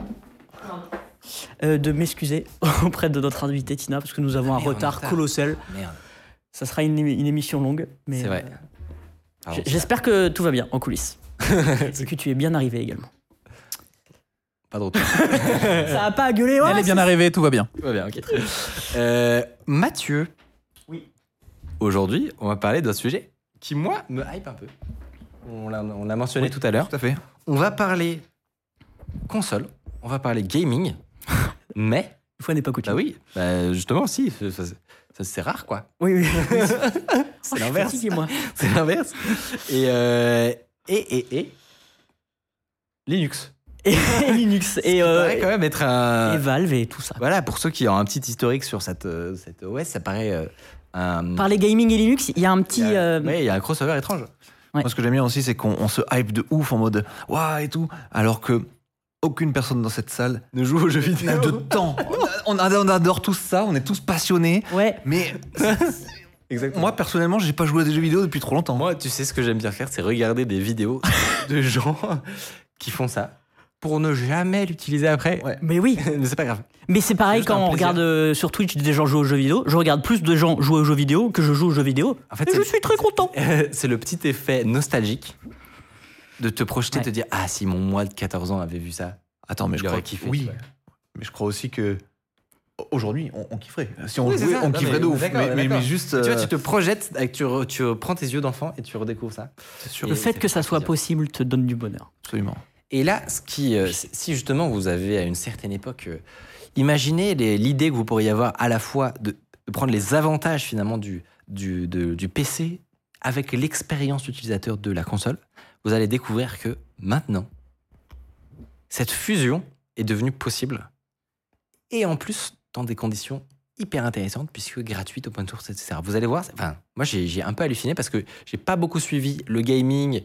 m'excuser auprès de notre invitée Tina, parce que nous avons un retard colossal. Merde. Ça sera une émission longue, mais c'est vrai. J'espère que tout va bien en coulisses. Et que tu es bien arrivé également. Pas de retour. Ça a pas gueulé, ouais. Elle est bien arrivée, tout va bien. Tout va bien, ok. Mathieu. Oui. Aujourd'hui, on va parler d'un sujet qui, moi, me hype un peu. On l'a mentionné tout à l'heure. Tout à fait. On va parler console, on va parler gaming, mais... Une fois n'est pas coutume. Bah oui, justement, si. C'est rare, quoi. Oui. C'est l'inverse. Fatigué, moi. C'est l'inverse. Et Linux. Et Linux. Et paraît quand même être un... Et Valve et tout ça. Voilà, pour ceux qui ont un petit historique sur cette OS, ça paraît... Par les gaming et Linux, il y a un petit... Oui, il y a un crossover étrange. Ouais. Moi, ce que j'aime bien aussi, c'est qu'on se hype de ouf en mode waouh et tout, alors que aucune personne dans cette salle ne joue aux jeux vidéo. N'a de temps. on adore tous ça, on est tous passionnés. Ouais. Mais Exactement. moi, personnellement, j'ai pas joué à des jeux vidéo depuis trop longtemps. Moi, tu sais ce que j'aime bien faire, c'est regarder des vidéos de gens qui font ça pour ne jamais l'utiliser après. Ouais. Mais oui. Mais c'est pas grave. Mais c'est pareil juste quand un on plaisir. regarde sur Twitch des gens jouer aux jeux vidéo. Je regarde plus de gens jouer aux jeux vidéo que je joue aux jeux vidéo. En fait, Et je suis très content. C'est le petit effet nostalgique de te projeter, Ouais. te dire ah si mon moi de 14 ans avait vu ça. Attends, mais Il je aurait crois kiffé, Oui, tu vois. mais je crois aussi que aujourd'hui, on kifferait. Si on Oui, c'est jouait, ça. on Non, kifferait mais de ouf. d'accord, Mais d'accord. juste. Tu vois, tu te projettes, tu prends tes yeux d'enfant et tu redécouvres ça. C'est sûr. Le Et fait c'est que ça très soit plaisir. possible te donne du bonheur. Absolument. Et là, si justement vous avez à une certaine époque, imaginez l'idée que vous pourriez avoir à la fois de prendre les avantages finalement du PC avec l'expérience utilisateur de la console, vous allez découvrir que maintenant, cette fusion est devenue possible. Et en plus, dans des conditions hyper intéressantes, puisque gratuite, open source, etc. Vous allez voir, moi j'ai un peu halluciné parce que j'ai pas beaucoup suivi le gaming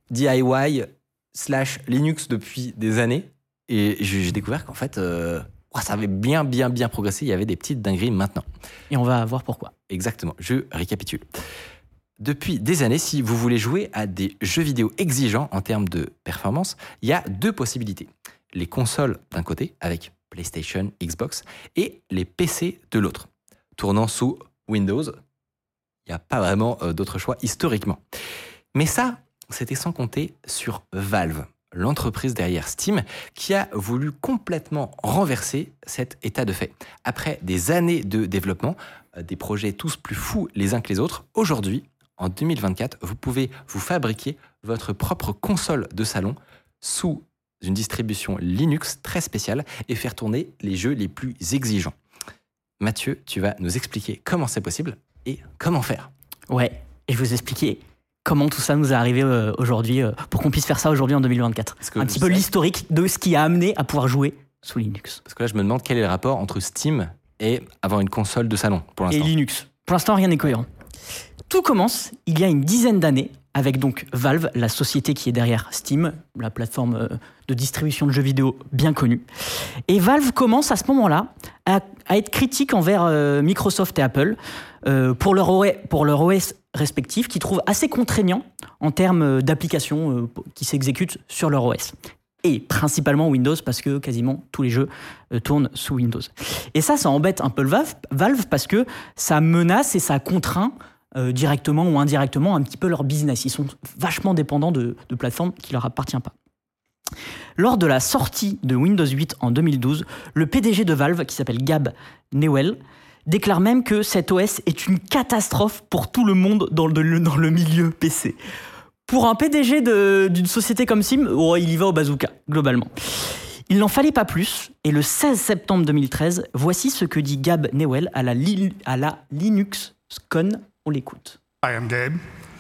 DIY / Linux depuis des années. Et j'ai découvert qu'en fait, ça avait bien progressé. Il y avait des petites dingueries maintenant. Et on va voir pourquoi. Exactement, je récapitule. Depuis des années, si vous voulez jouer à des jeux vidéo exigeants en termes de performance, il y a deux possibilités. Les consoles d'un côté, avec PlayStation, Xbox, et les PC de l'autre. Tournant sous Windows, il n'y a pas vraiment d'autre choix historiquement. Mais ça, c'était sans compter sur Valve, l'entreprise derrière Steam, qui a voulu complètement renverser cet état de fait. Après des années de développement, des projets tous plus fous les uns que les autres, aujourd'hui, en 2024, vous pouvez vous fabriquer votre propre console de salon sous une distribution Linux très spéciale et faire tourner les jeux les plus exigeants. Mathieu, tu vas nous expliquer comment c'est possible et comment faire. Ouais, et je vais vous expliquer comment tout ça nous est arrivé aujourd'hui, pour qu'on puisse faire ça aujourd'hui en 2024. Parce que Un petit peu l'historique de ce qui a amené à pouvoir jouer sous Linux. Parce que là, je me demande quel est le rapport entre Steam et avoir une console de salon pour Et l'instant. Linux. Pour l'instant, rien n'est cohérent. Tout commence il y a une dizaine d'années avec donc Valve, la société qui est derrière Steam, la plateforme de distribution de jeux vidéo bien connue. Et Valve commence à ce moment-là à être critique envers Microsoft et Apple pour leur OS respectif, qu'ils trouvent assez contraignant en termes d'applications qui s'exécutent sur leur OS. Et principalement Windows, parce que quasiment tous les jeux tournent sous Windows. Et ça embête un peu le Valve parce que ça menace et ça contraint directement ou indirectement un petit peu leur business. Ils sont vachement dépendants de plateformes qui ne leur appartiennent pas. Lors de la sortie de Windows 8 en 2012, le PDG de Valve, qui s'appelle Gabe Newell, déclare même que cet OS est une catastrophe pour tout le monde dans le milieu PC. Pour un PDG d'une société comme Steam, il y va au bazooka, globalement. Il n'en fallait pas plus, et le 16 septembre 2013, voici ce que dit Gabe Newell à la LinuxCon. On l'écoute. Hi, I'm Gabe.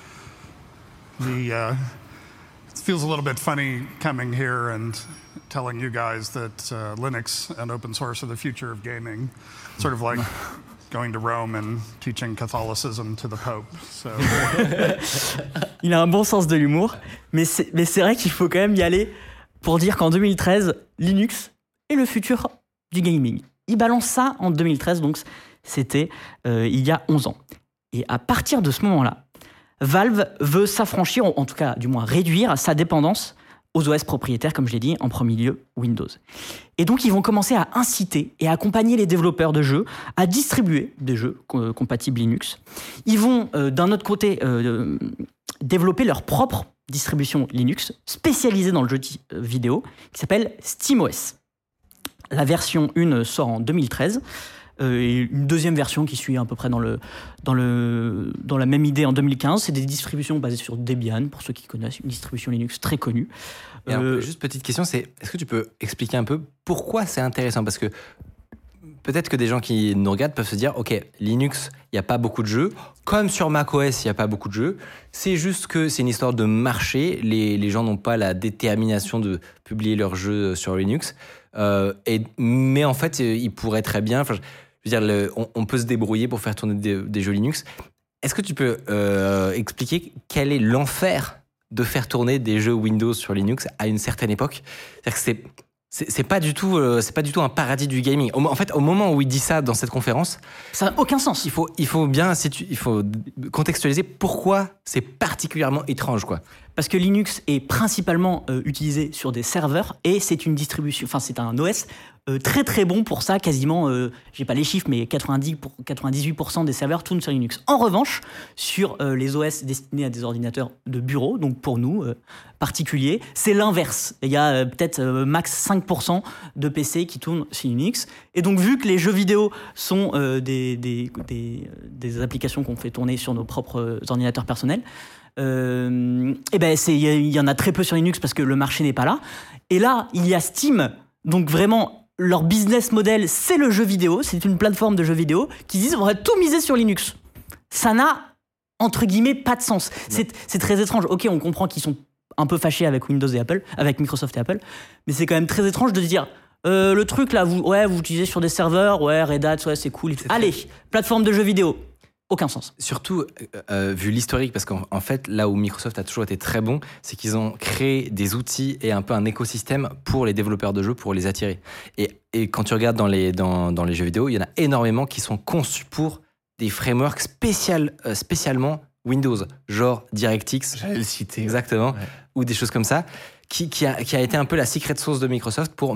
It feels a little bit funny coming here and telling you guys that Linux and open source are the future of gaming. Sort of like going to Rome and teaching Catholicism to the Pope. So. Il a un bon sens de l'humour, mais c'est vrai qu'il faut quand même y aller pour dire qu'en 2013, Linux est le futur du gaming. Il balance ça en 2013, donc c'était il y a 11 ans. Et à partir de ce moment-là, Valve veut s'affranchir, en tout cas du moins réduire sa dépendance aux OS propriétaires, comme je l'ai dit, en premier lieu Windows. Et donc ils vont commencer à inciter et accompagner les développeurs de jeux à distribuer des jeux compatibles Linux. Ils vont d'un autre côté développer leur propre distribution Linux spécialisée dans le jeu vidéo qui s'appelle SteamOS. La version 1 sort en 2013. Et une deuxième version qui suit à peu près dans la même idée en 2015. C'est des distributions basées sur Debian, pour ceux qui connaissent, une distribution Linux très connue. Et alors, juste petite question, est-ce que tu peux expliquer un peu pourquoi c'est intéressant ? Parce que peut-être que des gens qui nous regardent peuvent se dire, ok, Linux, il n'y a pas beaucoup de jeux, comme sur macOS, il n'y a pas beaucoup de jeux, c'est juste que c'est une histoire de marché, les gens n'ont pas la détermination de publier leurs jeux sur Linux, mais en fait, ils pourraient très bien... Je veux dire, on peut se débrouiller pour faire tourner des jeux Linux. Est-ce que tu peux expliquer quel est l'enfer de faire tourner des jeux Windows sur Linux à une certaine époque ? C'est-à-dire que c'est pas du tout un paradis du gaming. En fait, au moment où il dit ça dans cette conférence, ça n'a aucun sens. Il faut contextualiser pourquoi c'est particulièrement étrange, quoi. Parce que Linux est principalement utilisé sur des serveurs et c'est une distribution, enfin c'est un OS très très bon pour ça, quasiment, j'ai pas les chiffres, mais 98% des serveurs tournent sur Linux. En revanche, sur les OS destinés à des ordinateurs de bureau, donc pour nous, particuliers, c'est l'inverse. Il y a peut-être max 5% de PC qui tournent sur Linux. Et donc vu que les jeux vidéo sont des applications qu'on fait tourner sur nos propres ordinateurs personnels, il y en a très peu sur Linux parce que le marché n'est pas là. Et là, il y a Steam, donc vraiment leur business model, c'est le jeu vidéo, c'est une plateforme de jeux vidéo qui disent on va tout miser sur Linux. Ça n'a entre guillemets pas de sens. C'est très étrange. Ok, on comprend qu'ils sont un peu fâchés avec Windows et Apple, avec Microsoft et Apple, mais c'est quand même très étrange de se dire le truc là, vous utilisez sur des serveurs, Red Hat, c'est cool. Allez, plateforme de jeux vidéo. Aucun sens. Surtout, vu l'historique, parce qu'en fait, là où Microsoft a toujours été très bon, c'est qu'ils ont créé des outils et un peu un écosystème pour les développeurs de jeux, pour les attirer. Et quand tu regardes dans les jeux vidéo, il y en a énormément qui sont conçus pour des frameworks spécialement Windows, genre DirectX. J'allais le citer. Exactement. Ouais. Ou des choses comme ça. Qui a été un peu la secret sauce de Microsoft pour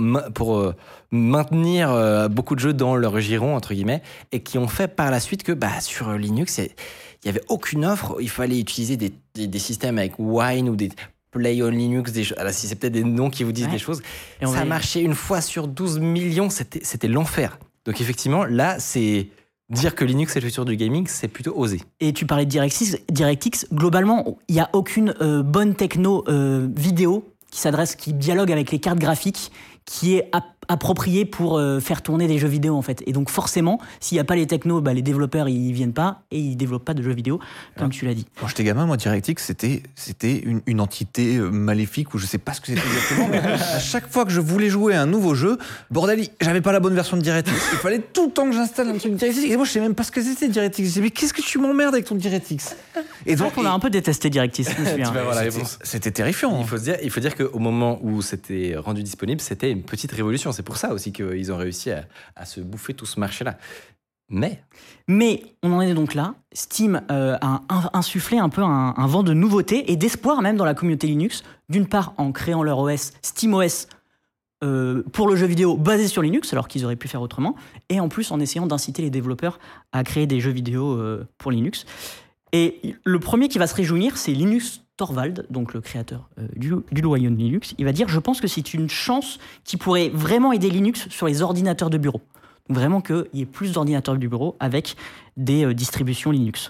maintenir beaucoup de jeux dans leur giron, entre guillemets, et qui ont fait par la suite que sur Linux, il n'y avait aucune offre, il fallait utiliser des systèmes avec Wine ou des Play on Linux, si c'est peut-être des noms qui vous disent des choses. Et ça marchait une fois sur 12 millions, c'était l'enfer. Donc effectivement, là, c'est... Dire que Linux est le futur du gaming, c'est plutôt osé. Et tu parlais de DirectX, globalement, il n'y a aucune bonne techno vidéo qui dialogue avec les cartes graphiques, qui est appropriée pour faire tourner des jeux vidéo en fait. Et donc forcément, s'il n'y a pas les technos, les développeurs ils viennent pas et ils développent pas de jeux vidéo, comme tu l'as dit. Quand j'étais gamin, moi DirectX c'était une entité maléfique ou je sais pas ce que c'était exactement. Mais à chaque fois que je voulais jouer à un nouveau jeu, bordel, j'avais pas la bonne version de DirectX. Il fallait tout le temps que j'installe un truc de DirectX. Et moi je sais même pas ce que c'était DirectX. Je disais mais qu'est-ce que tu m'emmerdes avec ton DirectX? Et donc on a un peu détesté DirectX. C'était terrifiant. Il faut dire qu'au moment où c'était rendu disponible, c'était une petite révolution. C'est pour ça aussi qu'ils ont réussi à se bouffer tout ce marché-là. Mais on en est donc là. Steam a insufflé un peu un vent de nouveauté et d'espoir même dans la communauté Linux. D'une part, en créant leur OS, SteamOS, pour le jeu vidéo basé sur Linux, alors qu'ils auraient pu faire autrement. Et en plus, en essayant d'inciter les développeurs à créer des jeux vidéo pour Linux. Et le premier qui va se réjouir, c'est Linus Torvald, donc le créateur du noyau de Linux. Il va dire « Je pense que c'est une chance qui pourrait vraiment aider Linux sur les ordinateurs de bureau. » Donc vraiment qu'il y ait plus d'ordinateurs de bureau avec des distributions Linux.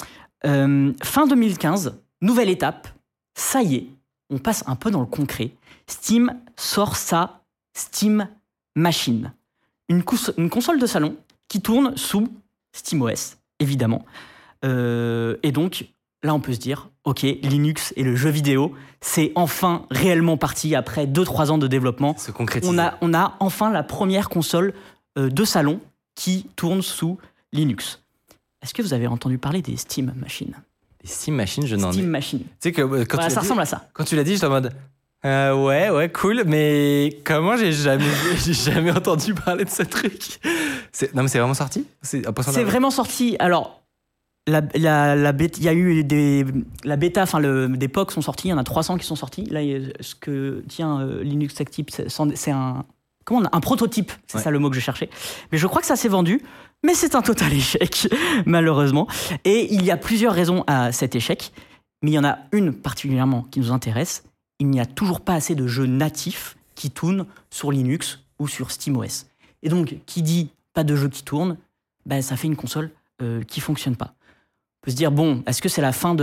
Fin 2015, nouvelle étape. Ça y est, on passe un peu dans le concret. Steam sort sa Steam Machine. Une console de salon qui tourne sous SteamOS, évidemment. Et donc, là, on peut se dire, ok, Linux et le jeu vidéo, c'est enfin réellement parti après 2-3 ans de développement. Se concrétise. On a enfin la première console de salon qui tourne sous Linux. Est-ce que vous avez entendu parler des Steam Machines? Des Steam Machines, je n'en ai. Steam Machines. Tu sais que quand ça ressemble à ça. Quand tu l'as dit, j'étais en mode... ouais, cool, mais comment j'ai jamais entendu parler de ce truc? Non, mais c'est vraiment sorti? C'est vraiment sorti. Alors... il y a eu la bêta, enfin des POC sont sortis, il y en a 300 qui sont sortis. Là, ce que tient Linux Tech Tips, c'est un prototype, c'est ça le mot que je cherchais. Mais je crois que ça s'est vendu, mais c'est un total échec, malheureusement. Et il y a plusieurs raisons à cet échec, mais il y en a une particulièrement qui nous intéresse. Il n'y a toujours pas assez de jeux natifs qui tournent sur Linux ou sur SteamOS. Et donc, qui dit pas de jeux qui tournent, ça fait une console qui fonctionne pas. On peut se dire, bon, est-ce que c'est la fin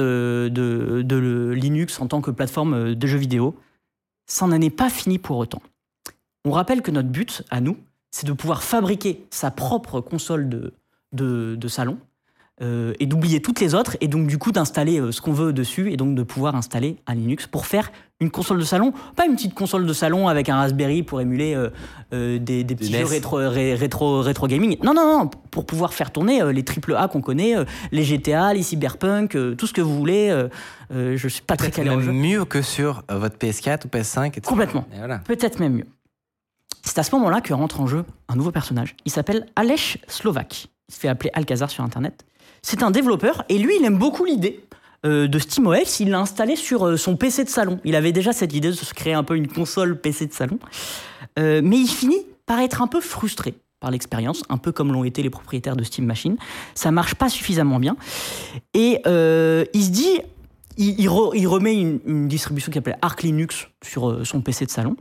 de Linux en tant que plateforme de jeux vidéo? Ça n'en est pas fini pour autant. On rappelle que notre but, à nous, c'est de pouvoir fabriquer sa propre console de salon et d'oublier toutes les autres, et donc du coup d'installer ce qu'on veut dessus, et donc de pouvoir installer un Linux pour faire une console de salon, pas une petite console de salon avec un Raspberry pour émuler des petits jeux rétro gaming. Non, pour pouvoir faire tourner les AAA qu'on connaît, les GTA, les Cyberpunk, tout ce que vous voulez. Je suis pas très calé en jeu. Mieux que sur votre PS4 ou PS5. Etc. Complètement. Voilà. Peut-être même mieux. C'est à ce moment-là que rentre en jeu un nouveau personnage. Il s'appelle Aleš Slovak. Il se fait appeler Alcazar sur Internet. C'est un développeur et lui, il aime beaucoup l'idée de SteamOS. Il l'a installé sur son PC de salon. Il avait déjà cette idée de se créer un peu une console PC de salon. Mais il finit par être un peu frustré par l'expérience, un peu comme l'ont été les propriétaires de Steam Machine. Ça marche pas suffisamment bien. Et il se dit... Il remet une distribution qui s'appelle Arch Linux sur son PC de salon.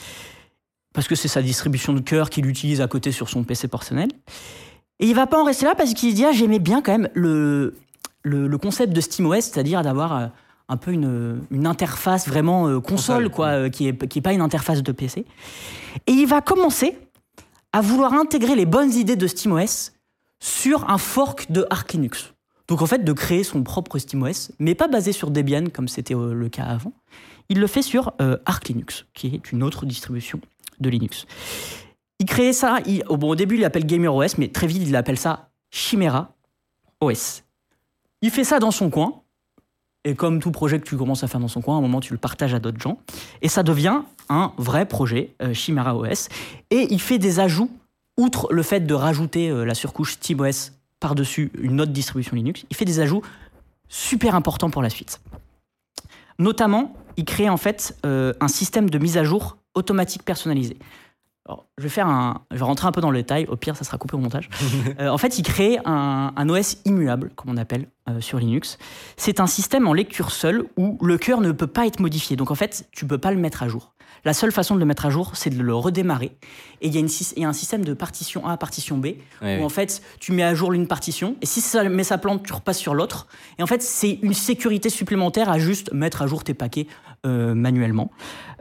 Parce que c'est sa distribution de cœur qu'il utilise à côté sur son PC personnel. Et il va pas en rester là parce qu'il se dit j'aimais bien quand même le concept de SteamOS, c'est-à-dire d'avoir un peu une interface vraiment console, quoi, qui est pas une interface de PC. Et il va commencer à vouloir intégrer les bonnes idées de SteamOS sur un fork de Arch Linux. Donc en fait, de créer son propre SteamOS, mais pas basé sur Debian comme c'était le cas avant. Il le fait sur Arch Linux, qui est une autre distribution de Linux. Il crée ça, au début il l'appelle GamerOS, mais très vite il appelle ça Chimera OS. Il fait ça dans son coin, et comme tout projet que tu commences à faire dans son coin, à un moment tu le partages à d'autres gens, et ça devient un vrai projet, Chimera OS, et il fait des ajouts, outre le fait de rajouter la surcouche SteamOS par-dessus une autre distribution Linux, il fait des ajouts super importants pour la suite. Notamment, il crée en fait un système de mise à jour automatique personnalisé. Alors, je vais rentrer un peu dans le détail, au pire ça sera coupé au montage. En fait, il crée un OS immuable, comme on appelle sur Linux. C'est un système en lecture seule où le cœur ne peut pas être modifié. Donc en fait, tu ne peux pas le mettre à jour. La seule façon de le mettre à jour, c'est de le redémarrer. Et il y a un système de partition A, partition B, où en fait, tu mets à jour l'une partition, et si ça met sa plante, tu repasses sur l'autre. Et en fait, c'est une sécurité supplémentaire à juste mettre à jour tes paquets manuellement.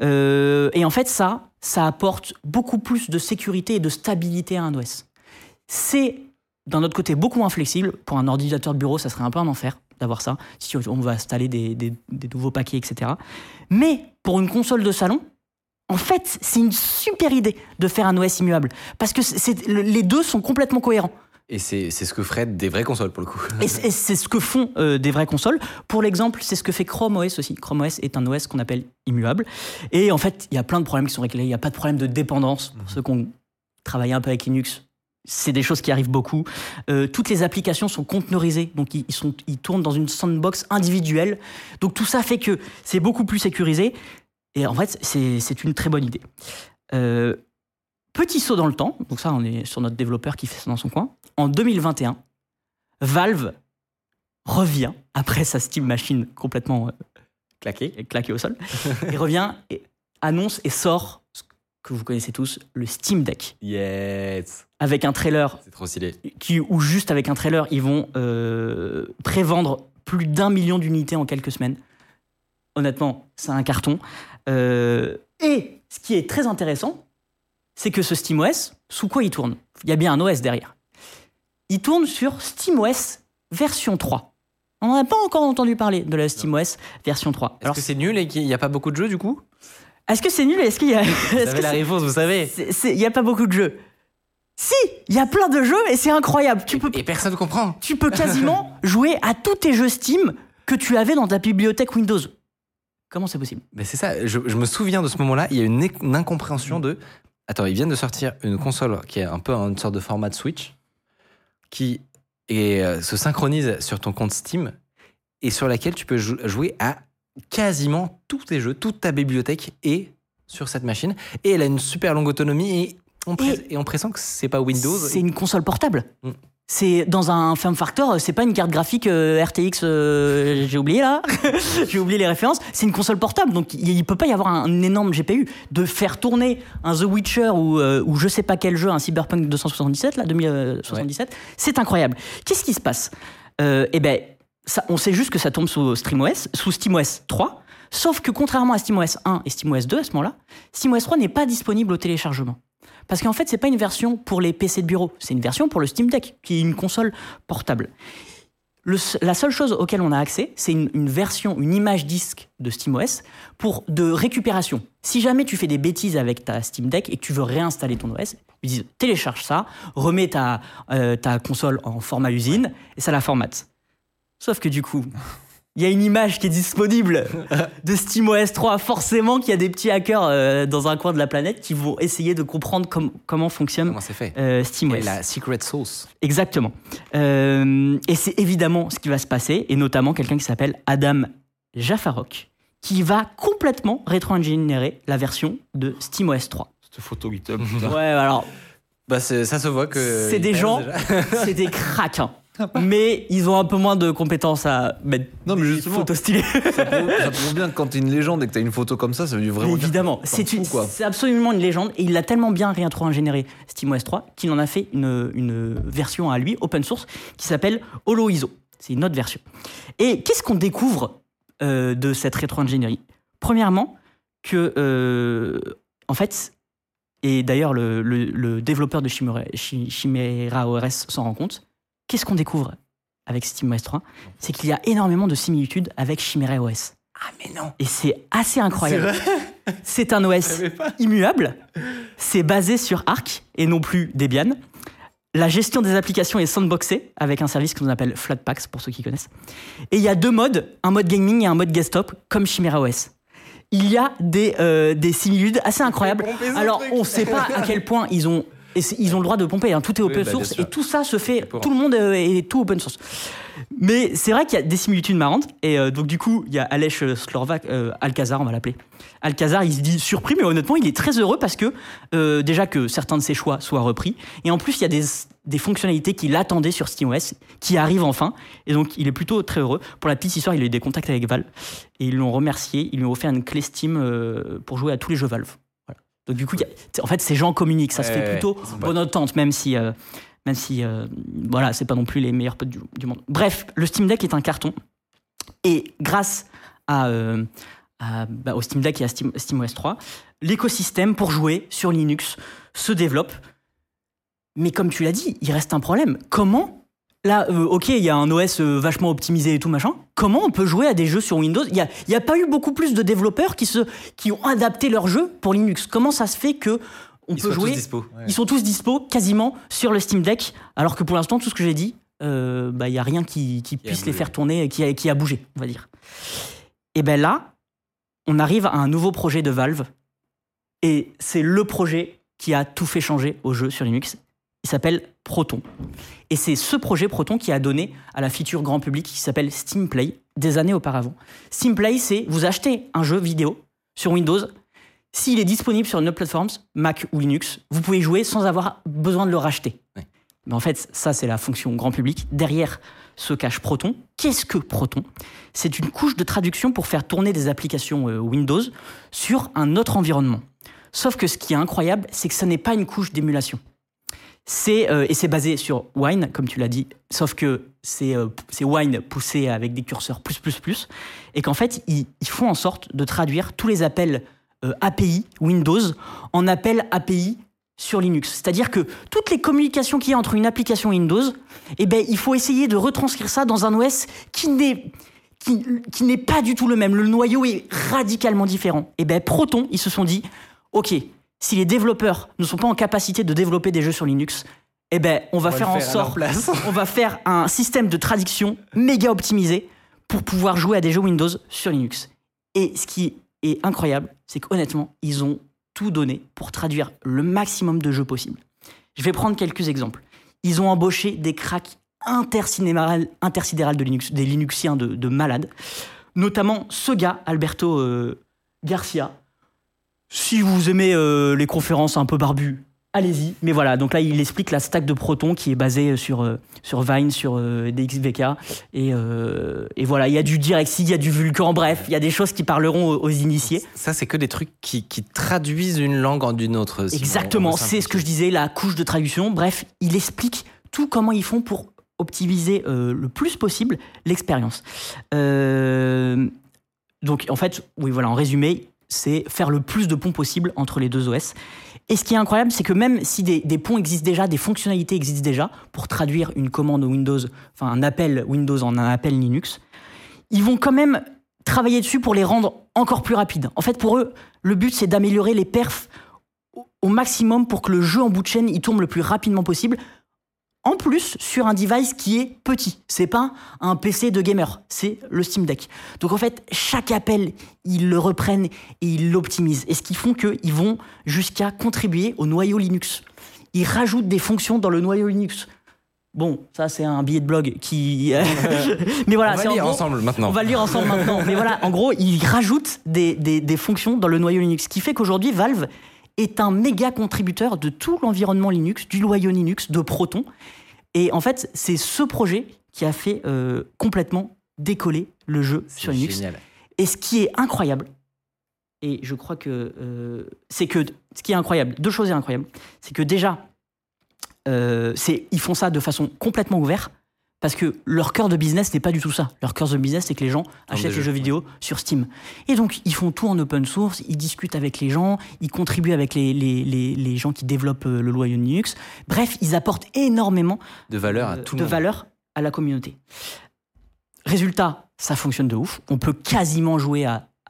Et en fait, ça apporte beaucoup plus de sécurité et de stabilité à un OS. C'est, d'un autre côté, beaucoup moins flexible. Pour un ordinateur de bureau, ça serait un peu un enfer d'avoir ça, si on va installer des nouveaux paquets, etc. Mais pour une console de salon, en fait, c'est une super idée de faire un OS immuable, parce que les deux sont complètement cohérents. Et c'est ce que feraient des vraies consoles, pour le coup. Et c'est ce que font des vraies consoles. Pour l'exemple, c'est ce que fait Chrome OS aussi. Chrome OS est un OS qu'on appelle immuable. Et en fait, il y a plein de problèmes qui sont réglés. Il n'y a pas de problème de dépendance. Pour ceux qui ont travaillé un peu avec Linux, c'est des choses qui arrivent beaucoup. Toutes les applications sont conteneurisées. Donc, ils tournent dans une sandbox individuelle. Donc, tout ça fait que c'est beaucoup plus sécurisé. Et en fait, c'est une très bonne idée. Petit saut dans le temps. Donc ça, on est sur notre développeur qui fait ça dans son coin. En 2021, Valve revient, après sa Steam Machine complètement claquée au sol, il revient, et annonce et sort ce que vous connaissez tous, le Steam Deck. Yes. Avec un trailer. C'est trop stylé. Ou juste avec un trailer, ils vont prévendre plus d'1 million d'unités en quelques semaines. Honnêtement, c'est un carton. Et ce qui est très intéressant, c'est que ce SteamOS, sous quoi il tourne ? Il y a bien un OS derrière. Il tourne sur SteamOS version 3. On n'en a pas encore entendu parler de la SteamOS version 3. Est-ce que c'est nul et qu'il n'y a pas beaucoup de jeux, du coup ? Est-ce que c'est nul ? Est-ce qu'il y a... Vous avez la réponse, vous savez. Il n'y a pas beaucoup de jeux. Si, il y a plein de jeux et c'est incroyable. Et personne ne comprend. Tu peux quasiment jouer à tous tes jeux Steam que tu avais dans ta bibliothèque Windows. Comment c'est possible ? Ben c'est ça, je me souviens de ce moment-là, il y a une incompréhension de... Attends, ils viennent de sortir une console qui est un peu une sorte de format de Switch, qui se synchronise sur ton compte Steam, et sur laquelle tu peux jouer à quasiment tous tes jeux, toute ta bibliothèque est sur cette machine, et elle a une super longue autonomie, et on pressent que c'est pas Windows. C'est une console portable. C'est dans un form factor, c'est pas une carte graphique RTX, j'ai oublié là, j'ai oublié les références, c'est une console portable, donc il peut pas y avoir un énorme GPU. De faire tourner un The Witcher ou je sais pas quel jeu, un Cyberpunk 2077, là, 2077, c'est incroyable. Qu'est-ce qui se passe ? On sait juste que ça tombe sous SteamOS 3, sauf que contrairement à SteamOS 1 et SteamOS 2 à ce moment-là, SteamOS 3 n'est pas disponible au téléchargement. Parce qu'en fait, c'est pas une version pour les PC de bureau, c'est une version pour le Steam Deck, qui est une console portable. La seule chose auquel on a accès, c'est une version, une image disque de SteamOS de récupération. Si jamais tu fais des bêtises avec ta Steam Deck et que tu veux réinstaller ton OS, ils disent télécharge ça, remets ta console en format usine et ça la formate. Sauf que du coup, il y a une image qui est disponible de SteamOS 3. Forcément qu'il y a des petits hackers dans un coin de la planète qui vont essayer de comprendre comment fonctionne c'est fait. SteamOS. Et la secret sauce. Exactement. Et c'est évidemment ce qui va se passer, et notamment quelqu'un qui s'appelle Adam Jafarok, qui va complètement rétro-ingénierer la version de SteamOS 3. Cette photo GitHub. Ouais, alors... ça se voit que... C'est des gens, c'est des cracks, hein. Mais ils ont un peu moins de compétences à mettre des photos stylées. Ça prouve bien que quand t'es une légende et que t'as une photo comme ça veut vraiment dire... Évidemment, c'est absolument une légende. Et il l'a tellement bien rétro-ingénieré SteamOS 3 qu'il en a fait une version à lui, open source, qui s'appelle HoloISO. C'est une autre version. Et qu'est-ce qu'on découvre de cette rétro-ingénierie ? Premièrement, en fait, et d'ailleurs le développeur de Chimera OS s'en rend compte, qu'est-ce qu'on découvre avec SteamOS 3 ? C'est qu'il y a énormément de similitudes avec Chimera OS. Ah mais non. Et c'est assez incroyable. C'est un OS immuable, c'est basé sur Arc et non plus Debian. La gestion des applications est sandboxée avec un service qu'on appelle Flatpaks pour ceux qui connaissent. Et il y a 2 modes, un mode gaming et un mode desktop comme Chimera OS. Il y a des similitudes assez incroyables. Alors on ne sait pas à quel point ils ont le droit de pomper, hein. Tout est open source et tout ça se fait, tout le monde est tout open source. Mais c'est vrai qu'il y a des similitudes marrantes et donc du coup il y a Aleš Slorvak, Alcazar on va l'appeler. Alcazar il se dit surpris mais honnêtement il est très heureux parce que déjà que certains de ses choix soient repris et en plus il y a des fonctionnalités qu'il attendait sur SteamOS qui arrivent enfin et donc il est plutôt très heureux. Pour la petite histoire il a eu des contacts avec Valve et ils l'ont remercié, ils lui ont offert une clé Steam pour jouer à tous les jeux Valve. Donc du coup, en fait, ces gens communiquent, ça se fait plutôt bonne entente, même si voilà, c'est pas non plus les meilleurs potes du monde. Bref, le Steam Deck est un carton, et grâce au Steam Deck et à SteamOS 3, l'écosystème pour jouer sur Linux se développe. Mais comme tu l'as dit, il reste un problème. Comment ? Là, ok, il y a un OS vachement optimisé et tout machin. Comment on peut jouer à des jeux sur Windows ? Il y a pas eu beaucoup plus de développeurs qui ont adapté leurs jeux pour Linux. Comment ça se fait que on peut jouer ? Ils sont tous dispo quasiment sur le Steam Deck, alors que pour l'instant tout ce que j'ai dit, il y a rien qui puisse les faire tourner, qui a bougé, on va dire. Et ben là, on arrive à un nouveau projet de Valve, et c'est le projet qui a tout fait changer au jeu sur Linux. Il s'appelle Proton. Et c'est ce projet Proton qui a donné à la feature grand public qui s'appelle Steam Play des années auparavant. Steam Play, c'est vous achetez un jeu vidéo sur Windows. S'il est disponible sur une autre plateforme, Mac ou Linux, vous pouvez y jouer sans avoir besoin de le racheter. Ouais. Mais en fait, ça, c'est la fonction grand public. Derrière se cache Proton. Qu'est-ce que Proton ? C'est une couche de traduction pour faire tourner des applications Windows sur un autre environnement. Sauf que ce qui est incroyable, c'est que ça n'est pas une couche d'émulation. Et c'est basé sur Wine, comme tu l'as dit, sauf que c'est Wine poussé avec des curseurs +++, et qu'en fait, ils font en sorte de traduire tous les appels API Windows en appels API sur Linux. C'est-à-dire que toutes les communications qu'il y a entre une application Windows, il faut essayer de retranscrire ça dans un OS qui n'est pas du tout le même. Le noyau est radicalement différent. Et Proton, ils se sont dit, ok, si les développeurs ne sont pas en capacité de développer des jeux sur Linux, on va faire en sorte, on va faire un système de traduction méga optimisé pour pouvoir jouer à des jeux Windows sur Linux. Et ce qui est incroyable, c'est qu'honnêtement, ils ont tout donné pour traduire le maximum de jeux possible. Je vais prendre quelques exemples. Ils ont embauché des cracks intersidérales de Linux, des Linuxiens de malades, notamment ce gars, Alberto Garcia. Si vous aimez les conférences un peu barbues, allez-y. Mais voilà, donc là, il explique la stack de Proton qui est basée sur Vine, sur DXVK. Et voilà, il y a du DirectC, il y a du Vulkan, bref, il y a des choses qui parleront aux initiés. Ça, c'est que des trucs qui traduisent une langue en une autre. Exactement, c'est ce que je disais, la couche de traduction. Bref, il explique tout comment ils font pour optimiser le plus possible l'expérience. Donc, en fait, oui, voilà, en résumé, c'est faire le plus de ponts possible entre les deux OS. Et ce qui est incroyable, c'est que même si des ponts existent déjà, des fonctionnalités existent déjà pour traduire une commande Windows, enfin un appel Windows en un appel Linux, ils vont quand même travailler dessus pour les rendre encore plus rapides. En fait, pour eux, le but, c'est d'améliorer les perfs au maximum pour que le jeu en bout de chaîne, il tourne le plus rapidement possible, En plus, sur un device qui est petit. C'est pas un PC de gamer, c'est le Steam Deck. Donc en fait, chaque appel, ils le reprennent et ils l'optimisent. Et ce qui font qu'ils vont jusqu'à contribuer au noyau Linux. Ils rajoutent des fonctions dans le noyau Linux. Bon, ça c'est un billet de blog qui... Mais voilà, on va le lire ensemble maintenant. On va le lire ensemble maintenant. Mais voilà, en gros, ils rajoutent des fonctions dans le noyau Linux. Ce qui fait qu'aujourd'hui, Valve est un méga contributeur de tout l'environnement Linux, du noyau Linux, de Proton. Et en fait, c'est ce projet qui a fait complètement décoller le jeu sur Linux. Génial. Et ce qui est incroyable, et je crois que c'est que ce qui est incroyable, deux choses incroyables, c'est que déjà, ils font ça de façon complètement ouverte. Parce que leur cœur de business n'est pas du tout ça. Leur cœur de business, c'est que les gens achètent les jeux vidéo sur Steam. Et donc, ils font tout en open source, ils discutent avec les gens, ils contribuent avec les gens qui développent le noyau Linux. Bref, ils apportent énormément de valeur à la communauté. Résultat, ça fonctionne de ouf. On peut quasiment jouer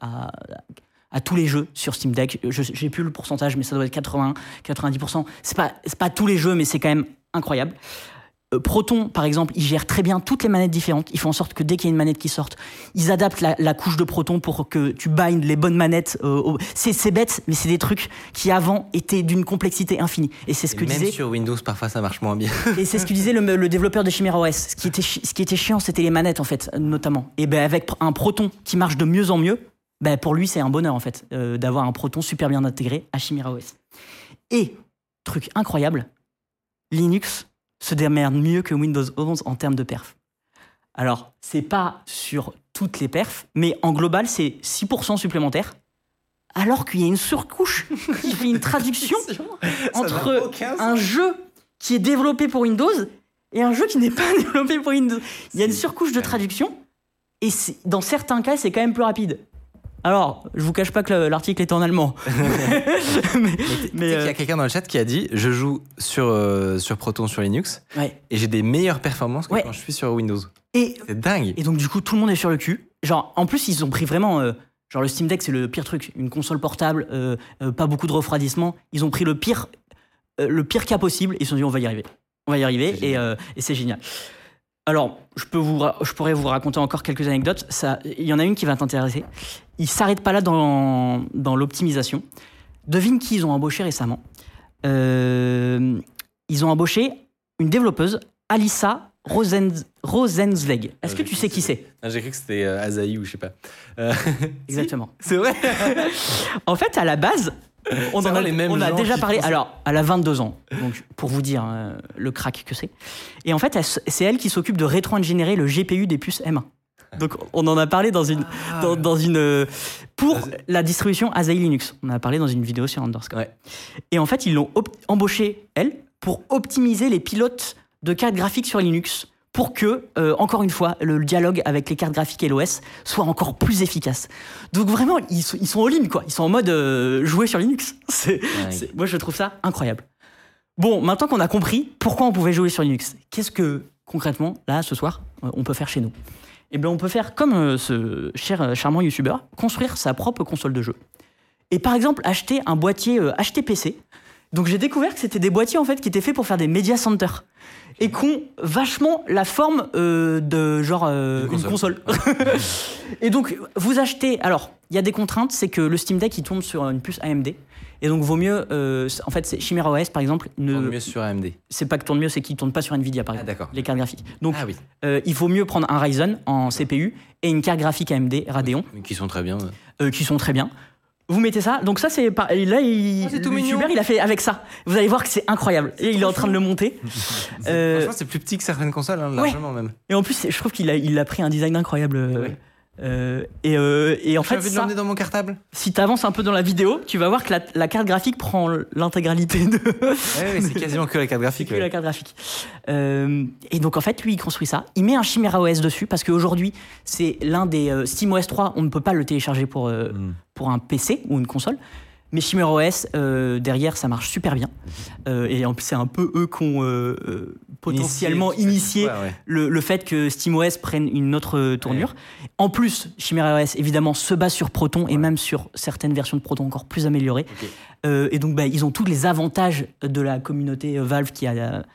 à tous les jeux sur Steam Deck. J'ai plus le pourcentage, mais ça doit être 80-90%. C'est pas tous les jeux, mais c'est quand même incroyable. Proton, par exemple, ils gèrent très bien toutes les manettes différentes. Ils font en sorte que dès qu'il y a une manette qui sorte, ils adaptent la couche de Proton pour que tu bindes les bonnes manettes. C'est bête, mais c'est des trucs qui avant étaient d'une complexité infinie. Et c'est ce que même disait. Sur Windows, parfois, ça marche moins bien. Et c'est ce que disait le développeur de Chimera OS. Ce qui était chiant, c'était les manettes, en fait, notamment. Et ben avec un Proton qui marche de mieux en mieux, ben pour lui, c'est un bonheur, en fait, d'avoir un Proton super bien intégré à Chimera OS. Et truc incroyable, Linux se démerde mieux que Windows 11 en termes de perf. Alors, c'est pas sur toutes les perfs, mais en global, c'est 6% supplémentaire, alors qu'il y a une surcouche qui fait une traduction entre un jeu qui est développé pour Windows et un jeu qui n'est pas développé pour Windows. Il y a une surcouche de traduction, et dans certains cas, c'est quand même plus rapide. Alors, je vous cache pas que l'article est en allemand. mais il y a quelqu'un dans le chat qui a dit « Je joue sur Proton sur Linux et j'ai des meilleures performances que quand je suis sur Windows. » C'est dingue. Et donc, du coup, tout le monde est sur le cul. Genre, en plus, ils ont pris vraiment... genre, le Steam Deck, c'est le pire truc. Une console portable, pas beaucoup de refroidissement. Ils ont pris le pire cas possible et ils se sont dit « On va y arriver. On va y arriver. » Et c'est génial. Alors, je pourrais vous raconter encore quelques anecdotes. Il y en a une qui va t'intéresser. Ils ne s'arrêtent pas là dans l'optimisation. Devine qui ils ont embauché récemment. Ils ont embauché une développeuse, Alissa Rosenzweig. Est-ce que tu sais qui c'est ? J'ai cru que c'était Azaï ou je sais pas. Exactement. C'est vrai. En fait, à la base... On a déjà parlé. Alors, elle a 22 ans, donc pour vous dire le crack que c'est. Et en fait, c'est elle qui s'occupe de rétro-ingénierer le GPU des puces M1. Donc, on en a parlé pour la distribution Azaï Linux. On en a parlé dans une vidéo sur Underscore. Ouais. Et en fait, ils l'ont embauchée, elle, pour optimiser les pilotes de cartes graphiques sur Linux, pour que, encore une fois, le dialogue avec les cartes graphiques et l'OS soit encore plus efficace. Donc vraiment, ils sont all-in, quoi. Ils sont en mode jouer sur Linux. Moi, je trouve ça incroyable. Bon, maintenant qu'on a compris pourquoi on pouvait jouer sur Linux, qu'est-ce que, concrètement, là, ce soir, on peut faire chez nous ? Eh bien, on peut faire comme ce charmant YouTuber, construire sa propre console de jeu. Et par exemple, acheter un boîtier HTPC. Donc j'ai découvert que c'était des boîtiers en fait qui étaient faits pour faire des media centers et qui ont vachement la forme de genre une console. Et donc vous achetez. Alors il y a des contraintes, c'est que le Steam Deck il tourne sur une puce AMD et donc vaut mieux. En fait, Chimera OS par exemple tourne mieux sur AMD. C'est pas que tourne mieux, c'est qu'il tourne pas sur Nvidia par exemple. D'accord. Les cartes graphiques. Donc il vaut mieux prendre un Ryzen en CPU et une carte graphique AMD Radeon. Qui sont très bien. Qui sont très bien. Vous mettez ça, donc ça c'est là c'est tout le YouTuber il a fait avec ça. Vous allez voir que c'est incroyable. Et il est en train de le monter. Franchement c'est plus petit que certaines consoles, largement même. Et en plus je trouve qu'il a pris un design incroyable. Et en fait, envie de l'emmener dans mon cartable. Si tu avances un peu dans la vidéo, tu vas voir que la carte graphique prend l'intégralité de. C'est quasiment que la carte graphique. Que la carte graphique. Et donc en fait, lui, il construit ça. Il met un Chimera OS dessus parce qu'aujourd'hui, c'est l'un des SteamOS 3. On ne peut pas le télécharger pour un PC ou une console. Mais Chimera OS, derrière, ça marche super bien. Et en plus, c'est un peu eux qui ont potentiellement initié le fait que SteamOS prenne une autre tournure. Ouais. En plus, Chimera OS, évidemment, se base sur Proton et même sur certaines versions de Proton encore plus améliorées. Okay. Et donc, ils ont tous les avantages de la communauté Valve qui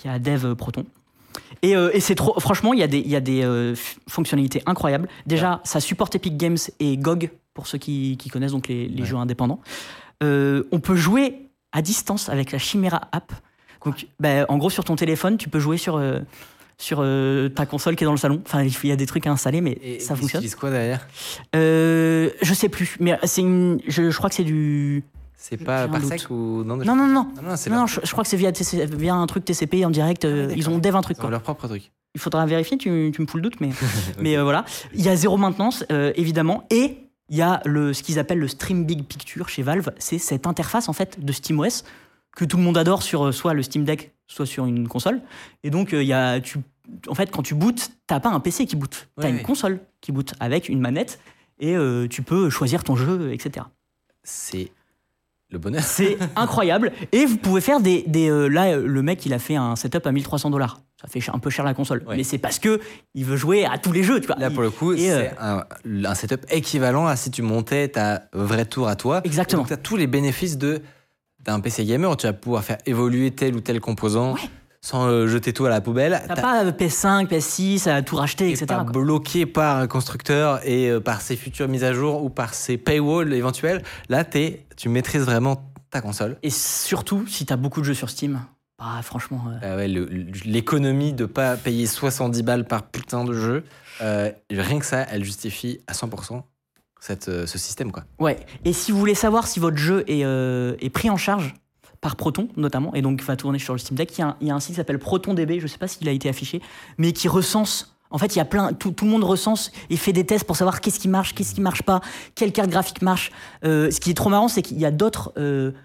a dev Proton. Et c'est trop. Franchement, il y a des fonctionnalités incroyables. Déjà, ça supporte Epic Games et GOG pour ceux qui connaissent donc les jeux indépendants. On peut jouer à distance avec la Chimera App. Donc, en gros, sur ton téléphone, tu peux jouer sur ta console qui est dans le salon. Enfin, il y a des trucs à installer, mais ça fonctionne. Tu utilises quoi derrière ? Je sais plus, mais je crois que c'est du. C'est pas Parsec ou non, je crois que c'est via un truc TCP en direct. Ils ont dev un truc. Ils ont leur propre truc. Il faudra vérifier, tu me fous le doute, mais, mais voilà. Il y a zéro maintenance, évidemment, et il y a ce qu'ils appellent le Stream Big Picture chez Valve. C'est cette interface en fait de SteamOS que tout le monde adore sur soit le Steam Deck, soit sur une console. Et donc, en fait, quand tu bootes, t'as pas un PC qui boot, t'as une console qui boot avec une manette et tu peux choisir ton jeu, etc. C'est le bonheur. C'est incroyable. Et vous pouvez faire là, le mec, il a fait un setup à $1,300. Ça fait un peu cher la console. Ouais. Mais c'est parce que il veut jouer à tous les jeux, tu vois. Là, pour le coup, c'est un setup équivalent à si tu montais ta vraie tour à toi. Exactement. Donc, tu as tous les bénéfices d'un PC gamer. Tu vas pouvoir faire évoluer tel ou tel composant sans jeter tout à la poubelle. T'as pas PS5, PS6 à tout racheter, etc. Pas bloqué par un constructeur et par ses futures mises à jour ou par ses paywalls éventuels. Là, tu maîtrises vraiment ta console. Et surtout, si t'as beaucoup de jeux sur Steam, franchement... l'économie de pas payer 70 balles par putain de jeu, rien que ça, elle justifie à 100% ce système, quoi. Ouais, et si vous voulez savoir si votre jeu est pris en charge par Proton, notamment, et donc va tourner sur le Steam Deck, il y a un site qui s'appelle ProtonDB, je sais pas s'il a été affiché, mais qui recense... En fait, il y a tout le monde recense et fait des tests pour savoir qu'est-ce qui marche pas, quelle carte graphique marche. Ce qui est trop marrant, c'est qu'il y a d'autres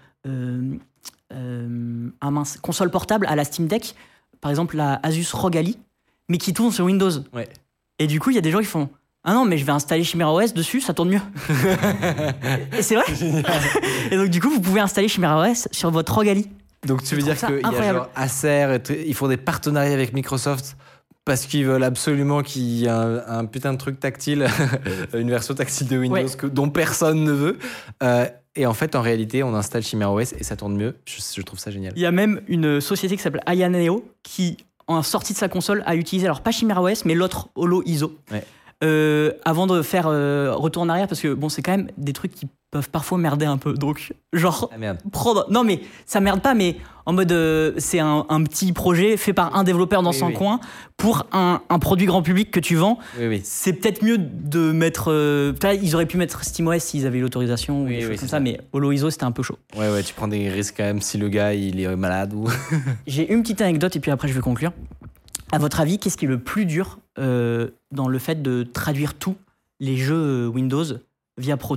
consoles portables à la Steam Deck, par exemple la Asus ROG Ally, mais qui tourne sur Windows. Ouais. Et du coup, il y a des gens qui font « Ah non, mais je vais installer Chimera OS dessus, ça tourne mieux. » Et c'est vrai. Et donc du coup, vous pouvez installer Chimera OS sur votre ROG Ally. Donc tu veux dire qu'il y a genre Acer, ils font des partenariats avec Microsoft parce qu'ils veulent absolument qu'il y ait un putain de truc tactile, une version tactile de Windows dont personne ne veut. Et en fait, en réalité, on installe Chimera OS et ça tourne mieux. Je trouve ça génial. Il y a même une société qui s'appelle Ayaneo qui, en sortie de sa console, a utilisé, alors pas Chimera OS, mais l'autre Holo ISO. Ouais. Avant de faire retour en arrière, parce que bon, c'est quand même des trucs qui peuvent parfois merder un peu. Donc, genre, prendre. Non, mais ça merde pas, mais en mode, c'est un petit projet fait par un développeur dans son coin pour un produit grand public que tu vends. Oui. C'est peut-être mieux de mettre. Ils auraient pu mettre SteamOS s'ils avaient l'autorisation ou des choses comme ça, mais Holo ISO, c'était un peu chaud. Ouais, tu prends des risques quand même si le gars il est malade ou. J'ai une petite anecdote et puis après je vais conclure. À votre avis, qu'est-ce qui est le plus dur dans le fait de traduire tous les jeux Windows via Proton ?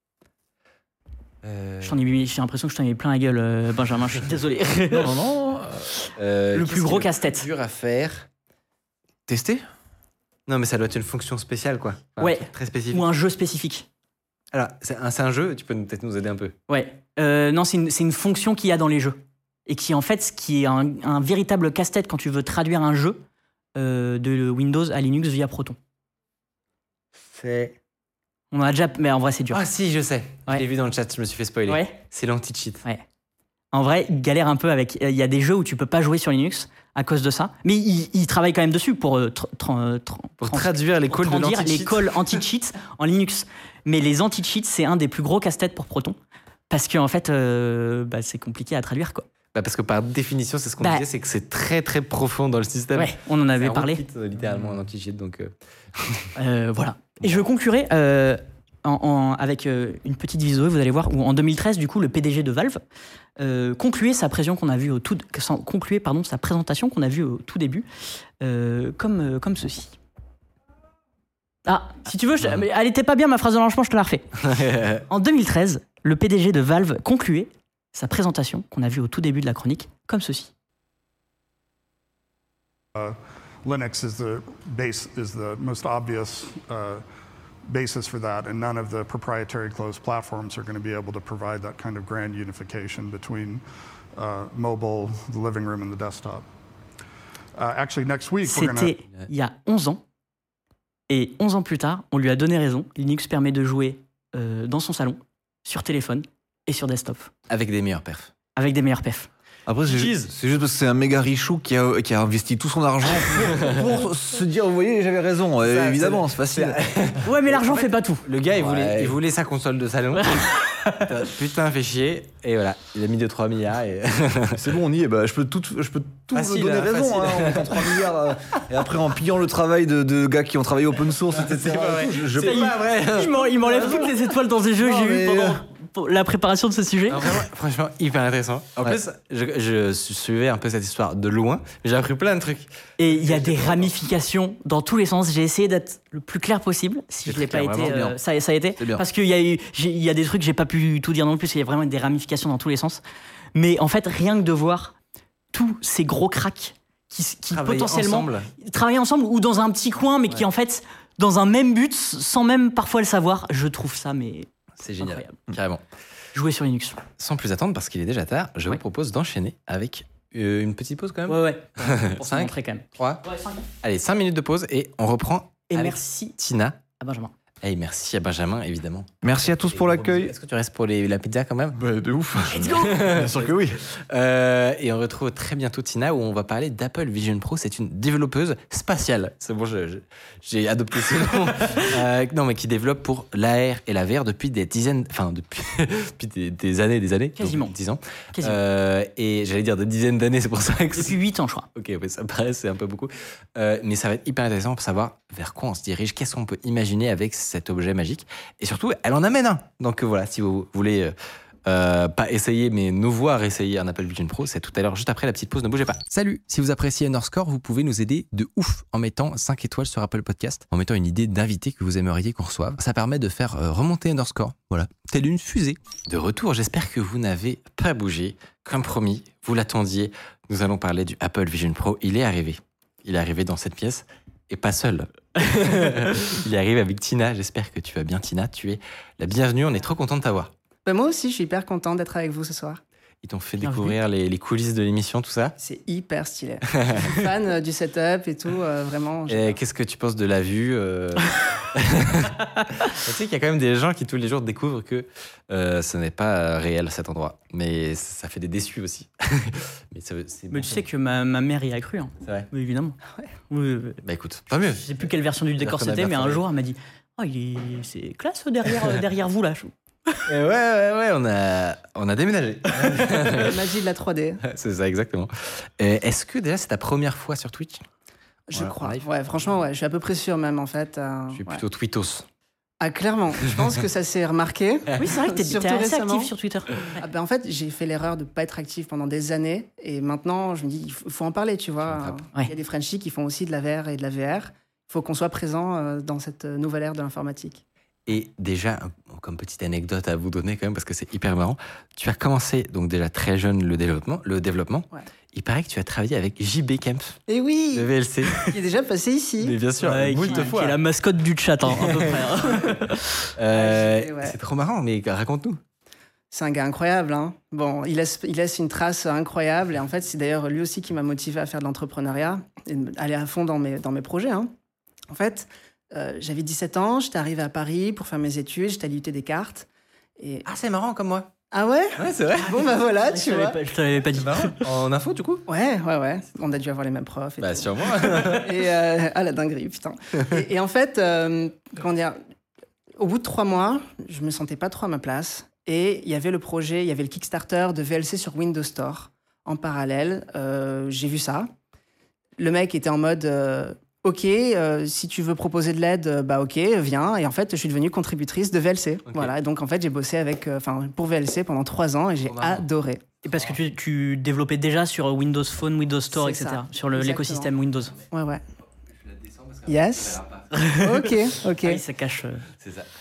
J'ai l'impression que je t'en ai mis plein la gueule, Benjamin, je suis désolé. Non. Le plus gros casse-tête. Dur à faire. Tester ? Non, mais ça doit être une fonction spéciale, quoi. Enfin, très spécifique. Ou un jeu spécifique. Alors, c'est un jeu, tu peux peut-être nous aider un peu. Ouais. Non, c'est une fonction qu'il y a dans les jeux. Et qui, en fait, ce qui est un véritable casse-tête quand tu veux traduire un jeu de Windows à Linux via Proton. On a déjà... Mais en vrai, c'est dur. Ah si, je sais. Je l'ai vu dans le chat, je me suis fait spoiler. Ouais. C'est l'anti-cheat. Ouais. En vrai, il galère un peu avec... Il y a des jeux où tu peux pas jouer sur Linux à cause de ça. Mais il travaille quand même dessus pour traduire les calls de l'anti-cheat. Les calls anti-cheat en Linux. Mais les anti-cheats, c'est un des plus gros casse-têtes pour Proton. Parce qu'en fait, c'est compliqué à traduire, quoi. Parce que par définition, c'est ce qu'on disait, c'est que c'est très très profond dans le système. Ouais, on en avait parlé. Littéralement un anti-cheat, donc. Voilà. Et je conclurai avec une petite vidéo, vous allez voir, où en 2013, du coup, le PDG de Valve concluait sa présentation qu'on a vue au tout début, comme ceci. Ah, si tu veux, elle était pas bien ma phrase de lancement, je te la refais. En 2013, le PDG de Valve concluait sa présentation qu'on a vue au tout début de la chronique, comme ceci. Linux is the most obvious basis for that, and none of the proprietary closed platforms are going to be able to provide that kind of grand unification between mobile, the living room, and the desktop. Actually, next week, C'était il y a 11 ans, et 11 ans plus tard, on lui a donné raison. Linux permet de jouer dans son salon, sur téléphone, et sur desktop. Avec des meilleurs perfs. Avec des meilleurs perfs. Après, c'est juste parce que c'est un méga richou qui a investi tout son argent pour se dire, vous voyez, j'avais raison. Évidemment, c'est facile. Ouais, mais l'argent fait pas tout. Le gars, il voulait sa console de salon. Putain, fait chier. Et voilà, il a mis 2-3 milliards. Et... c'est bon, on y est. Bah, je peux tout facile, donner raison en mettant 3 milliards. Et après, en pillant le travail de gars qui ont travaillé open source, etc. C'est pas vrai. Il m'enlève toutes les étoiles dans ces jeux que j'ai eu pendant la préparation de ce sujet. Non, vraiment, franchement, hyper intéressant. En plus, je suivais un peu cette histoire de loin, mais j'ai appris plein de trucs. Et il y a des ramifications dans tous les sens. J'ai essayé d'être le plus clair possible. Si je l'ai pas été, ça a été. Parce qu'il y a des trucs, j'ai pas pu tout dire non plus. Il y a vraiment des ramifications dans tous les sens. Mais en fait, rien que de voir tous ces gros cracks qui potentiellement travaillent ensemble ou dans un petit coin, mais qui en fait dans un même but, sans même parfois le savoir. Je trouve ça c'est génial, incroyable. Carrément. Jouer sur Linux. Sans plus attendre, parce qu'il est déjà tard, je vous propose d'enchaîner avec une petite pause quand même. Ouais. Pour 5, quand même. 3. Ouais, 5. Allez, 5 minutes de pause et on reprend. Et avec merci Tina. À Benjamin. Hey, merci à Benjamin, évidemment. Merci à tous pour l'accueil. Est-ce que tu restes pour la pizza quand même? De ouf. Let's go. Bien sûr que oui. Et on retrouve très bientôt Tina où on va parler d'Apple Vision Pro. C'est une développeuse spatiale. C'est bon, j'ai adopté ce nom. Non, mais qui développe pour l'AR et la VR depuis des dizaines, depuis des années. Quasiment. 10 ans. Quasiment. Et j'allais dire des dizaines d'années, c'est pour ça que depuis 8 ans, je crois. Ok, mais ça paraît, c'est un peu beaucoup. Mais ça va être hyper intéressant pour savoir vers quoi on se dirige, qu'est-ce qu'on peut imaginer avec cet objet magique. Et surtout, elle en amène un. Donc voilà, si vous voulez pas essayer, mais nous voir essayer un Apple Vision Pro, c'est tout à l'heure, juste après la petite pause, ne bougez pas. Salut, si vous appréciez Underscore, vous pouvez nous aider de ouf en mettant 5 étoiles sur Apple Podcast, en mettant une idée d'invité que vous aimeriez qu'on reçoive. Ça permet de faire remonter Underscore, voilà, telle une fusée. De retour, j'espère que vous n'avez pas bougé. Comme promis, vous l'attendiez, nous allons parler du Apple Vision Pro. Il est arrivé. Il est arrivé dans cette pièce. Et pas seul. Il est arrivé avec Tina. J'espère que tu vas bien, Tina. Tu es la bienvenue. On est trop content de t'avoir. Bah moi aussi, je suis hyper content d'être avec vous ce soir. Ils t'ont fait découvrir les coulisses de l'émission, tout ça? C'est hyper stylé. Je suis fan du setup et tout, vraiment. Et qu'est-ce que tu penses de la vue Tu sais qu'il y a quand même des gens qui tous les jours découvrent que ce n'est pas réel cet endroit. Mais ça fait des déçus aussi. Mais tu sais que ma mère y a cru. Hein. C'est vrai. Oui, évidemment. Ouais. Oui. Bah écoute, pas mieux. Je sais plus quelle version du décor c'était, mais un jour elle m'a dit c'est classe derrière vous là. Ouais, on a déménagé. La magie de la 3D. C'est ça, exactement. Est-ce que déjà c'est ta première fois sur Twitch? Je crois. Ouais, franchement, je suis à peu près sûr même en fait. Je suis plutôt Twittos. Ah, clairement. Je pense que ça s'est remarqué. Oui, c'est vrai que t'es assez actif sur Twitter. En fait, j'ai fait l'erreur de ne pas être actif pendant des années. Et maintenant, je me dis, il faut en parler, tu vois. Il y a des Frenchies qui font aussi de la VR et de la VR. Il faut qu'on soit présent dans cette nouvelle ère de l'informatique. Et déjà, comme petite anecdote à vous donner quand même, parce que c'est hyper marrant, tu as commencé donc déjà très jeune le développement. Ouais. Il paraît que tu as travaillé avec JB Kemp. Et oui, de VLC. Qui est déjà passé ici. Mais bien sûr, moult fois. Qui est la mascotte du chat, hein, à peu près. C'est trop marrant, mais raconte-nous. C'est un gars incroyable. Hein. Bon, il laisse une trace incroyable. Et en fait, c'est d'ailleurs lui aussi qui m'a motivé à faire de l'entrepreneuriat et aller à fond dans mes projets. Hein. En fait, j'avais 17 ans, j'étais arrivé à Paris pour faire mes études, j'étais à l'IUT Descartes. Et... Ah, c'est marrant comme moi. Ah ouais? Ouais, c'est vrai. Bon, bah voilà, tu vois. Je te l'avais pas dit. En info, du coup? Ouais. On a dû avoir les mêmes profs. Et sûrement. Et la dinguerie, putain. Et en fait, comment dire, au bout de 3 mois, je me sentais pas trop à ma place. Et il y avait le projet, il y avait le Kickstarter de VLC sur Windows Store. En parallèle, j'ai vu ça. Le mec était en mode... Ok, si tu veux proposer de l'aide, bah ok, viens. Et en fait, je suis devenue contributrice de VLC. Okay. Voilà. Et donc en fait, j'ai bossé pour VLC pendant 3 ans et j'ai adoré. Et parce que tu développais déjà sur Windows Phone, Windows Store, etc. Sur l'écosystème Windows. Ouais. Yes. Ok. Ah, ça cache. C'est ça.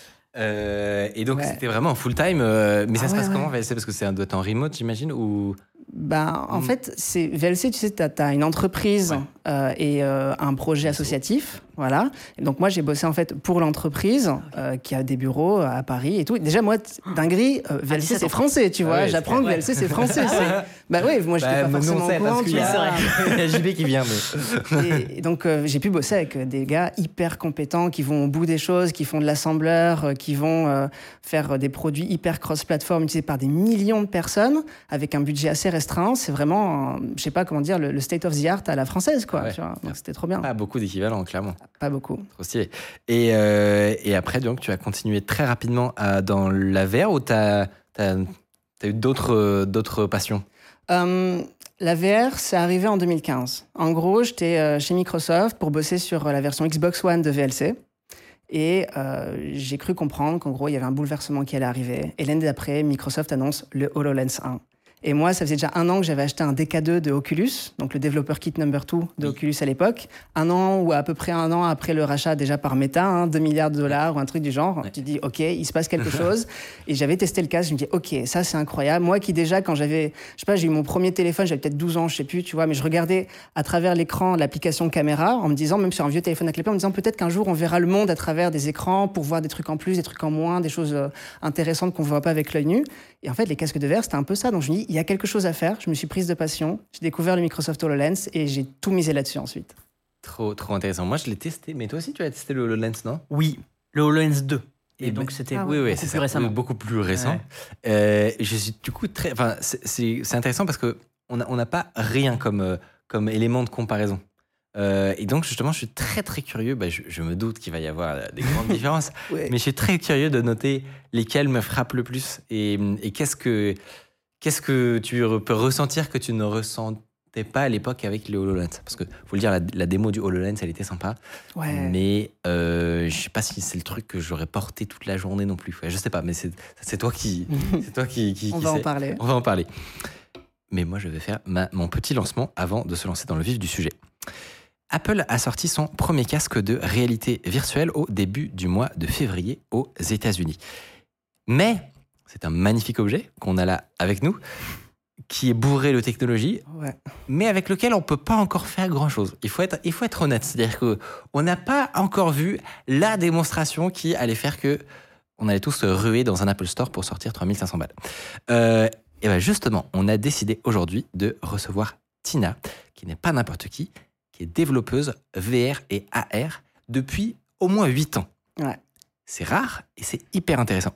Et donc c'était vraiment en full time. Mais ça se passe comment VLC? Parce que c'est doit être en remote, j'imagine, ou... Bah, en fait, c'est VLC, tu sais, tu as une entreprise et un projet associatif. Voilà. Et donc moi, j'ai bossé en fait pour l'entreprise qui a des bureaux à Paris et tout. Déjà, moi, dinguerie, VLC, c'est français, tu vois. J'apprends que VLC, c'est français. Bah oui, moi, je n'étais pas forcément au courant. Il y a JB qui vient. Et donc, j'ai pu bosser avec des gars hyper compétents qui vont au bout des choses, qui font de l'assembleur, qui vont faire des produits hyper cross-platform utilisés par des millions de personnes avec un budget assez restreint. C'est vraiment, je sais pas comment dire, le state of the art à la française, quoi. Tu vois. Donc, c'était trop bien. Pas beaucoup d'équivalent, clairement. Pas beaucoup. Trop stylé. Et après, donc, tu as continué très rapidement dans la VR ou t'as eu d'autres passions? La VR, c'est arrivé en 2015. En gros, j'étais chez Microsoft pour bosser sur la version Xbox One de VLC. Et j'ai cru comprendre qu'en gros, il y avait un bouleversement qui allait arriver. Et l'année d'après, Microsoft annonce le HoloLens 1. Et moi, ça faisait déjà 1 an que j'avais acheté un DK2 de Oculus, donc le développeur kit number 2 de Oculus à l'époque. 1 an ou à peu près 1 an après le rachat déjà par Meta, 2 milliards de dollars ou un truc du genre. Tu te dis, OK, il se passe quelque chose. Et j'avais testé le casque, je me dis, OK, ça c'est incroyable. Moi qui déjà, quand j'avais, je sais pas, j'ai eu mon premier téléphone, j'avais peut-être 12 ans, je sais plus, tu vois, mais je regardais à travers l'écran l'application caméra en me disant, même sur un vieux téléphone avec les plans, en me disant peut-être qu'un jour on verra le monde à travers des écrans pour voir des trucs en plus, des trucs en moins, des choses intéressantes qu'on voit pas avec l'œil nu. Et en fait, les casques de VR, c'était un peu ça. Donc je me dis, il y a quelque chose à faire. Je me suis prise de passion. J'ai découvert le Microsoft HoloLens et j'ai tout misé là-dessus ensuite. Trop intéressant. Moi, je l'ai testé. Mais toi aussi, tu as testé le HoloLens, non? Oui, le HoloLens 2. Et donc, c'était beaucoup plus récemment. Beaucoup plus récent. Ouais. Je suis du coup très... Enfin, c'est intéressant parce qu'on n'a pas rien comme élément de comparaison. Et donc, justement, je suis très, très curieux. Je me doute qu'il va y avoir des grandes différences. Mais je suis très curieux de noter lesquelles me frappent le plus. Et qu'est-ce que tu peux ressentir que tu ne ressentais pas à l'époque avec le HoloLens? Parce que, faut le dire, la démo du HoloLens, elle était sympa. Ouais. Mais je sais pas si c'est le truc que j'aurais porté toute la journée non plus. Ouais, je sais pas, mais c'est toi qui On va en parler. On va en parler. Mais moi, je vais faire mon petit lancement avant de se lancer dans le vif du sujet. Apple a sorti son premier casque de réalité virtuelle au début du mois de février aux États-Unis. Mais c'est un magnifique objet qu'on a là avec nous, qui est bourré de technologie, mais avec lequel on ne peut pas encore faire grand-chose. Il faut être honnête, c'est-à-dire qu'on n'a pas encore vu la démonstration qui allait faire qu'on allait tous se ruer dans un Apple Store pour sortir 3500 balles. Et bien justement, on a décidé aujourd'hui de recevoir Tina, qui n'est pas n'importe qui est développeuse VR et AR depuis au moins 8 ans. Ouais. C'est rare et c'est hyper intéressant.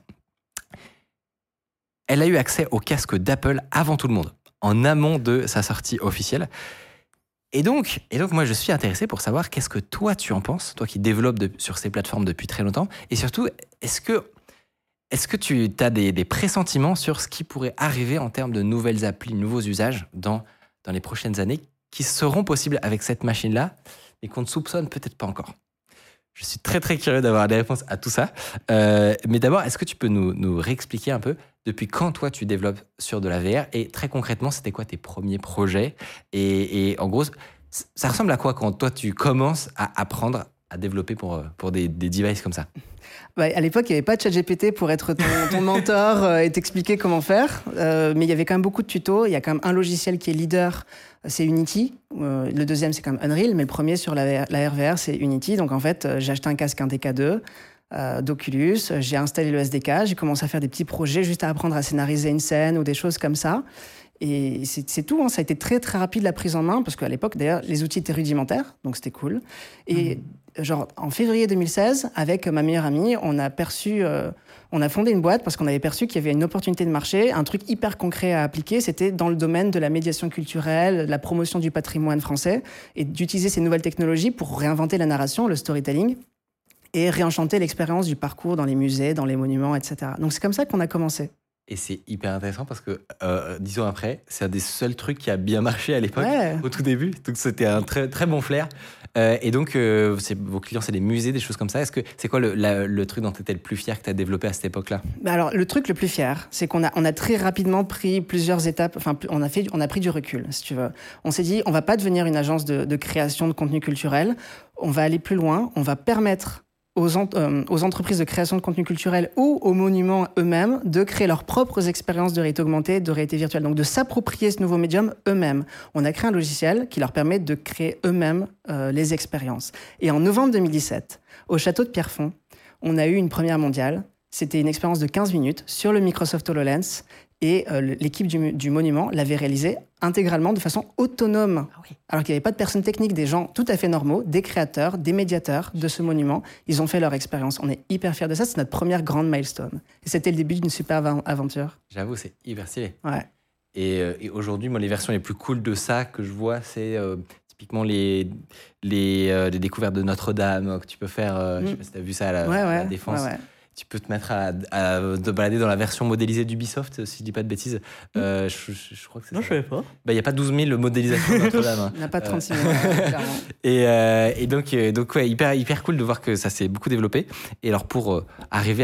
Elle a eu accès au casque d'Apple avant tout le monde, en amont de sa sortie officielle. Et donc moi, je suis intéressé pour savoir qu'est-ce que toi, tu en penses, toi qui développes sur ces plateformes depuis très longtemps. Et surtout, est-ce que tu as des pressentiments sur ce qui pourrait arriver en termes de nouvelles applis, nouveaux usages dans les prochaines années qui seront possibles avec cette machine-là, mais qu'on ne soupçonne peut-être pas encore? Je suis très, très curieux d'avoir des réponses à tout ça. Mais d'abord, est-ce que tu peux nous réexpliquer un peu depuis quand, toi, tu développes sur de la VR? Et très concrètement, c'était quoi tes premiers projets? Et en gros, ça ressemble à quoi quand toi, tu commences à apprendre à développer pour des devices comme ça? À l'époque, il n'y avait pas de ChatGPT pour être ton mentor et t'expliquer comment faire. Mais il y avait quand même beaucoup de tutos. Il y a quand même un logiciel qui est leader, c'est Unity. Le deuxième, c'est quand même Unreal. Mais le premier sur la RVR, c'est Unity. Donc en fait, j'ai acheté un casque, un DK2 d'Oculus. J'ai installé le SDK. J'ai commencé à faire des petits projets juste à apprendre à scénariser une scène ou des choses comme ça. Et c'est tout, hein. Ça a été très très rapide la prise en main, parce qu'à l'époque, d'ailleurs, les outils étaient rudimentaires, donc c'était cool. Et genre, en février 2016, avec ma meilleure amie, on a fondé une boîte parce qu'on avait perçu qu'il y avait une opportunité de marché, un truc hyper concret à appliquer, c'était dans le domaine de la médiation culturelle, de la promotion du patrimoine français, et d'utiliser ces nouvelles technologies pour réinventer la narration, le storytelling, et réenchanter l'expérience du parcours dans les musées, dans les monuments, etc. Donc c'est comme ça qu'on a commencé. Et c'est hyper intéressant parce que, 10 ans après, c'est un des seuls trucs qui a bien marché à l'époque, au tout début. Donc, c'était un très, très bon flair. Et donc, vos clients, c'est des musées, des choses comme ça. C'est quoi le truc dont tu étais le plus fier que tu as développé à cette époque-là? Alors, le truc le plus fier, c'est qu'on a très rapidement pris plusieurs étapes. Enfin, on a pris du recul, si tu veux. On s'est dit, on va pas devenir une agence de création de contenu culturel. On va aller plus loin. On va permettre aux entreprises de création de contenu culturel ou aux monuments eux-mêmes de créer leurs propres expériences de réalité augmentée, de réalité virtuelle, donc de s'approprier ce nouveau médium eux-mêmes. On a créé un logiciel qui leur permet de créer eux-mêmes les expériences. Et en novembre 2017, au château de Pierrefonds, on a eu une première mondiale. C'était une expérience de 15 minutes sur le Microsoft HoloLens et l'équipe du monument l'avait réalisée intégralement de façon autonome. Ah oui. Alors qu'il n'y avait pas de personnes techniques, des gens tout à fait normaux, des créateurs, des médiateurs de ce monument. Ils ont fait leur expérience. On est hyper fiers de ça. C'est notre première grande milestone. Et c'était le début d'une super aventure. J'avoue, c'est hyper stylé. Ouais. Et aujourd'hui, moi, les versions les plus cool de ça que je vois, c'est typiquement les découvertes de Notre-Dame que tu peux faire. Je sais pas si tu as vu ça à la Défense. Ouais. Tu peux te mettre à te balader dans la version modélisée d'Ubisoft, si je dis pas de bêtises. Je crois que c'est non, ça. Je savais pas. Il n'y a pas 12 000 modélisations de Notre-Dame. Il n'y a pas 36 000, clairement. Et donc ouais, hyper cool de voir que ça s'est beaucoup développé. Et alors, pour arriver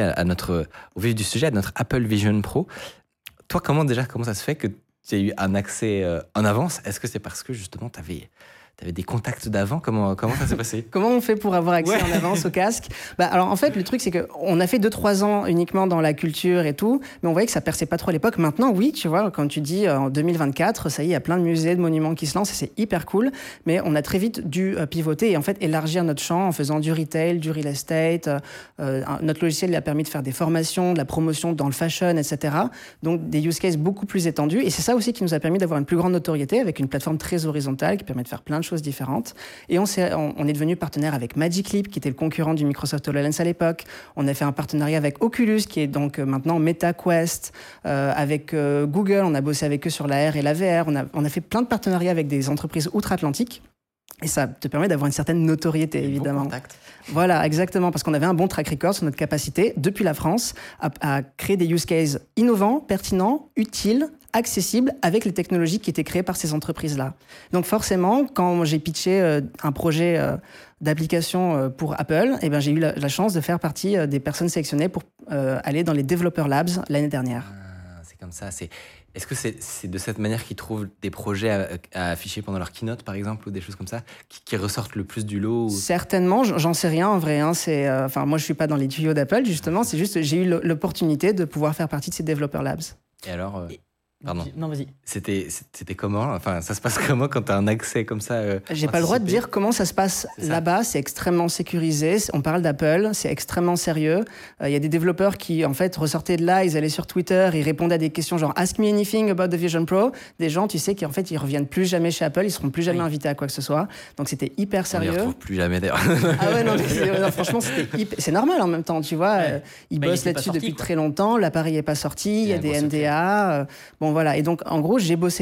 au vif du sujet, à notre Apple Vision Pro, toi, comment ça se fait que tu as eu un accès en avance? Est-ce que c'est parce que, justement, tu avais des contacts d'avant? Comment ça s'est passé? Comment on fait pour avoir accès en avance au casque? Alors en fait, le truc, c'est qu'on a fait 2-3 ans uniquement dans la culture et tout, mais on voyait que ça perçait pas trop à l'époque. Maintenant, oui, tu vois, quand tu dis en 2024, ça y est, il y a plein de musées, de monuments qui se lancent et c'est hyper cool, mais on a très vite dû pivoter et en fait élargir notre champ en faisant du retail, du real estate. Notre logiciel a permis de faire des formations, de la promotion dans le fashion, etc. Donc des use cases beaucoup plus étendus et c'est ça aussi qui nous a permis d'avoir une plus grande notoriété avec une plateforme très horizontale qui permet de faire plein de choses différentes. Et on est devenu partenaire avec Magic Leap, qui était le concurrent du Microsoft HoloLens à l'époque. On a fait un partenariat avec Oculus, qui est donc maintenant MetaQuest. Avec Google, on a bossé avec eux sur la R et la VR. On a fait plein de partenariats avec des entreprises outre-Atlantique. Et ça te permet d'avoir une certaine notoriété, évidemment. Bon contact. Voilà, exactement, parce qu'on avait un bon track record sur notre capacité, depuis la France, à créer des use cases innovants, pertinents, utiles, accessibles, avec les technologies qui étaient créées par ces entreprises-là. Donc forcément, quand j'ai pitché un projet d'application pour Apple, eh ben, j'ai eu la chance de faire partie des personnes sélectionnées pour aller dans les Developer Labs l'année dernière. C'est comme ça, Est-ce que c'est de cette manière qu'ils trouvent des projets à afficher pendant leur keynote, par exemple, ou des choses comme ça, qui ressortent le plus du lot ou... Certainement, j'en sais rien en vrai. Moi, je ne suis pas dans les tuyaux d'Apple, justement. C'est juste j'ai eu l'opportunité de pouvoir faire partie de ces Developer Labs. Et alors Pardon. Non, vas-y. C'était comment? Enfin, ça se passe comment quand tu as un accès comme ça J'ai pas le droit de dire comment ça se passe là-bas. C'est extrêmement sécurisé. On parle d'Apple, c'est extrêmement sérieux. Il y a des développeurs qui, en fait, ressortaient de là, ils allaient sur Twitter, ils répondaient à des questions genre « Ask me anything about the Vision Pro ». Des gens, tu sais, qui en fait, ils reviennent plus jamais chez Apple, ils seront plus jamais invités à quoi que ce soit. Donc, c'était hyper sérieux. On les retrouve plus jamais, d'ailleurs. Ah ouais, non, franchement, c'est normal en même temps, tu vois. Ouais. Ils bossent là-dessus depuis très longtemps, l'appareil n'est pas sorti, il y a des NDA. Bon, voilà. Et donc, en gros,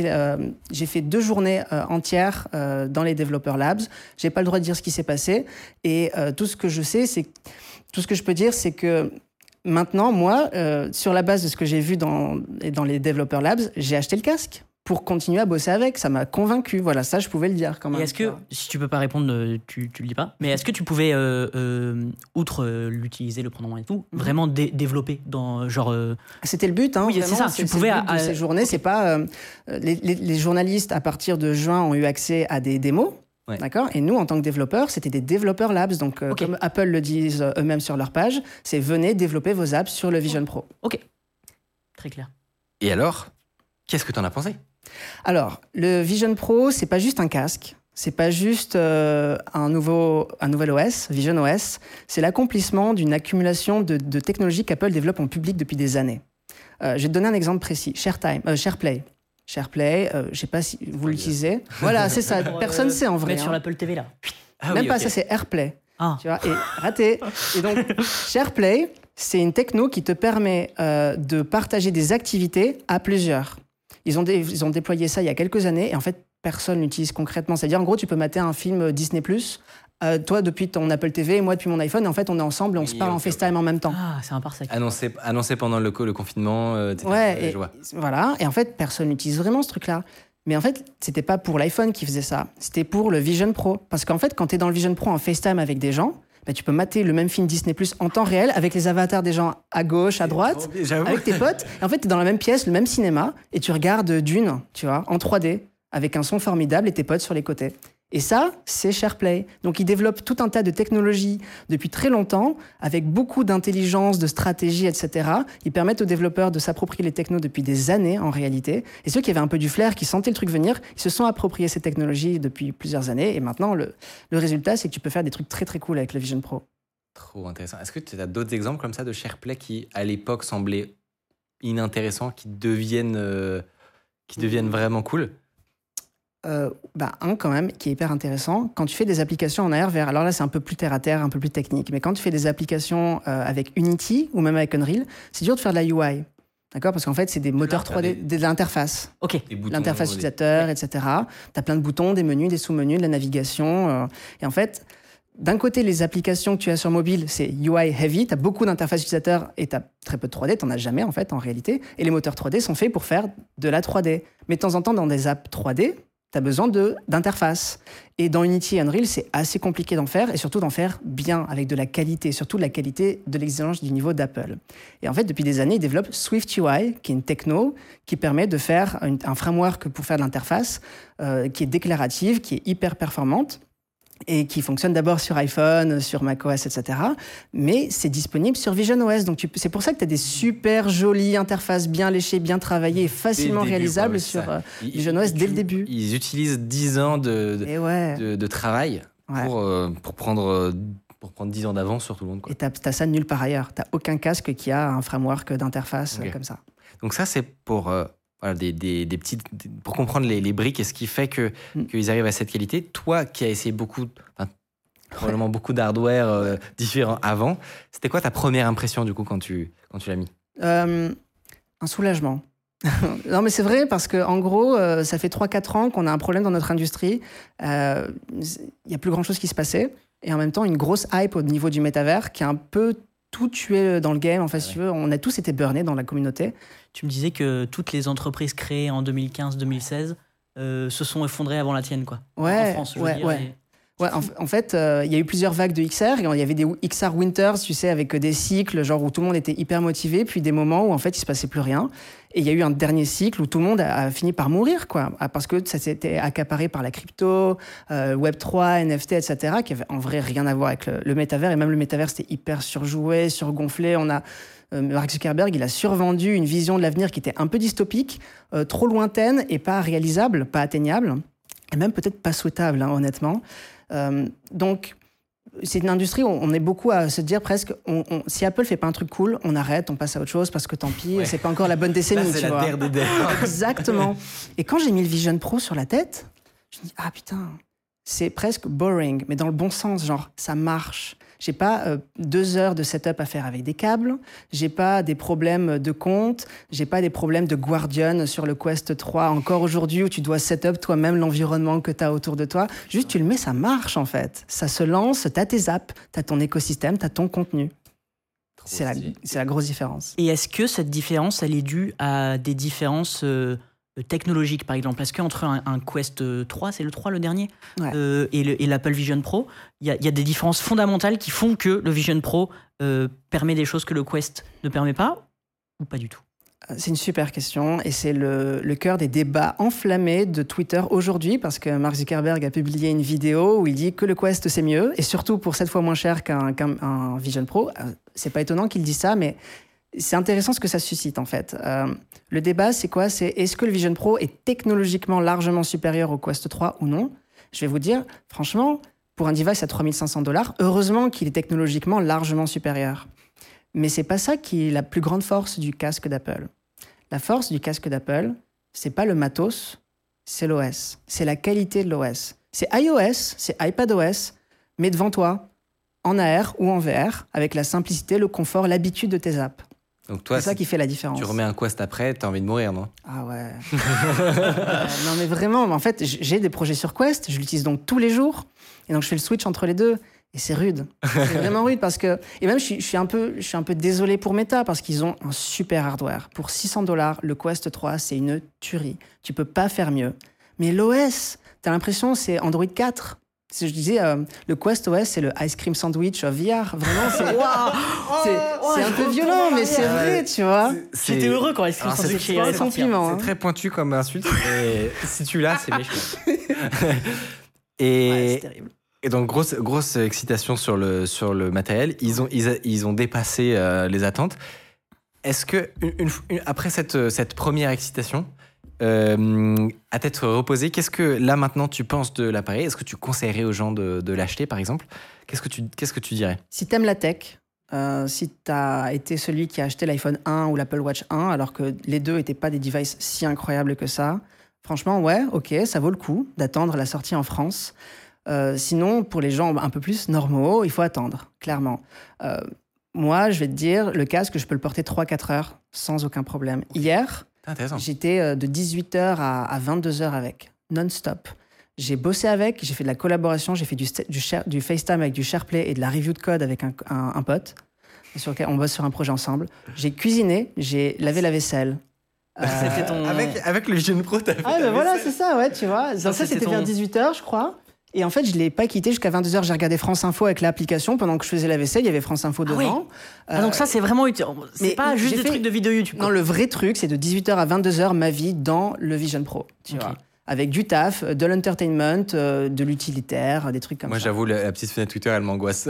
j'ai fait 2 journées entières dans les Developer Labs. J'ai pas le droit de dire ce qui s'est passé. Et tout ce que je peux dire, c'est que maintenant, moi, sur la base de ce que j'ai vu dans les Developer Labs, j'ai acheté le casque pour continuer à bosser avec. Ça m'a convaincu. Voilà, ça, je pouvais le dire quand même. Et est-ce que, si tu peux pas répondre, tu le dis pas, mais est-ce que tu pouvais, outre l'utiliser, le prendre en main et tout, vraiment développer dans genre... C'était le but, hein. Oui, c'est ça. Tu pouvais... de ces journées, c'est pas... les journalistes, à partir de juin, ont eu accès à des démos. Ouais. D'accord. Et nous, en tant que développeurs, c'était des Developer Labs. Donc, comme Apple le disent eux-mêmes sur leur page, c'est venez développer vos apps sur le Vision Pro. Ok. Très clair. Et alors, qu'est-ce que tu en as pensé? Alors, le Vision Pro, c'est pas juste un casque, c'est pas juste un nouvel OS, Vision OS, c'est l'accomplissement d'une accumulation de technologies qu'Apple développe en public depuis des années. Je vais te donner un exemple précis, SharePlay. SharePlay, je sais pas si vous l'utilisez. Voilà, c'est ça, personne ne sait en vrai. Mettre sur l'Apple TV là. Même pas, ça c'est AirPlay. Tu vois, et raté. Et donc, SharePlay, c'est une techno qui te permet de partager des activités à plusieurs. Ils ont déployé ça il y a quelques années et en fait, personne l'utilise concrètement. C'est-à-dire, en gros, tu peux mater un film Disney+, toi depuis ton Apple TV et moi depuis mon iPhone, et en fait, on est ensemble et on se parle en FaceTime en même temps. Ah, c'est un parsec. Annoncé pendant le confinement, etc. Ouais, voilà. Et en fait, personne n'utilise vraiment ce truc-là. Mais en fait, c'était pas pour l'iPhone qui faisait ça. C'était pour le Vision Pro. Parce qu'en fait, quand tu es dans le Vision Pro en FaceTime avec des gens, bah, tu peux mater le même film Disney+ en temps réel avec les avatars des gens à gauche, à droite, avec tes potes. Et en fait, tu es dans la même pièce, le même cinéma, et tu regardes Dune, tu vois, en 3D, avec un son formidable et tes potes sur les côtés. Et ça, c'est SharePlay. Donc, ils développent tout un tas de technologies depuis très longtemps, avec beaucoup d'intelligence, de stratégie, etc. Ils permettent aux développeurs de s'approprier les technos depuis des années, en réalité. Et ceux qui avaient un peu du flair, qui sentaient le truc venir, ils se sont appropriés ces technologies depuis plusieurs années. Et maintenant, le résultat, c'est que tu peux faire des trucs très, très cool avec le Vision Pro. Trop intéressant. Est-ce que tu as d'autres exemples comme ça de SharePlay qui, à l'époque, semblaient inintéressants, qui deviennent vraiment cool? Un quand même qui est hyper intéressant, quand tu fais des applications en AR, alors là c'est un peu plus terre à terre, un peu plus technique, mais quand tu fais des applications avec Unity ou même avec Unreal, c'est dur de faire de la UI, d'accord, parce qu'en fait c'est des moteurs 3D, de l'interface, l'interface utilisateur, etc. Tu as plein de boutons, des menus, des sous-menus, de la navigation, et en fait d'un côté, les applications que tu as sur mobile, c'est UI heavy, tu as beaucoup d'interfaces utilisateurs et tu as très peu de 3D, tu n'en as jamais en fait en réalité, et les moteurs 3D sont faits pour faire de la 3D. Mais de temps en temps dans des apps 3D, tu as besoin d'interface. Et dans Unity et Unreal, c'est assez compliqué d'en faire, et surtout d'en faire bien, avec de la qualité, surtout de la qualité de l'exigence du niveau d'Apple. Et en fait, depuis des années, ils développent SwiftUI, qui est une techno qui permet de faire un framework pour faire de l'interface, qui est déclarative, qui est hyper performante, et qui fonctionne d'abord sur iPhone, sur macOS, etc. Mais c'est disponible sur VisionOS. Donc c'est pour ça que tu as des super jolies interfaces bien léchées, bien travaillées et facilement réalisables sur VisionOS dès le début. Ils utilisent 10 ans de travail pour prendre 10 ans d'avance sur tout le monde. Et tu as ça nulle part ailleurs. Tu n'as aucun casque qui a un framework d'interface comme ça. Donc ça, c'est pour... des petites, pour comprendre les briques et ce qui fait qu'ils arrivent à cette qualité. Toi qui as essayé probablement beaucoup d'hardware différents avant, c'était quoi ta première impression du coup quand tu l'as mis? Un soulagement. Non mais c'est vrai parce qu'en gros, ça fait 3-4 ans qu'on a un problème dans notre industrie. Il n'y a plus grand chose qui se passait et en même temps une grosse hype au niveau du métavers qui a un peu tout tué dans le game. En fait, si tu veux, on a tous été burnés dans la communauté. Tu me disais que toutes les entreprises créées en 2015-2016 se sont effondrées avant la tienne, quoi. Ouais, en France, je veux dire. Ouais, en fait, il y a eu plusieurs vagues de XR. Il y avait des XR Winters, tu sais, avec des cycles genre où tout le monde était hyper motivé, puis des moments où en fait il se passait plus rien. Et il y a eu un dernier cycle où tout le monde a fini par mourir, quoi, parce que ça s'était accaparé par la crypto, Web3, NFT, etc., qui avait en vrai rien à voir avec le métavers. Et même le métavers, c'était hyper surjoué, surgonflé. Mark Zuckerberg, il a survendu une vision de l'avenir qui était un peu dystopique, trop lointaine et pas réalisable, pas atteignable, et même peut-être pas souhaitable, hein, honnêtement. Donc, c'est une industrie où on est beaucoup à se dire presque, si Apple fait pas un truc cool, on arrête, on passe à autre chose parce que tant pis, c'est pas encore la bonne décennie. Là, c'est tu la vois. terre des terres. Exactement. Et quand j'ai mis le Vision Pro sur la tête, je me dis, ah putain, c'est presque boring, mais dans le bon sens, genre, ça marche. J'ai pas 2 heures de setup à faire avec des câbles, j'ai pas des problèmes de compte, j'ai pas des problèmes de Guardian sur le Quest 3 encore aujourd'hui où tu dois setup toi-même l'environnement que tu as autour de toi. Juste tu le mets, ça marche en fait. Ça se lance, tu as tes apps, tu as ton écosystème, tu as ton contenu. C'est la grosse différence. Et est-ce que cette différence, elle est due à des différences technologiques, par exemple? Est-ce qu'entre un Quest 3, c'est le 3 le dernier, et l'Apple Vision Pro, il y a des différences fondamentales qui font que le Vision Pro permet des choses que le Quest ne permet pas, ou pas du tout? C'est une super question et c'est le cœur des débats enflammés de Twitter aujourd'hui parce que Mark Zuckerberg a publié une vidéo où il dit que le Quest c'est mieux et surtout pour 7 fois moins cher qu'un Vision Pro. C'est pas étonnant qu'il dise ça, mais c'est intéressant ce que ça suscite en fait. Le débat c'est quoi? C'est est-ce que le Vision Pro est technologiquement largement supérieur au Quest 3 ou non? Je vais vous dire, franchement, pour un device à $3 500, heureusement qu'il est technologiquement largement supérieur. Mais c'est pas ça qui est la plus grande force du casque d'Apple. La force du casque d'Apple, c'est pas le matos, c'est l'OS. C'est la qualité de l'OS. C'est iOS, c'est iPadOS, mais devant toi, en AR ou en VR, avec la simplicité, le confort, l'habitude de tes apps. Donc toi, c'est ça qui fait la différence. Tu remets un Quest après, t'as envie de mourir, non? Ah ouais. Non mais vraiment, en fait, j'ai des projets sur Quest, je l'utilise donc tous les jours, et donc je fais le switch entre les deux. Et c'est rude. C'est vraiment rude parce que... Et même, je suis un peu désolé pour Meta parce qu'ils ont un super hardware. Pour $600, le Quest 3, c'est une tuerie. Tu peux pas faire mieux. Mais l'OS, t'as l'impression c'est Android 4. Je disais, le Quest OS, c'est le Ice Cream Sandwich of VR. Vraiment, c'est un peu violent, mais c'est vrai, tu vois. J'étais heureux quand Ice Cream Sandwich est un compliment. C'est très pointu comme insulte. Et si tu l'as, c'est méchant. C'est terrible. Et donc, grosse excitation sur le matériel. Ils ont dépassé les attentes. Est-ce que, après cette première excitation, à tête reposée, qu'est-ce que, là, maintenant, tu penses de l'appareil ? Est-ce que tu conseillerais aux gens de l'acheter, par exemple ? Qu'est-ce que tu dirais ? Si t'aimes la tech, si t'as été celui qui a acheté l'iPhone 1 ou l'Apple Watch 1, alors que les deux n'étaient pas des devices si incroyables que ça, franchement, ouais, ok, ça vaut le coup d'attendre la sortie en France. Sinon, pour les gens un peu plus normaux, il faut attendre, clairement. Moi, je vais te dire, le casque, je peux le porter 3-4 heures sans aucun problème. Hier, j'étais de 18h à 22h avec, non-stop. J'ai bossé avec, j'ai fait de la collaboration, j'ai fait du FaceTime avec du SharePlay et de la review de code avec un pote, sur lequel on bosse sur un projet ensemble. J'ai cuisiné, j'ai lavé la vaisselle. C'était ton... avec le Vision Pro, t'as fait ben voilà, c'est ça, ouais, tu vois. Ça c'était vers 18h, je crois. Et en fait, je ne l'ai pas quitté jusqu'à 22h. J'ai regardé France Info avec l'application. Pendant que je faisais la vaisselle, il y avait France Info devant. Oui. Donc ça, c'est vraiment utile. C'est pas juste des trucs de vidéo YouTube. Non, le vrai truc, c'est de 18h à 22h, ma vie dans le Vision Pro. Tu vois. Avec du taf, de l'entertainment, de l'utilitaire, des trucs comme ça. Moi, j'avoue, la petite fenêtre Twitter, elle m'angoisse.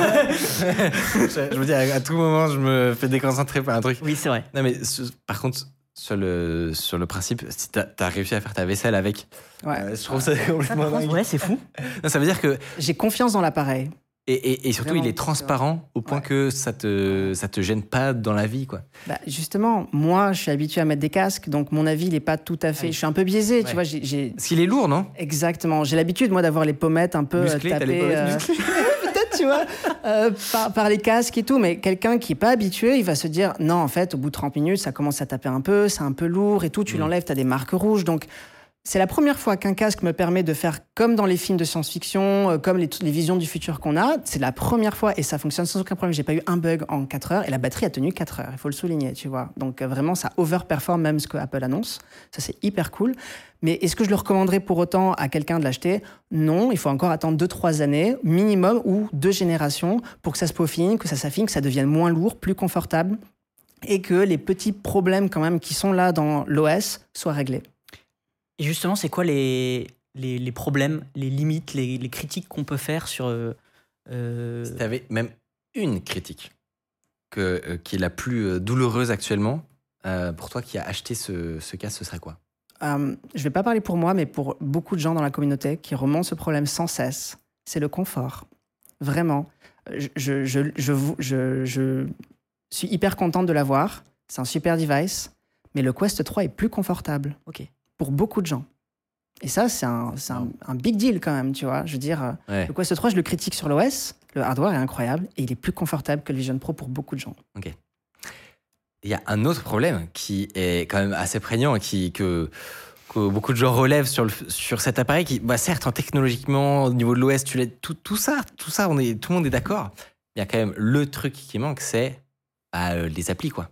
Je me dis, à tout moment, je me fais déconcentrer par un truc. Oui, c'est vrai. Non, mais par contre... Sur le principe, si t'as réussi à faire ta vaisselle avec, je trouve ça complètement dingue. Ouais, c'est fou. Non, ça veut dire que... J'ai confiance dans l'appareil. Et surtout, vraiment, il est transparent au point que ça te gêne pas dans la vie, quoi. Bah, justement, moi, je suis habitué à mettre des casques, donc mon avis, il est pas tout à fait... Je suis un peu biaisé, tu vois. Parce qu'il est lourd, non ? Exactement. J'ai l'habitude, moi, d'avoir les pommettes un peu musclées, tapées... Peut-être, tu vois, par les casques et tout, mais quelqu'un qui est pas habitué, il va se dire, non, en fait, au bout de 30 minutes, ça commence à taper un peu, c'est un peu lourd et tout, tu l'enlèves, t'as des marques rouges, donc... C'est la première fois qu'un casque me permet de faire comme dans les films de science-fiction, comme les visions du futur qu'on a. C'est la première fois et ça fonctionne sans aucun problème. J'ai pas eu un bug en 4 heures et la batterie a tenu 4 heures. Il faut le souligner, tu vois. Donc vraiment, ça overperforme même ce que Apple annonce. Ça, c'est hyper cool. Mais est-ce que je le recommanderais pour autant à quelqu'un de l'acheter ? Non, il faut encore attendre 2-3 années minimum ou 2 générations pour que ça se peaufine, que ça s'affine, que ça devienne moins lourd, plus confortable et que les petits problèmes quand même qui sont là dans l'OS soient réglés. Et justement, c'est quoi les problèmes, les limites, les critiques qu'on peut faire sur... Si tu avais même une critique qui est la plus douloureuse actuellement, pour toi qui as acheté ce casque, ce serait quoi ? Je ne vais pas parler pour moi, mais pour beaucoup de gens dans la communauté qui remontent ce problème sans cesse, c'est le confort. Vraiment. Je suis hyper contente de l'avoir. C'est un super device, mais le Quest 3 est plus confortable. Ok. Pour beaucoup de gens. Et ça, c'est un big deal quand même, tu vois. Je veux dire, le Quest 3, je le critique sur l'OS, le hardware est incroyable et il est plus confortable que le Vision Pro pour beaucoup de gens. Ok. Il y a un autre problème qui est quand même assez prégnant et que beaucoup de gens relèvent sur cet appareil qui, certes, technologiquement, au niveau de l'OS, tout ça, tout le monde est d'accord. Il y a quand même le truc qui manque, c'est les applis, quoi.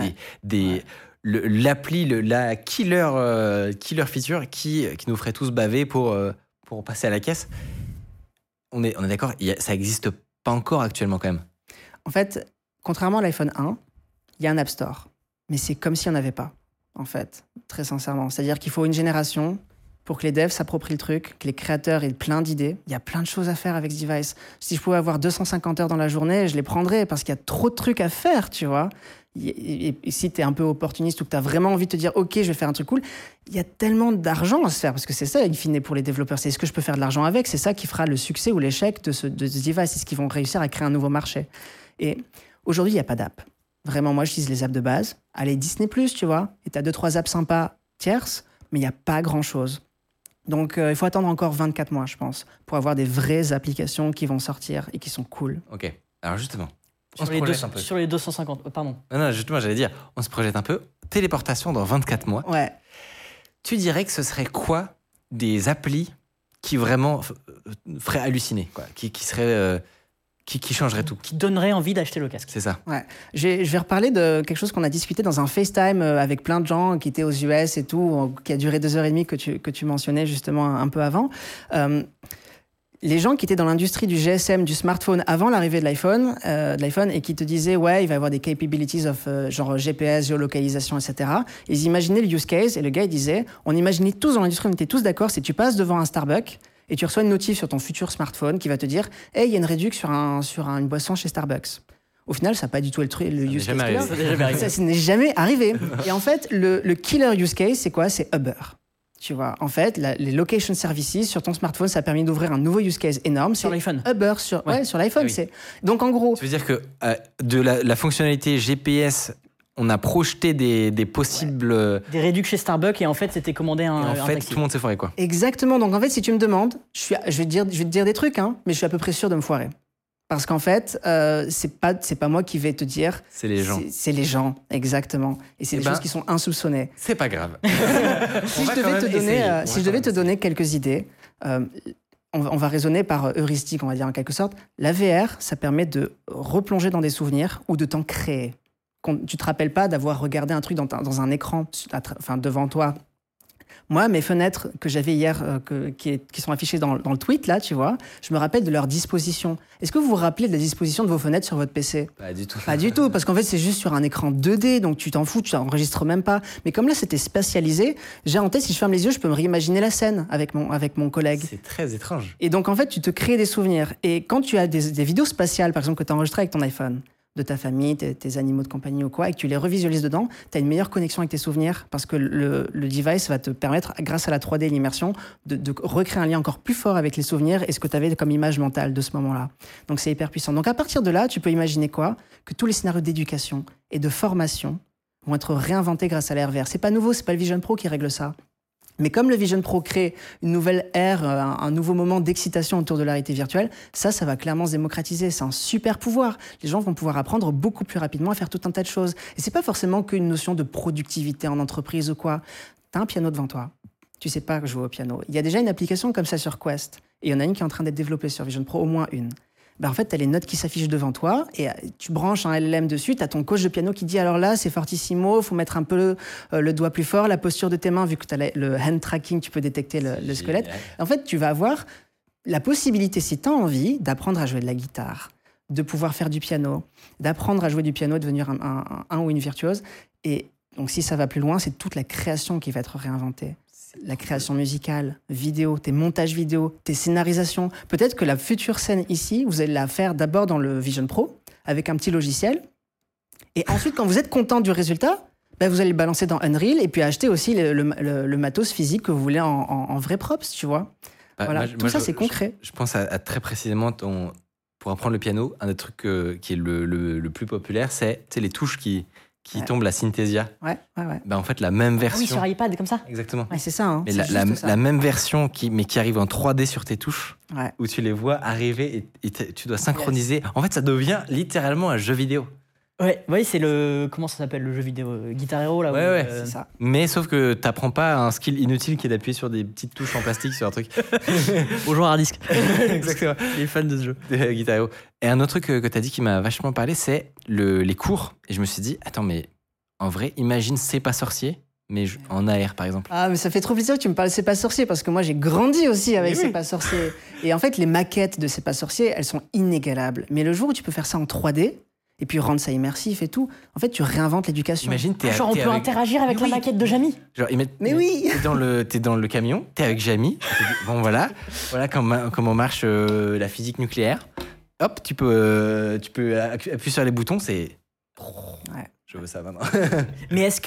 L'appli, la killer feature qui nous ferait tous baver pour passer à la caisse. On est d'accord, ça n'existe pas encore actuellement quand même. En fait, contrairement à l'iPhone 1, il y a un App Store. Mais c'est comme s'il n'y en avait pas, en fait, très sincèrement. C'est-à-dire qu'il faut une génération pour que les devs s'approprient le truc, que les créateurs aient plein d'idées. Il y a plein de choses à faire avec ce device. Si je pouvais avoir 250 heures dans la journée, je les prendrais parce qu'il y a trop de trucs à faire, tu vois. Et si tu es un peu opportuniste ou que tu as vraiment envie de te dire « Ok, je vais faire un truc cool », il y a tellement d'argent à se faire, parce que c'est ça, in fine, pour les développeurs. C'est est-ce que je peux faire de l'argent avec ? C'est ça qui fera le succès ou l'échec de ce device. C'est ce qu'ils vont réussir à créer un nouveau marché. Et aujourd'hui, il n'y a pas d'app. Vraiment, moi, j'utilise les apps de base. Allez, Disney+, tu vois, et tu as 2-3 apps sympas tierces, mais il n'y a pas grand-chose. Donc, il faut attendre encore 24 mois, je pense, pour avoir des vraies applications qui vont sortir et qui sont cool. Ok, alors justement... Sur les 250, pardon. Non, justement, j'allais dire, on se projette un peu. Téléportation dans 24 mois. Ouais. Tu dirais que ce serait quoi des applis qui vraiment feraient halluciner, quoi, qui seraient... Qui changerait tout. Qui donnerait envie d'acheter le casque. C'est ça. Ouais. Je vais reparler de quelque chose qu'on a discuté dans un FaceTime avec plein de gens qui étaient aux US et tout, qui a duré 2h30 que tu mentionnais justement un peu avant. Les gens qui étaient dans l'industrie du GSM, du smartphone avant l'arrivée de l'iPhone et qui te disaient ouais, il va y avoir des capabilities of genre GPS, géolocalisation, etc. Ils imaginaient le use case et le gars il disait, on imaginait tous dans l'industrie, on était tous d'accord, si tu passes devant un Starbucks et tu reçois une notif sur ton futur smartphone qui va te dire « Hey, il y a une réduction sur une boisson chez Starbucks ». Au final, ça n'a pas du tout le use case killer. Ça n'est jamais arrivé. Et en fait, le killer use case, c'est quoi ? C'est Uber. Tu vois, en fait, les location services sur ton smartphone, ça a permis d'ouvrir un nouveau use case énorme. Sur l'iPhone. Uber sur l'iPhone. Ah oui. Donc en gros. Tu veux dire que de la fonctionnalité GPS, on a projeté des possibles. Des réducs chez Starbucks et en fait, c'était commandé un. En fait, taxi. tout le monde s'est foiré, quoi. Exactement. Donc en fait, si tu me demandes, je vais te dire des trucs, hein, mais je suis à peu près sûr de me foirer. Parce qu'en fait, c'est pas moi qui vais te dire. C'est les gens. C'est les gens, exactement. Et c'est des choses qui sont insoupçonnées. C'est pas grave. Si je devais te donner quelques idées, on va raisonner par heuristique, on va dire en quelque sorte. La VR, ça permet de replonger dans des souvenirs ou de t'en créer. Tu te rappelles pas d'avoir regardé un truc dans un écran, devant toi. Moi, mes fenêtres que j'avais hier, qui sont affichées dans le tweet, là, tu vois, je me rappelle de leur disposition. Est-ce que vous vous rappelez de la disposition de vos fenêtres sur votre PC ? Pas du tout. Pas du tout, parce qu'en fait, c'est juste sur un écran 2D, donc tu t'en fous, tu n'enregistres même pas. Mais comme là, c'était spatialisé, j'ai en tête, si je ferme les yeux, je peux me réimaginer la scène avec mon collègue. C'est très étrange. Et donc, en fait, tu te crées des souvenirs. Et quand tu as des vidéos spatiales, par exemple, que tu as enregistrées avec ton iPhone, de ta famille, tes animaux de compagnie ou quoi, et que tu les revisualises dedans, tu as une meilleure connexion avec tes souvenirs parce que le device va te permettre, grâce à la 3D et l'immersion, de recréer un lien encore plus fort avec les souvenirs et ce que tu avais comme image mentale de ce moment-là. Donc c'est hyper puissant. Donc à partir de là, tu peux imaginer quoi ? Que tous les scénarios d'éducation et de formation vont être réinventés grâce à la RVR. C'est pas nouveau, c'est pas le Vision Pro qui règle ça. Mais comme le Vision Pro crée une nouvelle ère, un nouveau moment d'excitation autour de la réalité virtuelle, ça va clairement se démocratiser. C'est un super pouvoir. Les gens vont pouvoir apprendre beaucoup plus rapidement à faire tout un tas de choses. Et c'est pas forcément qu'une notion de productivité en entreprise ou quoi. T'as un piano devant toi. Tu sais pas jouer au piano. Il y a déjà une application comme ça sur Quest. Et il y en a une qui est en train d'être développée sur Vision Pro, au moins une. En fait, tu as les notes qui s'affichent devant toi et tu branches un LLM dessus, tu as ton coach de piano qui dit alors là, c'est fortissimo, il faut mettre un peu le doigt plus fort, la posture de tes mains, vu que tu as le hand tracking, tu peux détecter le squelette. En fait, tu vas avoir la possibilité, si tu as envie, d'apprendre à jouer de la guitare, de pouvoir faire du piano, d'apprendre à jouer du piano, devenir un ou une virtuose. Et donc, si ça va plus loin, c'est toute la création qui va être réinventée. La création musicale, vidéo, tes montages vidéo, tes scénarisations. Peut-être que la future scène ici, vous allez la faire d'abord dans le Vision Pro, avec un petit logiciel. Et ensuite, quand vous êtes content du résultat, vous allez le balancer dans Unreal et puis acheter aussi le matos physique que vous voulez en vrai props, tu vois. Voilà. Tout ça, c'est concret. Je pense à très précisément, pour apprendre le piano, un des trucs qui est le plus populaire, c'est les touches qui tombe, la Synthesia. Ouais. En fait, la même version. Ah oui, sur iPad, comme ça. Exactement. Ouais, c'est ça. Hein. Mais la même version qui arrive en 3D sur tes touches, où tu les vois arriver et tu dois synchroniser. Yes. En fait, ça devient littéralement un jeu vidéo. Ouais, c'est comment ça s'appelle le jeu vidéo Guitar Hero là. Ouais, c'est ça. Mais sauf que t'apprends pas un skill inutile qui est d'appuyer sur des petites touches en plastique sur un truc. Bonjour Hardisk. Exactement. Les fans de ce jeu. Guitar Hero. Et un autre truc que t'as dit qui m'a vachement parlé, c'est les cours. Et je me suis dit, attends, mais en vrai, imagine C'est pas sorcier, mais en AR par exemple. Ah, mais ça fait trop plaisir que tu me parles de C'est pas sorcier parce que moi j'ai grandi aussi avec C'est pas sorcier. Et en fait, les maquettes de C'est pas sorcier, elles sont inégalables. Mais le jour où tu peux faire ça en 3D, et puis rendre ça immersif et tout. En fait, tu réinventes l'éducation. Imagine, on peut interagir avec la maquette de Jamie. Mais oui. T'es dans le camion, t'es avec Jamie. Bon, voilà comment marche la physique nucléaire. Hop, tu peux appuyer sur les boutons, c'est... Je veux ça maintenant. Mais est-ce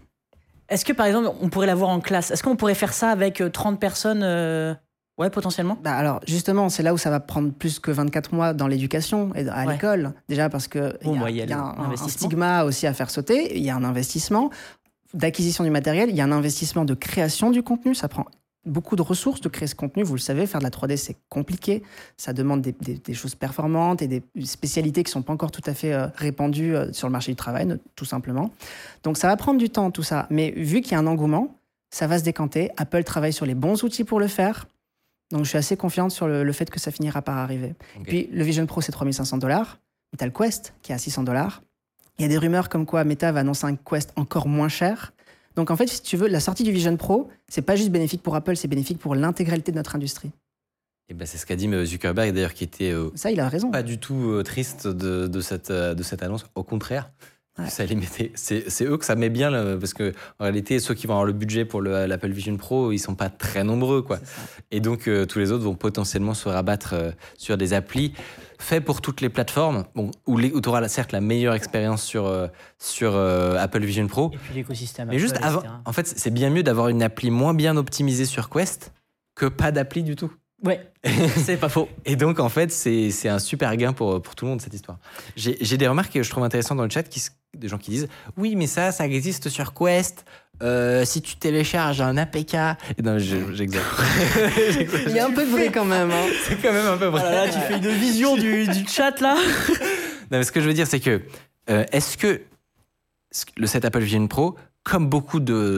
que, par exemple, on pourrait l'avoir en classe ? Est-ce qu'on pourrait faire ça avec 30 personnes Ouais, potentiellement. Alors, justement, c'est là où ça va prendre plus que 24 mois dans l'éducation et à l'école. Déjà parce qu'il y a un stigma aussi à faire sauter. Il y a un investissement d'acquisition du matériel. Il y a un investissement de création du contenu. Ça prend beaucoup de ressources de créer ce contenu. Vous le savez, faire de la 3D, c'est compliqué. Ça demande des choses performantes et des spécialités qui ne sont pas encore tout à fait répandues sur le marché du travail, tout simplement. Donc, ça va prendre du temps, tout ça. Mais vu qu'il y a un engouement, ça va se décanter. Apple travaille sur les bons outils pour le faire. Donc, je suis assez confiante sur le fait que ça finira par arriver. Okay. Puis, le Vision Pro, c'est $3 500. Tu as le Quest, qui est à $600. Il y a des rumeurs comme quoi Meta va annoncer un Quest encore moins cher. Donc, en fait, si tu veux, la sortie du Vision Pro, c'est pas juste bénéfique pour Apple, c'est bénéfique pour l'intégralité de notre industrie. Et c'est ce qu'a dit Zuckerberg, d'ailleurs, qui était ça, il a raison. Pas du tout triste de cette annonce. Au contraire, Ouais. C'est eux que ça met bien, parce que en réalité, ceux qui vont avoir le budget pour l'Apple Vision Pro, ils sont pas très nombreux, quoi. Et donc, tous les autres vont potentiellement se rabattre sur des applis faits pour toutes les plateformes, où tu auras certes la meilleure expérience sur Apple Vision Pro. Et puis l'écosystème. Mais juste avant, en fait, c'est bien mieux d'avoir une appli moins bien optimisée sur Quest que pas d'appli du tout. Ouais, c'est pas faux. Et donc, en fait, c'est un super gain pour tout le monde, cette histoire. J'ai des remarques que je trouve intéressantes dans le chat, des gens qui disent « Oui, mais ça existe sur Quest. Si tu télécharges un APK... » Non, j'exagère. Il y a un peu de vrai quand même. Hein. C'est quand même un peu vrai. Oh là là, tu fais une vision du chat, là. Non, mais ce que je veux dire, c'est que est-ce que cet Apple Vision Pro, comme beaucoup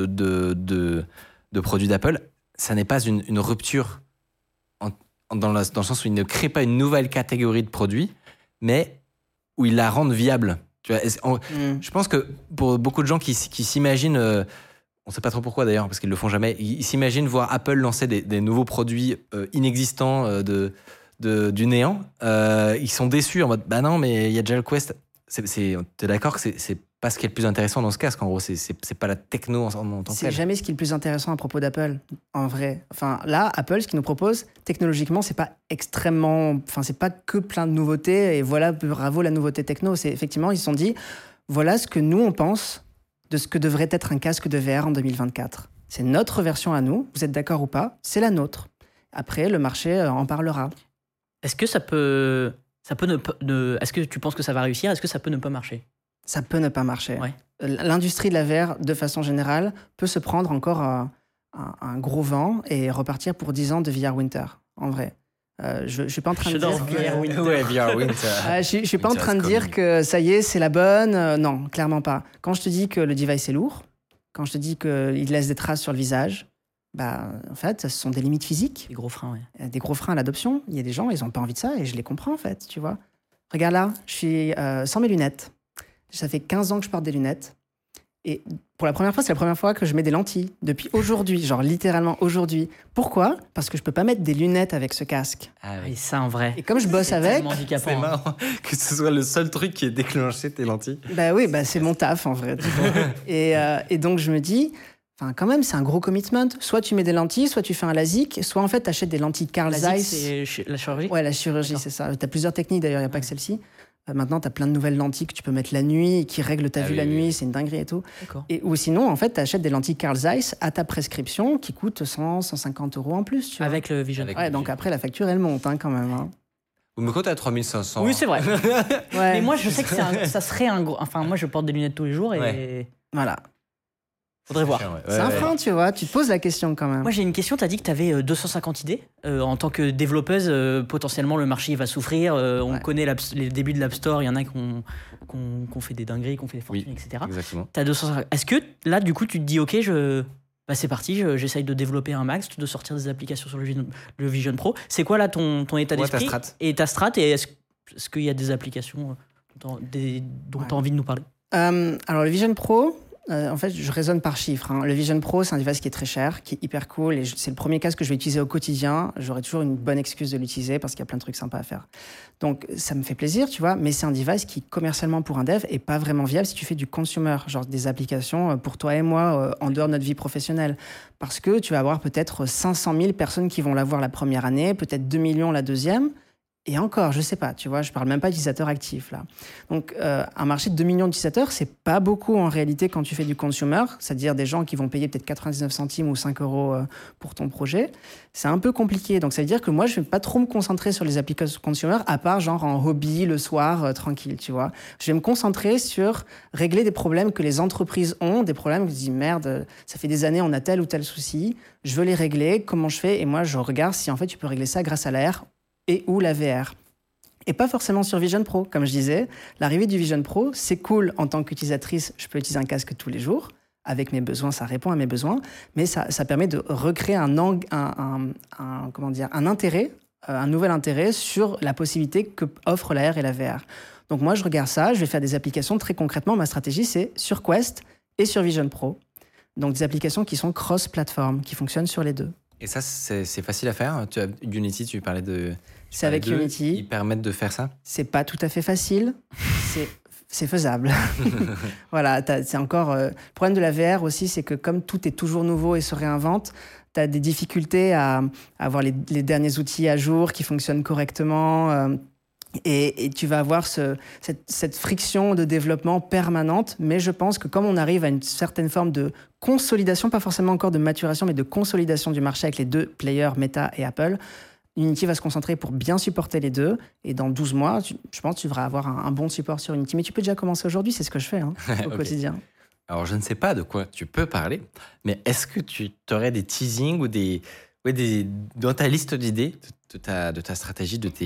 de produits d'Apple, ça n'est pas une rupture dans le sens où il ne crée pas une nouvelle catégorie de produits, mais où il la rend viable. Tu vois, je pense que pour beaucoup de gens qui s'imaginent, on ne sait pas trop pourquoi d'ailleurs, parce qu'ils ne le font jamais, ils s'imaginent voir Apple lancer des nouveaux produits inexistants du néant. Ils sont déçus en mode, bah non, mais il y a déjà le Quest. T'es d'accord que c'est pas ce qui est le plus intéressant dans ce casque, en gros, c'est pas la techno en tant que C'est telle. jamais ce qui est le plus intéressant à propos d'Apple, en vrai. Enfin, là, Apple, ce qu'il nous propose, technologiquement, c'est pas extrêmement... Enfin, c'est pas que plein de nouveautés, et voilà, bravo la nouveauté techno. C'est effectivement, ils se sont dit, voilà ce que nous, on pense de ce que devrait être un casque de VR en 2024. C'est notre version à nous, vous êtes d'accord ou pas, c'est la nôtre. Après, le marché en parlera. Est-ce que ça peut est-ce que tu penses que ça va réussir? Est-ce que ça peut ne pas marcher? Ça peut ne pas marcher. Ouais. L'industrie de la VR, de façon générale, peut se prendre encore un gros vent et repartir pour 10 ans de VR Winter, en vrai. Je ne suis pas en train de dire VR Winter. Ouais, VR Winter. je suis pas en train de dire que ça y est, c'est la bonne. Non, clairement pas. Quand je te dis que le device est lourd, quand je te dis qu'il laisse des traces sur le visage, bah, en fait, ce sont des limites physiques. Des gros freins, ouais. Des gros freins à l'adoption. Il y a des gens, ils n'ont pas envie de ça et je les comprends, en fait, tu vois. Regarde là, je suis sans mes lunettes. Ça fait 15 ans que je porte des lunettes. Et pour la première fois, c'est la première fois que je mets des lentilles. Depuis aujourd'hui, genre littéralement aujourd'hui. Pourquoi? Parce que je peux pas mettre des lunettes avec ce casque. Ah oui, ça en vrai. Et comme je bosse avec... C'est marrant que ce soit le seul truc qui ait déclenché tes lentilles. Bah oui, c'est mon taf en vrai. Et donc je me dis... Enfin, quand même, c'est un gros commitment. Soit tu mets des lentilles, soit tu fais un LASIK, soit en fait, tu achètes des lentilles Carl Zeiss. C'est la chirurgie? Ouais, la chirurgie, c'est ça. Tu as plusieurs techniques d'ailleurs, il n'y a pas que celle-ci. Maintenant, tu as plein de nouvelles lentilles que tu peux mettre la nuit, qui règlent ta vue la nuit, c'est une dinguerie et tout. Ou sinon, en fait, tu achètes des lentilles Carl Zeiss à ta prescription qui coûtent 100, 150 € en plus. Tu vois. Avec le Vision. Ouais, donc après, la facture, elle monte quand même. Hein. Mais quand t'as 3500. Oui, c'est vrai. Mais moi, je sais que ça serait un gros... Enfin, moi, je porte des lunettes tous les jours et... Voilà. Faudrait voir. C'est un frein, tu vois. Tu te poses la question quand même. Moi, j'ai une question. Tu as dit que tu avais 250 idées. En tant que développeuse, potentiellement, le marché va souffrir. On connaît les débuts de l'App Store. Il y en a qui ont fait des dingueries, qui ont fait des fortunes, etc. Exactement. T'as 250. Est-ce que là, du coup, tu te dis, OK, c'est parti, j'essaye de développer un max, de sortir des applications sur le Vision Pro. C'est quoi là ton état d'esprit et ta strat? Et est-ce qu'il y a des applications dont tu as envie de nous parler? Alors, le Vision Pro... en fait, je raisonne par chiffres. Hein. Le Vision Pro, c'est un device qui est très cher, qui est hyper cool, et c'est le premier casque que je vais utiliser au quotidien. J'aurai toujours une bonne excuse de l'utiliser parce qu'il y a plein de trucs sympas à faire. Donc, ça me fait plaisir, tu vois, mais c'est un device qui, commercialement pour un dev, est pas vraiment viable si tu fais du consumer, genre des applications pour toi et moi en dehors de notre vie professionnelle. Parce que tu vas avoir peut-être 500 000 personnes qui vont l'avoir la première année, peut-être 2 millions la deuxième. Et encore, je sais pas, tu vois, je parle même pas d'utilisateurs actifs, là. Donc, un marché de 2 millions d'utilisateurs, c'est pas beaucoup en réalité quand tu fais du consumer, c'est-à-dire des gens qui vont payer peut-être 99 centimes ou 5 € pour ton projet. C'est un peu compliqué. Donc, ça veut dire que moi, je vais pas trop me concentrer sur les applications consumer, à part genre en hobby, le soir, tranquille, tu vois. Je vais me concentrer sur régler des problèmes que les entreprises ont, des problèmes où je dis, merde, ça fait des années, on a tel ou tel souci, je veux les régler, comment je fais? Et moi, je regarde si en fait, tu peux régler ça grâce à l'AR et ou la VR. Et pas forcément sur Vision Pro. Comme je disais, l'arrivée du Vision Pro, c'est cool en tant qu'utilisatrice. Je peux utiliser un casque tous les jours. Avec mes besoins, ça répond à mes besoins. Mais ça permet de recréer un intérêt, un nouvel intérêt sur la possibilité que offrent la R et la VR. Donc moi, je regarde ça, je vais faire des applications. Très concrètement, ma stratégie, c'est sur Quest et sur Vision Pro. Donc des applications qui sont cross-platform, qui fonctionnent sur les deux. Et ça, c'est facile à faire. Unity, tu parlais de... C'est avec Unity. Ils permettent de faire ça? C'est pas tout à fait facile. c'est faisable. Voilà, c'est encore... le problème de la VR aussi, c'est que comme tout est toujours nouveau et se réinvente, tu as des difficultés à avoir les derniers outils à jour qui fonctionnent correctement. Et tu vas avoir cette friction de développement permanente. Mais je pense que comme on arrive à une certaine forme de consolidation, pas forcément encore de maturation, mais de consolidation du marché avec les deux players, Meta et Apple, Unity va se concentrer pour bien supporter les deux. Et dans 12 mois, je pense que tu devras avoir un bon support sur Unity. Mais tu peux déjà commencer aujourd'hui, c'est ce que je fais au quotidien. Alors, je ne sais pas de quoi tu peux parler, mais est-ce que tu aurais des teasings ou dans ta liste d'idées de ta stratégie, de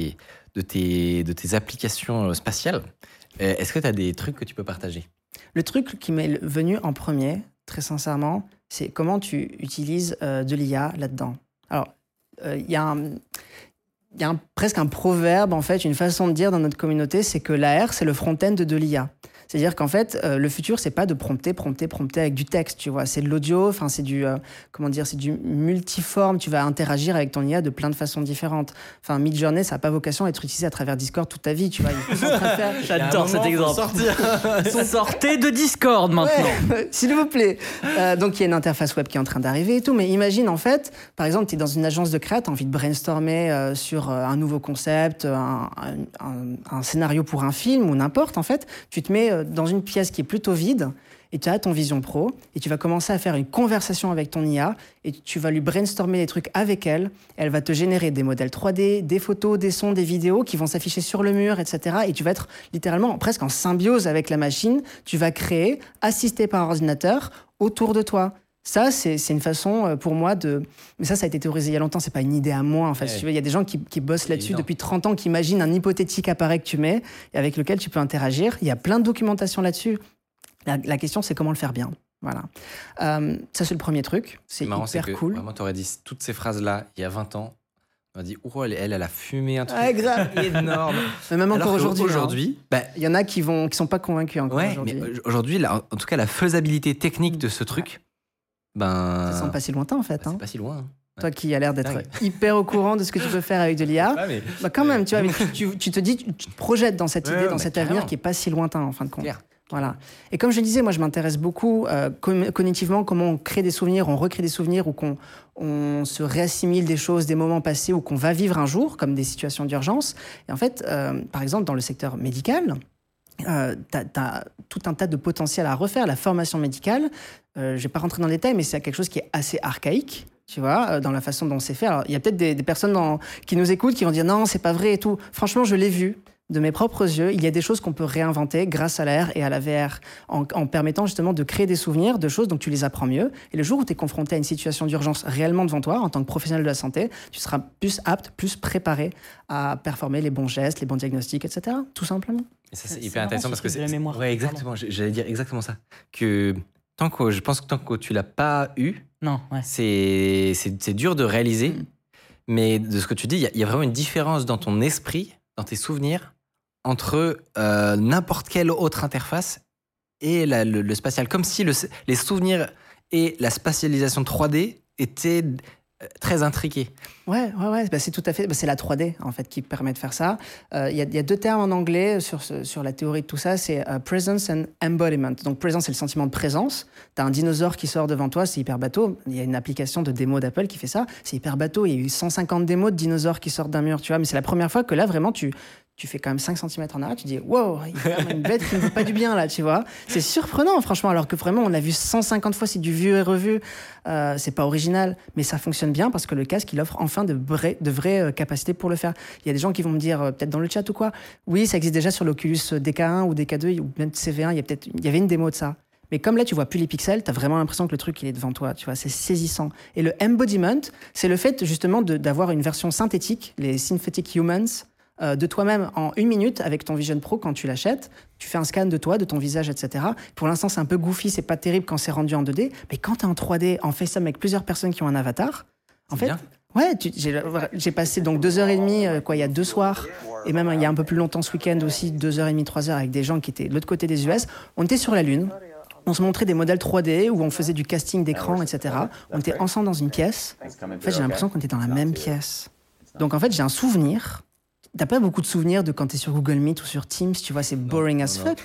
tes applications spatiales, est-ce que tu as des trucs que tu peux partager? Le truc qui m'est venu en premier, très sincèrement, c'est comment tu utilises de l'IA là-dedans. Alors, il y a presque un proverbe, en fait, une façon de dire dans notre communauté, c'est que l'AR, c'est le front-end de l'IA. C'est-à-dire qu'en fait, le futur, c'est pas de prompter avec du texte, tu vois. C'est de l'audio, enfin, c'est du multiforme. Tu vas interagir avec ton IA de plein de façons différentes. Enfin, Midjourney, ça n'a pas vocation à être utilisé à travers Discord toute ta vie, tu vois. J'adore cet exemple. Sortez de Discord maintenant. Ouais, s'il vous plaît. Donc, il y a une interface web qui est en train d'arriver et tout. Mais imagine, en fait, par exemple, tu es dans une agence de créa, tu as envie de brainstormer sur un nouveau concept, un scénario pour un film ou n'importe, en fait. Tu te mets dans une pièce qui est plutôt vide et tu as ton Vision Pro et tu vas commencer à faire une conversation avec ton IA et tu vas lui brainstormer des trucs avec elle. Elle va te générer des modèles 3D, des photos, des sons, des vidéos qui vont s'afficher sur le mur, etc. Et tu vas être littéralement presque en symbiose avec la machine. Tu vas créer, assisté par ordinateur, autour de toi. Ça, c'est une façon pour moi de... Mais ça a été théorisé il y a longtemps, c'est pas une idée à moi, en fait. Il y a des gens qui bossent là-dessus depuis 30 ans, qui imaginent un hypothétique appareil que tu mets et avec lequel tu peux interagir. Il y a plein de documentation là-dessus. La question, c'est comment le faire bien. Voilà. Ça, c'est le premier truc. C'est hyper cool. Vraiment, tu aurais dit toutes ces phrases-là il y a 20 ans. On a dit, elle a fumé un truc énorme. Mais même encore aujourd'hui. Il y en a qui sont pas convaincus encore aujourd'hui. Mais aujourd'hui, en tout cas, la faisabilité technique de ce truc... Ça semble pas si lointain en fait. C'est pas si loin. Toi qui as l'air d'être hyper au courant de ce que tu peux faire avec de l'IA, quand même, tu vois, tu te dis, tu te projettes dans cette idée, dans cet avenir qui est pas si lointain en fin de compte. Voilà. Et comme je disais, moi je m'intéresse beaucoup cognitivement, comment on crée des souvenirs, on recrée des souvenirs ou qu'on se réassimile des choses, des moments passés ou qu'on va vivre un jour, comme des situations d'urgence. Et en fait, par exemple, dans le secteur médical, t'as tout un tas de potentiel à refaire. La formation médicale, je vais pas rentrer dans le détail, mais c'est quelque chose qui est assez archaïque, tu vois, dans la façon dont c'est fait. Alors, il y a peut-être des personnes qui nous écoutent qui vont dire non, c'est pas vrai et tout. Franchement, je l'ai vu de mes propres yeux. Il y a des choses qu'on peut réinventer grâce à l'AR et à la VR en permettant justement de créer des souvenirs de choses dont tu les apprends mieux. Et le jour où tu es confronté à une situation d'urgence réellement devant toi, en tant que professionnel de la santé, tu seras plus apte, plus préparé à performer les bons gestes, les bons diagnostics, etc. Tout simplement. Et ça, c'est hyper intéressant parce que c'est la mémoire. Ouais, exactement. J'allais dire exactement ça. Je pense que tant que tu l'as pas eu, c'est dur de réaliser. Mais de ce que tu dis, il y a vraiment une différence dans ton esprit, dans tes souvenirs, entre n'importe quelle autre interface et le spatial. Comme si les souvenirs et la spatialisation 3D étaient très intriqués. Ouais, c'est tout à fait. C'est la 3D en fait qui permet de faire ça. Il y a deux termes en anglais sur la théorie de tout ça. C'est presence and embodiment. Donc presence, c'est le sentiment de présence. T'as un dinosaure qui sort devant toi, c'est hyper bateau. Il y a une application de démo d'Apple qui fait ça. C'est hyper bateau. Il y a eu 150 démos de dinosaures qui sortent d'un mur, tu vois. Mais c'est la première fois que là vraiment tu fais quand même 5 cm en arrière, tu dis wow, il y a quand même une bête qui ne veut pas du bien là, tu vois. C'est surprenant, franchement, alors que vraiment on l'a vu 150 fois, c'est du vu et revu. C'est pas original, mais ça fonctionne bien parce que le casque il offre enfin de vraies capacités pour le faire. Il y a des gens qui vont me dire, peut-être dans le chat ou quoi, oui, ça existe déjà sur l'Oculus DK1 ou DK2 ou même CV1, il y avait une démo de ça. Mais comme là, tu vois plus les pixels, tu as vraiment l'impression que le truc, il est devant toi. Tu vois, c'est saisissant. Et le embodiment, c'est le fait justement d'avoir une version synthétique, les synthetic humans, de toi-même en 1 minute avec ton Vision Pro quand tu l'achètes. Tu fais un scan de toi, de ton visage, etc. Pour l'instant, c'est un peu goofy, c'est pas terrible quand c'est rendu en 2D. Mais quand tu es en 3D, en FaceTime avec plusieurs personnes qui ont un avatar, en fait... Bien. Ouais, j'ai passé donc 2h30, il y a 2 soirs, et même il y a un peu plus longtemps ce week-end aussi, 2h30, 3h avec des gens qui étaient de l'autre côté des US. On était sur la Lune, on se montrait des modèles 3D où on faisait du casting d'écran, etc. On était ensemble dans une pièce. En fait, j'ai l'impression qu'on était dans la même pièce. Donc en fait, j'ai un souvenir T'as pas beaucoup de souvenirs de quand t'es sur Google Meet ou sur Teams, tu vois, c'est boring as fuck.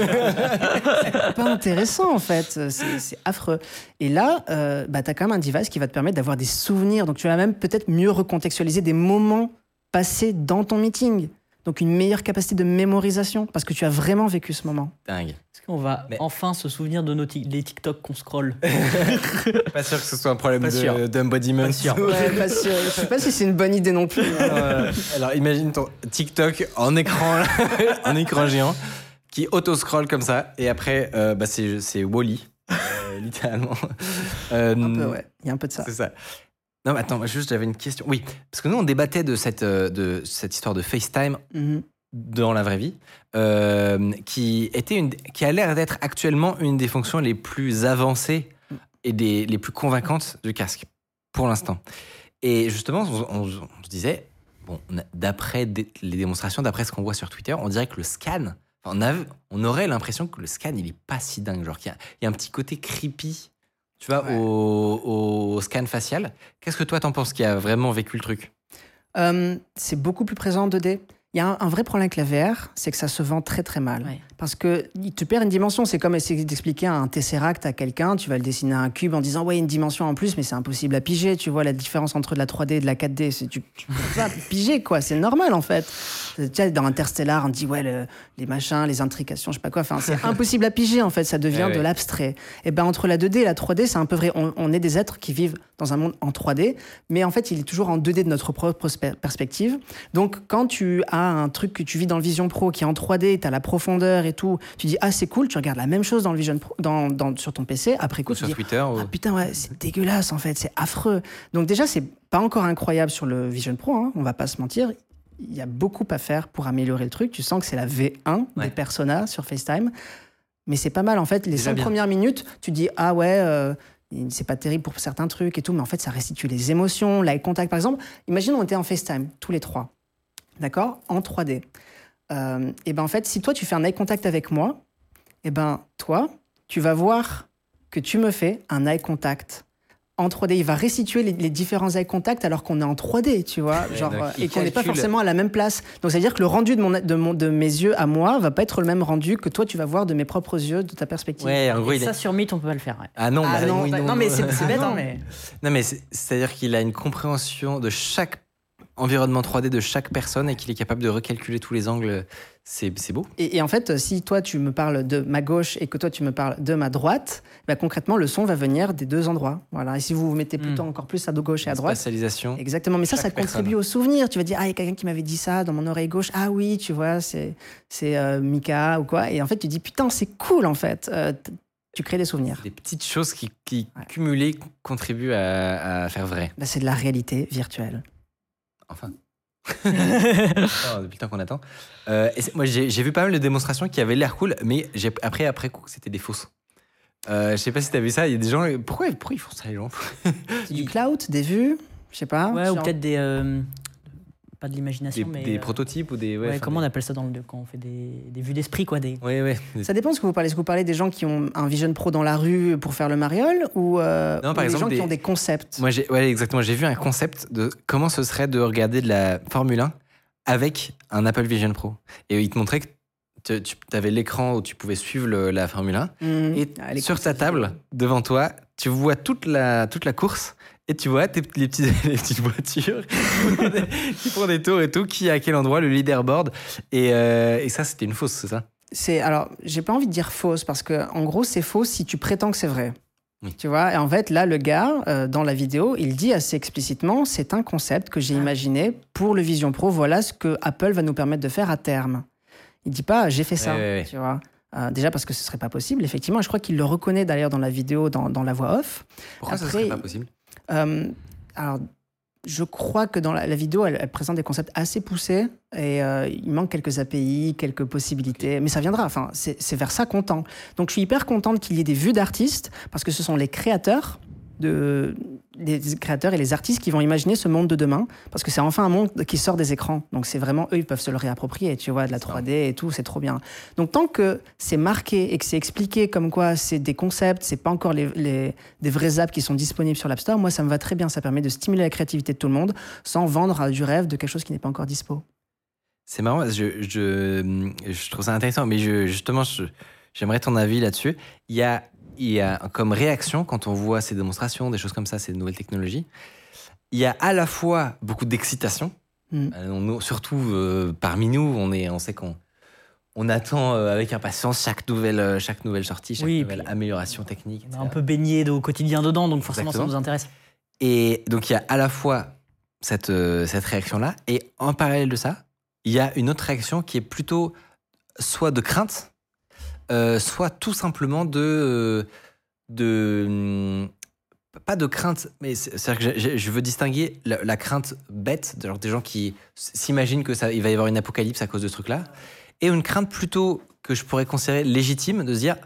C'est pas intéressant en fait, c'est affreux. Et là, t'as quand même un device qui va te permettre d'avoir des souvenirs, donc tu vas même peut-être mieux recontextualiser des moments passés dans ton meeting. Donc une meilleure capacité de mémorisation, parce que tu as vraiment vécu ce moment. Dingue. Est-ce qu'on va enfin se souvenir de les TikTok qu'on scrolle? Pas sûr que ce soit un problème d'embodiment. Pas sûr. Ouais, pas sûr. Je sais pas si c'est une bonne idée non plus. Alors imagine ton TikTok en écran géant qui auto-scroll comme ça, et après c'est Wall-E, littéralement. Un peu, ouais. Il y a un peu de ça. C'est ça. Non, mais attends, j'avais une question. Oui, parce que nous, on débattait de cette histoire de FaceTime dans la vraie vie, qui a l'air d'être actuellement une des fonctions les plus avancées et les plus convaincantes du casque, pour l'instant. Et justement, on se disait, d'après les démonstrations, d'après ce qu'on voit sur Twitter, on dirait que le scan, on aurait l'impression que le scan, il est pas si dingue. Genre qu'il y a un petit côté creepy. Tu vois, au scan facial. Qu'est-ce que toi, t'en penses, qui a vraiment vécu le truc? C'est beaucoup plus présent en 2D. Il y a un vrai problème avec la VR, c'est que ça se vend très très mal. Ouais. Parce qu'il te perd une dimension. C'est comme essayer d'expliquer un Tesseract à quelqu'un. Tu vas le dessiner un cube en disant ouais, une dimension en plus, mais c'est impossible à piger. Tu vois la différence entre de la 3D et de la 4D. Tu peux pas piger, quoi. C'est normal en fait. Tu sais, dans Interstellar, on dit ouais, les machins, les intrications, je sais pas quoi. Enfin, c'est impossible à piger en fait. Ça devient de l'abstrait. Et ben entre la 2D et la 3D, c'est un peu vrai. On est des êtres qui vivent dans un monde en 3D, mais en fait, il est toujours en 2D de notre propre perspective. Donc, quand tu as un truc que tu vis dans le Vision Pro qui est en 3D, tu as la profondeur et tout, tu dis ah c'est cool, tu regardes la même chose dans le Vision Pro, sur ton PC, après coup tu dis Twitter, ah putain ouais, c'est dégueulasse en fait, c'est affreux. Donc déjà c'est pas encore incroyable sur le Vision Pro, hein, on va pas se mentir, il y a beaucoup à faire pour améliorer le truc, tu sens que c'est la V1 des personas sur FaceTime, mais c'est pas mal en fait, les 5 premières minutes, tu dis ah ouais c'est pas terrible pour certains trucs et tout, mais en fait ça restitue les émotions, l'eye contact par exemple, imagine on était en FaceTime tous les trois. D'accord, en 3D. Et ben en fait, si toi tu fais un eye contact avec moi, et ben toi, tu vas voir que tu me fais un eye contact en 3D. Il va restituer les différents eye contacts alors qu'on est en 3D, tu vois, et qu'on n'est pas forcément à la même place. Donc ça veut dire que le rendu de mes yeux à moi va pas être le même rendu que toi tu vas voir de mes propres yeux, de ta perspective. Ouais, en gros, ça sur Meet on peut pas le faire. Ouais. Ah non, non, mais c'est bête, hein, mais. Non mais c'est-à-dire qu'il a une compréhension de chaque environnement 3D de chaque personne et qu'il est capable de recalculer tous les angles, c'est beau. Et en fait, si toi tu me parles de ma gauche et que toi tu me parles de ma droite, bah, concrètement le son va venir des deux endroits. Voilà. Et si vous vous mettez plutôt encore plus à gauche et à droite, spatialisation. Exactement. Mais ça contribue au souvenir. Tu vas dire ah il y a quelqu'un qui m'avait dit ça dans mon oreille gauche. Ah oui, tu vois c'est Mika ou quoi. Et en fait tu dis putain c'est cool en fait. Tu crées des souvenirs. Des petites choses qui cumulées contribuent à faire vrai. Bah, c'est de la réalité virtuelle. Enfin. Depuis le temps qu'on attend. Moi, j'ai vu pas mal de démonstrations qui avaient l'air cool, mais après coup, c'était des fausses. Je sais pas si t'as vu ça. Il y a des gens. Pourquoi ils font ça, les gens? C'est du cloud, des vues, je sais pas. Ouais, ou peut-être des. Pas de l'imagination, mais. Des prototypes ou des. Ouais, comment on appelle ça quand on fait des vues d'esprit, quoi. Ouais. Ça dépend de ce que vous parlez. Est-ce que vous parlez des gens qui ont un Vision Pro dans la rue pour faire le mariole ou, non, par exemple, des gens qui ont des concepts? Moi, exactement. J'ai vu un concept de comment ce serait de regarder de la Formule 1 avec un Apple Vision Pro. Et il te montrait que tu avais l'écran où tu pouvais suivre la Formule 1 et sur ta table, devant toi, tu vois toute la course. Et tu vois les petites voitures qui font des tours et tout, qui est à quel endroit, le leaderboard. Et ça, c'était une fausse, c'est ça? Alors, j'ai pas envie de dire fausse, parce que en gros, c'est faux si tu prétends que c'est vrai. Oui. Tu vois? Et en fait, là, le gars, dans la vidéo, il dit assez explicitement, c'est un concept que j'ai imaginé pour le Vision Pro. Voilà ce que Apple va nous permettre de faire à terme. Il dit pas, j'ai fait ça, tu vois? Déjà parce que ce serait pas possible, effectivement. Je crois qu'il le reconnaît d'ailleurs dans la vidéo, dans la voix off. Pourquoi ça serait pas possible? Alors, je crois que dans la vidéo, elle présente des concepts assez poussés et il manque quelques API, quelques possibilités, mais ça viendra. Enfin, c'est vers ça qu'on tend. Donc, je suis hyper contente qu'il y ait des vues d'artistes parce que ce sont les créateurs et les artistes qui vont imaginer ce monde de demain, parce que c'est enfin un monde qui sort des écrans. Donc c'est vraiment eux, ils peuvent se le réapproprier, tu vois, de la 3D et tout, c'est trop bien. Donc tant que c'est marqué et que c'est expliqué comme quoi c'est des concepts, c'est pas encore des vrais apps qui sont disponibles sur l'App Store, moi ça me va très bien, ça permet de stimuler la créativité de tout le monde sans vendre du rêve de quelque chose qui n'est pas encore dispo. C'est marrant, je trouve ça intéressant, mais j'aimerais ton avis là-dessus. Il y a comme réaction, quand on voit ces démonstrations, des choses comme ça, ces nouvelles technologies, il y a à la fois beaucoup d'excitation, surtout parmi nous, on sait qu'on attend avec impatience chaque nouvelle sortie, chaque nouvelle amélioration technique. On est un peu baigné au quotidien dedans, donc forcément ça nous intéresse. Et donc il y a à la fois cette réaction-là, et en parallèle de ça, il y a une autre réaction qui est plutôt soit de crainte, soit tout simplement pas de crainte, mais c'est-à-dire que je veux distinguer la crainte bête, genre des gens qui s'imaginent il va y avoir une apocalypse à cause de ce truc-là, et une crainte plutôt que je pourrais considérer légitime de se dire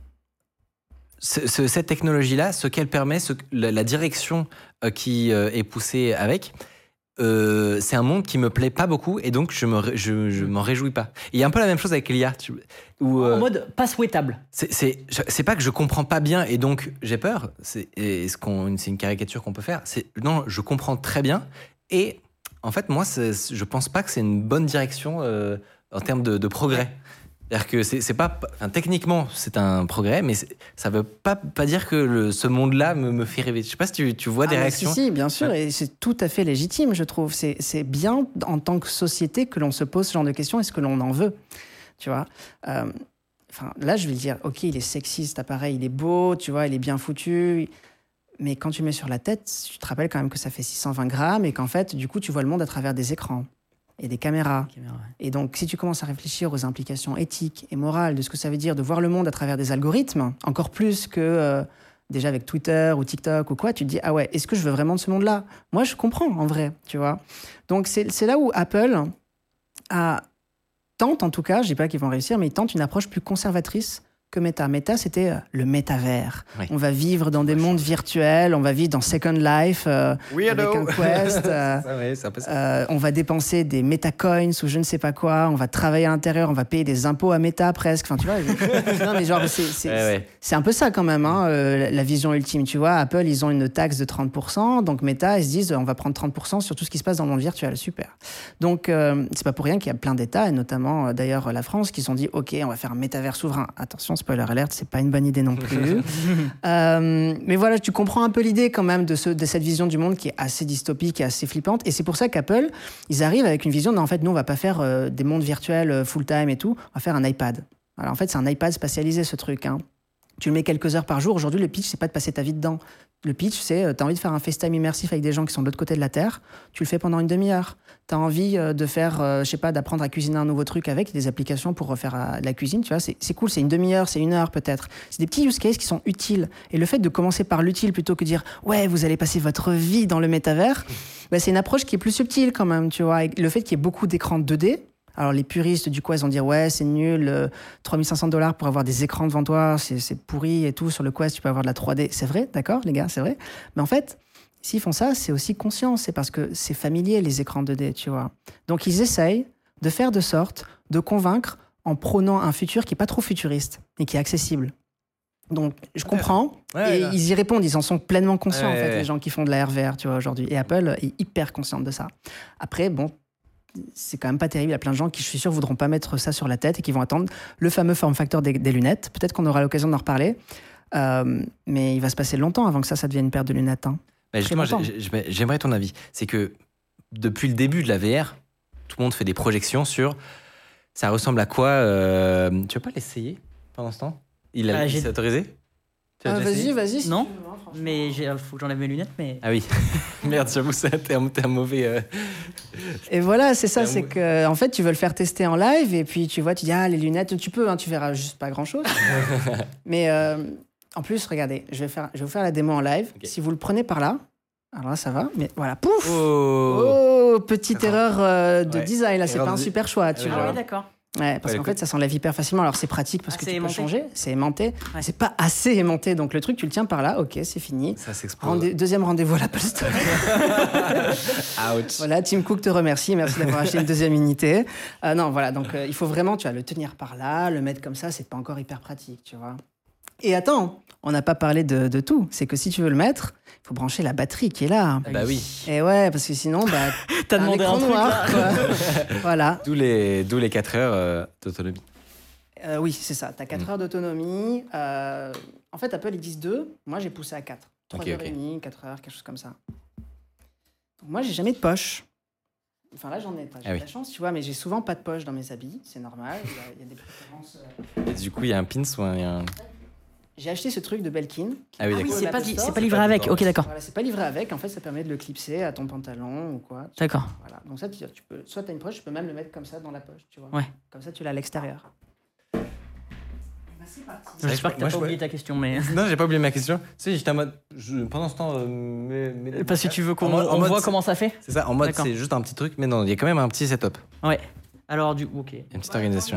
cette technologie-là, ce qu'elle permet, la direction qui est poussée avec, c'est un monde qui me plaît pas beaucoup et donc je m'en réjouis pas. Et il y a un peu la même chose avec l'IA. En mode pas souhaitable. C'est pas que je comprends pas bien et donc j'ai peur. C'est une caricature qu'on peut faire. Non, je comprends très bien et en fait moi je pense pas que c'est une bonne direction en termes de progrès. C'est-à-dire que c'est pas, enfin, techniquement c'est un progrès, mais ça veut pas dire que ce monde-là me fait rêver. Je sais pas si tu vois des réactions. Si, bien sûr, et c'est tout à fait légitime, je trouve. C'est bien en tant que société que l'on se pose ce genre de questions. Est-ce que l'on en veut, tu vois? Là, je vais dire, ok, il est sexy cet appareil, il est beau, tu vois, il est bien foutu. Mais quand tu mets sur la tête, tu te rappelles quand même que ça fait 620 grammes et qu'en fait, du coup, tu vois le monde à travers des écrans et des caméras. Et donc, si tu commences à réfléchir aux implications éthiques et morales de ce que ça veut dire de voir le monde à travers des algorithmes, encore plus que déjà avec Twitter ou TikTok ou quoi, tu te dis, ah ouais, est-ce que je veux vraiment de ce monde-là? Moi, je comprends, en vrai, tu vois. Donc, c'est là où Apple tente, en tout cas, je dis pas qu'ils vont réussir, mais ils tentent une approche plus conservatrice que Meta. Meta, c'était le métavers. Oui. On va vivre dans des mondes virtuels, on va vivre dans Second Life avec un Quest. On va dépenser des Metacoins ou je ne sais pas quoi. On va travailler à l'intérieur, on va payer des impôts à Meta presque. Enfin, tu vois. Non, mais genre, c'est un peu ça quand même, hein, la vision ultime. Tu vois, Apple, ils ont une taxe de 30%. Donc Meta, ils se disent, on va prendre 30% sur tout ce qui se passe dans le monde virtuel. Super. Donc, c'est pas pour rien qu'il y a plein d'États, et notamment d'ailleurs la France, qui se sont dit, OK, on va faire un métavers souverain. Attention, spoiler alert, c'est pas une bonne idée non plus. Mais voilà, tu comprends un peu l'idée quand même de cette vision du monde qui est assez dystopique et assez flippante. Et c'est pour ça qu'Apple, ils arrivent avec une vision en fait, nous, on va pas faire des mondes virtuels full-time et tout, on va faire un iPad. Alors en fait, c'est un iPad spatialisé, ce truc, hein. Tu le mets quelques heures par jour. Aujourd'hui, le pitch, c'est pas de passer ta vie dedans. Le pitch, c'est t'as envie de faire un FaceTime immersif avec des gens qui sont de l'autre côté de la Terre, tu le fais pendant une demi-heure. T'as envie de faire, je sais pas, d'apprendre à cuisiner un nouveau truc avec des applications pour refaire de la cuisine, tu vois, c'est cool, c'est une demi-heure, c'est une heure peut-être. C'est des petits use cases qui sont utiles. Et le fait de commencer par l'utile plutôt que de dire ouais, vous allez passer votre vie dans le métavers, bah, c'est une approche qui est plus subtile quand même, tu vois. Et le fait qu'il y ait beaucoup d'écrans 2D. Alors les puristes du coup ils vont dire ouais c'est nul, $3 500 pour avoir des écrans devant toi, c'est pourri et tout, sur le Quest tu peux avoir de la 3D, c'est vrai, d'accord les gars, c'est vrai, mais en fait s'ils font ça c'est aussi conscient, c'est parce que c'est familier les écrans 2D, tu vois. Donc ils essayent de faire de sorte de convaincre en prônant un futur qui est pas trop futuriste et qui est accessible. Donc je comprends, ils y répondent, ils en sont pleinement conscients en fait, les gens qui font de la RVR, tu vois, aujourd'hui, et Apple est hyper consciente de ça. Après bon, c'est quand même pas terrible. Il y a plein de gens qui, je suis sûr, voudront pas mettre ça sur la tête et qui vont attendre le fameux form factor des lunettes. Peut-être qu'on aura l'occasion d'en reparler. Mais il va se passer longtemps avant que ça devienne une paire de lunettes. Hein. Bah justement, j'aimerais ton avis. C'est que depuis le début de la VR, tout le monde fait des projections sur ça ressemble à quoi. Tu veux pas l'essayer pendant ce temps? C'est autorisé? Vas-y. Non, mais faut que j'enlève mes lunettes. Mais... Ah oui, merde, j'avoue, t'es un mauvais... Et voilà, c'est ça, c'est que en fait, tu veux le faire tester en live, et puis tu vois, tu dis, ah, les lunettes, tu peux, hein, tu verras juste pas grand-chose. Mais en plus, regardez, je vais vous faire la démo en live. Okay. Si vous le prenez par là, alors là, ça va, mais voilà, pouf petite erreur de design, là, c'est pas un super choix, tu vois. Ah oui, d'accord. Ouais, parce qu'en fait, ça s'enlève hyper facilement. Alors, c'est pratique parce que tu peux changer. C'est aimanté. Ouais. C'est pas assez aimanté. Donc, le truc, tu le tiens par là. OK, c'est fini. Ça s'explose. Deuxième rendez-vous à l'Apple Store. Ouch. Voilà, Tim Cook te remercie. Merci d'avoir acheté une deuxième unité. Non, voilà. Donc, il faut vraiment, tu vas le tenir par là, le mettre comme ça. C'est pas encore hyper pratique, tu vois. Et attends, on n'a pas parlé de tout. C'est que si tu veux le mettre, il faut brancher la batterie qui est là. Bah oui. Et ouais, parce que sinon, t'as demandé un truc noir, quoi. Voilà. D'où les 4 heures d'autonomie. Oui, c'est ça. T'as 4 heures d'autonomie. En fait, Apple, ils disent 2. Moi, j'ai poussé à 4. 3h30, 4 heures, quelque chose comme ça. Donc, moi, j'ai jamais de poche. Enfin, là, j'en ai pas. J'ai de la chance, tu vois, mais j'ai souvent pas de poche dans mes habits. C'est normal. Il y a des préférences. Et du coup, il y a un pins ou un... J'ai acheté ce truc de Belkin. Ah oui, d'accord. C'est pas livré avec. Ok, d'accord. Voilà, c'est pas livré avec. En fait, ça permet de le clipser à ton pantalon ou quoi. D'accord. Voilà. Donc ça, tu peux. Soit t'as une poche, tu peux même le mettre comme ça dans la poche, tu vois. Ouais. Comme ça, tu l'as à l'extérieur. C'est parti. J'espère que t'as pas oublié ta question, mais. Non, j'ai pas oublié ma question. Si, j'étais en mode. Pendant ce temps. Parce que tu veux qu'on voit comment ça fait. C'est ça, en mode c'est juste un petit truc, mais non, il y a quand même un petit setup. Ouais. Alors, ok. Une petite organisation.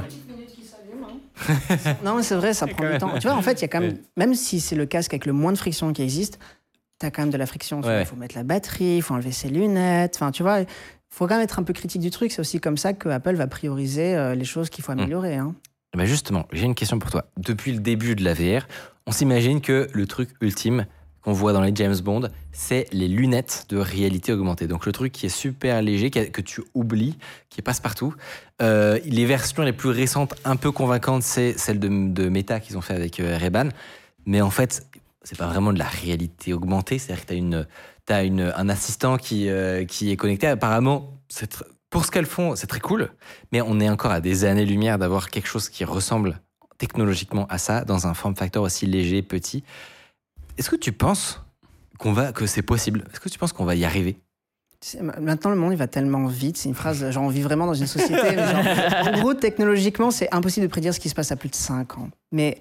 Non, mais c'est vrai, ça prend du temps. Tu vois, en fait, il y a quand même. Même si c'est le casque avec le moins de friction qui existe, t'as quand même de la friction. Il faut mettre la batterie, il faut enlever ses lunettes. Enfin, tu vois, il faut quand même être un peu critique du truc. C'est aussi comme ça que Apple va prioriser les choses qu'il faut améliorer. Hein. Ben justement, j'ai une question pour toi. Depuis le début de la VR, on s'imagine que le truc ultime qu'on voit dans les James Bond, c'est les lunettes de réalité augmentée. Donc le truc qui est super léger, que tu oublies, qui passe partout. Les versions les plus récentes, un peu convaincantes, c'est celle de Meta qu'ils ont fait avec Ray-Ban. Mais en fait, c'est pas vraiment de la réalité augmentée. C'est-à-dire que t'as un assistant qui est connecté. Apparemment, pour ce qu'elles font, c'est très cool, mais on est encore à des années-lumière d'avoir quelque chose qui ressemble technologiquement à ça, dans un form factor aussi léger, petit. Est-ce que tu penses que c'est possible ? Est-ce que tu penses qu'on va y arriver ? Maintenant, le monde, il va tellement vite. C'est une phrase, genre, on vit vraiment dans une société. Mais genre, en gros, technologiquement, c'est impossible de prédire ce qui se passe à plus de 5 ans. Mais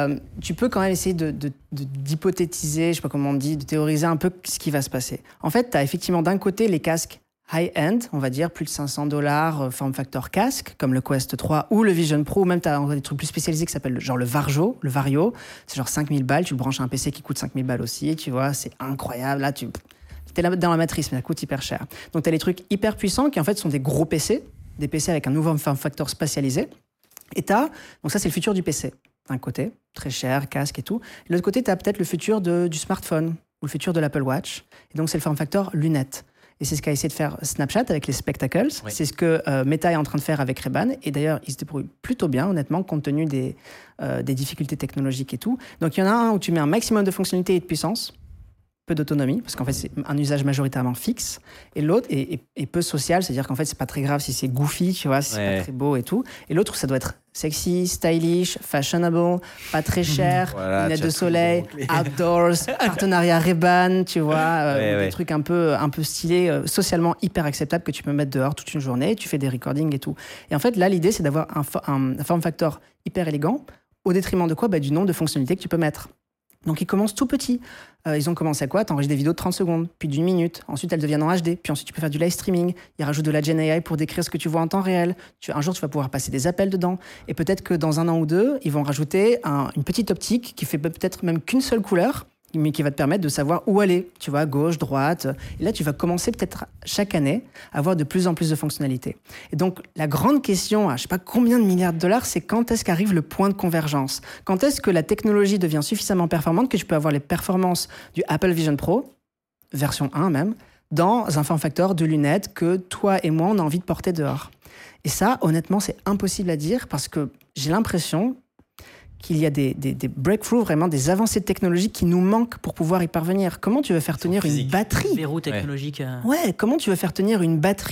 tu peux quand même essayer d'hypothétiser, je sais pas comment on dit, de théoriser un peu ce qui va se passer. En fait, tu as effectivement d'un côté les casques high-end, on va dire, plus de $500, form factor casque, comme le Quest 3 ou le Vision Pro, ou même tu as des trucs plus spécialisés qui s'appellent genre le Vario, c'est genre 5000 balles, tu le branches à un PC qui coûte 5000 balles aussi, tu vois, c'est incroyable, là, t'es là dans la matrice, mais ça coûte hyper cher. Donc tu as les trucs hyper puissants qui en fait sont des gros PC, des PC avec un nouveau form factor spatialisé, et donc ça c'est le futur du PC, d'un côté, très cher, casque et tout, et de l'autre côté tu as peut-être le futur du smartphone, ou le futur de l'Apple Watch, et donc c'est le form factor lunettes. Et c'est ce qu'a essayé de faire Snapchat avec les Spectacles. Oui. C'est ce que Meta est en train de faire avec Ray-Ban. Et d'ailleurs, ils se débrouillent plutôt bien, honnêtement, compte tenu des difficultés technologiques et tout. Donc, il y en a un où tu mets un maximum de fonctionnalité et de puissance, peu d'autonomie, parce qu'en fait, c'est un usage majoritairement fixe. Et l'autre est peu social, c'est-à-dire qu'en fait, c'est pas très grave si c'est goofy, tu vois, si c'est pas très beau et tout. Et l'autre, ça doit être sexy, stylish, fashionable, pas très cher, lunettes de soleil, outdoors, partenariat Ray-Ban, tu vois, des trucs un peu stylés, socialement hyper acceptables que tu peux mettre dehors toute une journée, tu fais des recordings et tout. Et en fait, là, l'idée, c'est d'avoir un form factor hyper élégant, au détriment de quoi ? Du nombre de fonctionnalités que tu peux mettre. Donc, ils commencent tout petits. Ils ont commencé à quoi ? T'enregistres des vidéos de 30 secondes, puis d'1 minute. Ensuite, elles deviennent en HD. Puis ensuite, tu peux faire du live streaming. Ils rajoutent de la Gen AI pour décrire ce que tu vois en temps réel. Un jour, tu vas pouvoir passer des appels dedans. Et peut-être que dans 1 an ou 2, ils vont rajouter une petite optique qui fait peut-être même qu'une seule couleur, mais qui va te permettre de savoir où aller. Tu vois, gauche, droite. Et là, tu vas commencer peut-être chaque année à avoir de plus en plus de fonctionnalités. Et donc, la grande question, à je sais pas combien de milliards de dollars, c'est quand est-ce qu'arrive le point de convergence ? Quand est-ce que la technologie devient suffisamment performante que tu peux avoir les performances du Apple Vision Pro, version 1 même, dans un form factor de lunettes que toi et moi, on a envie de porter dehors. Et ça, honnêtement, c'est impossible à dire parce que j'ai l'impression qu'il y a des breakthroughs, vraiment des avancées technologiques qui nous manquent pour pouvoir y parvenir. Comment tu veux faire tenir une batterie ? Verrou technologique. Ouais, comment tu veux faire tenir une batterie ?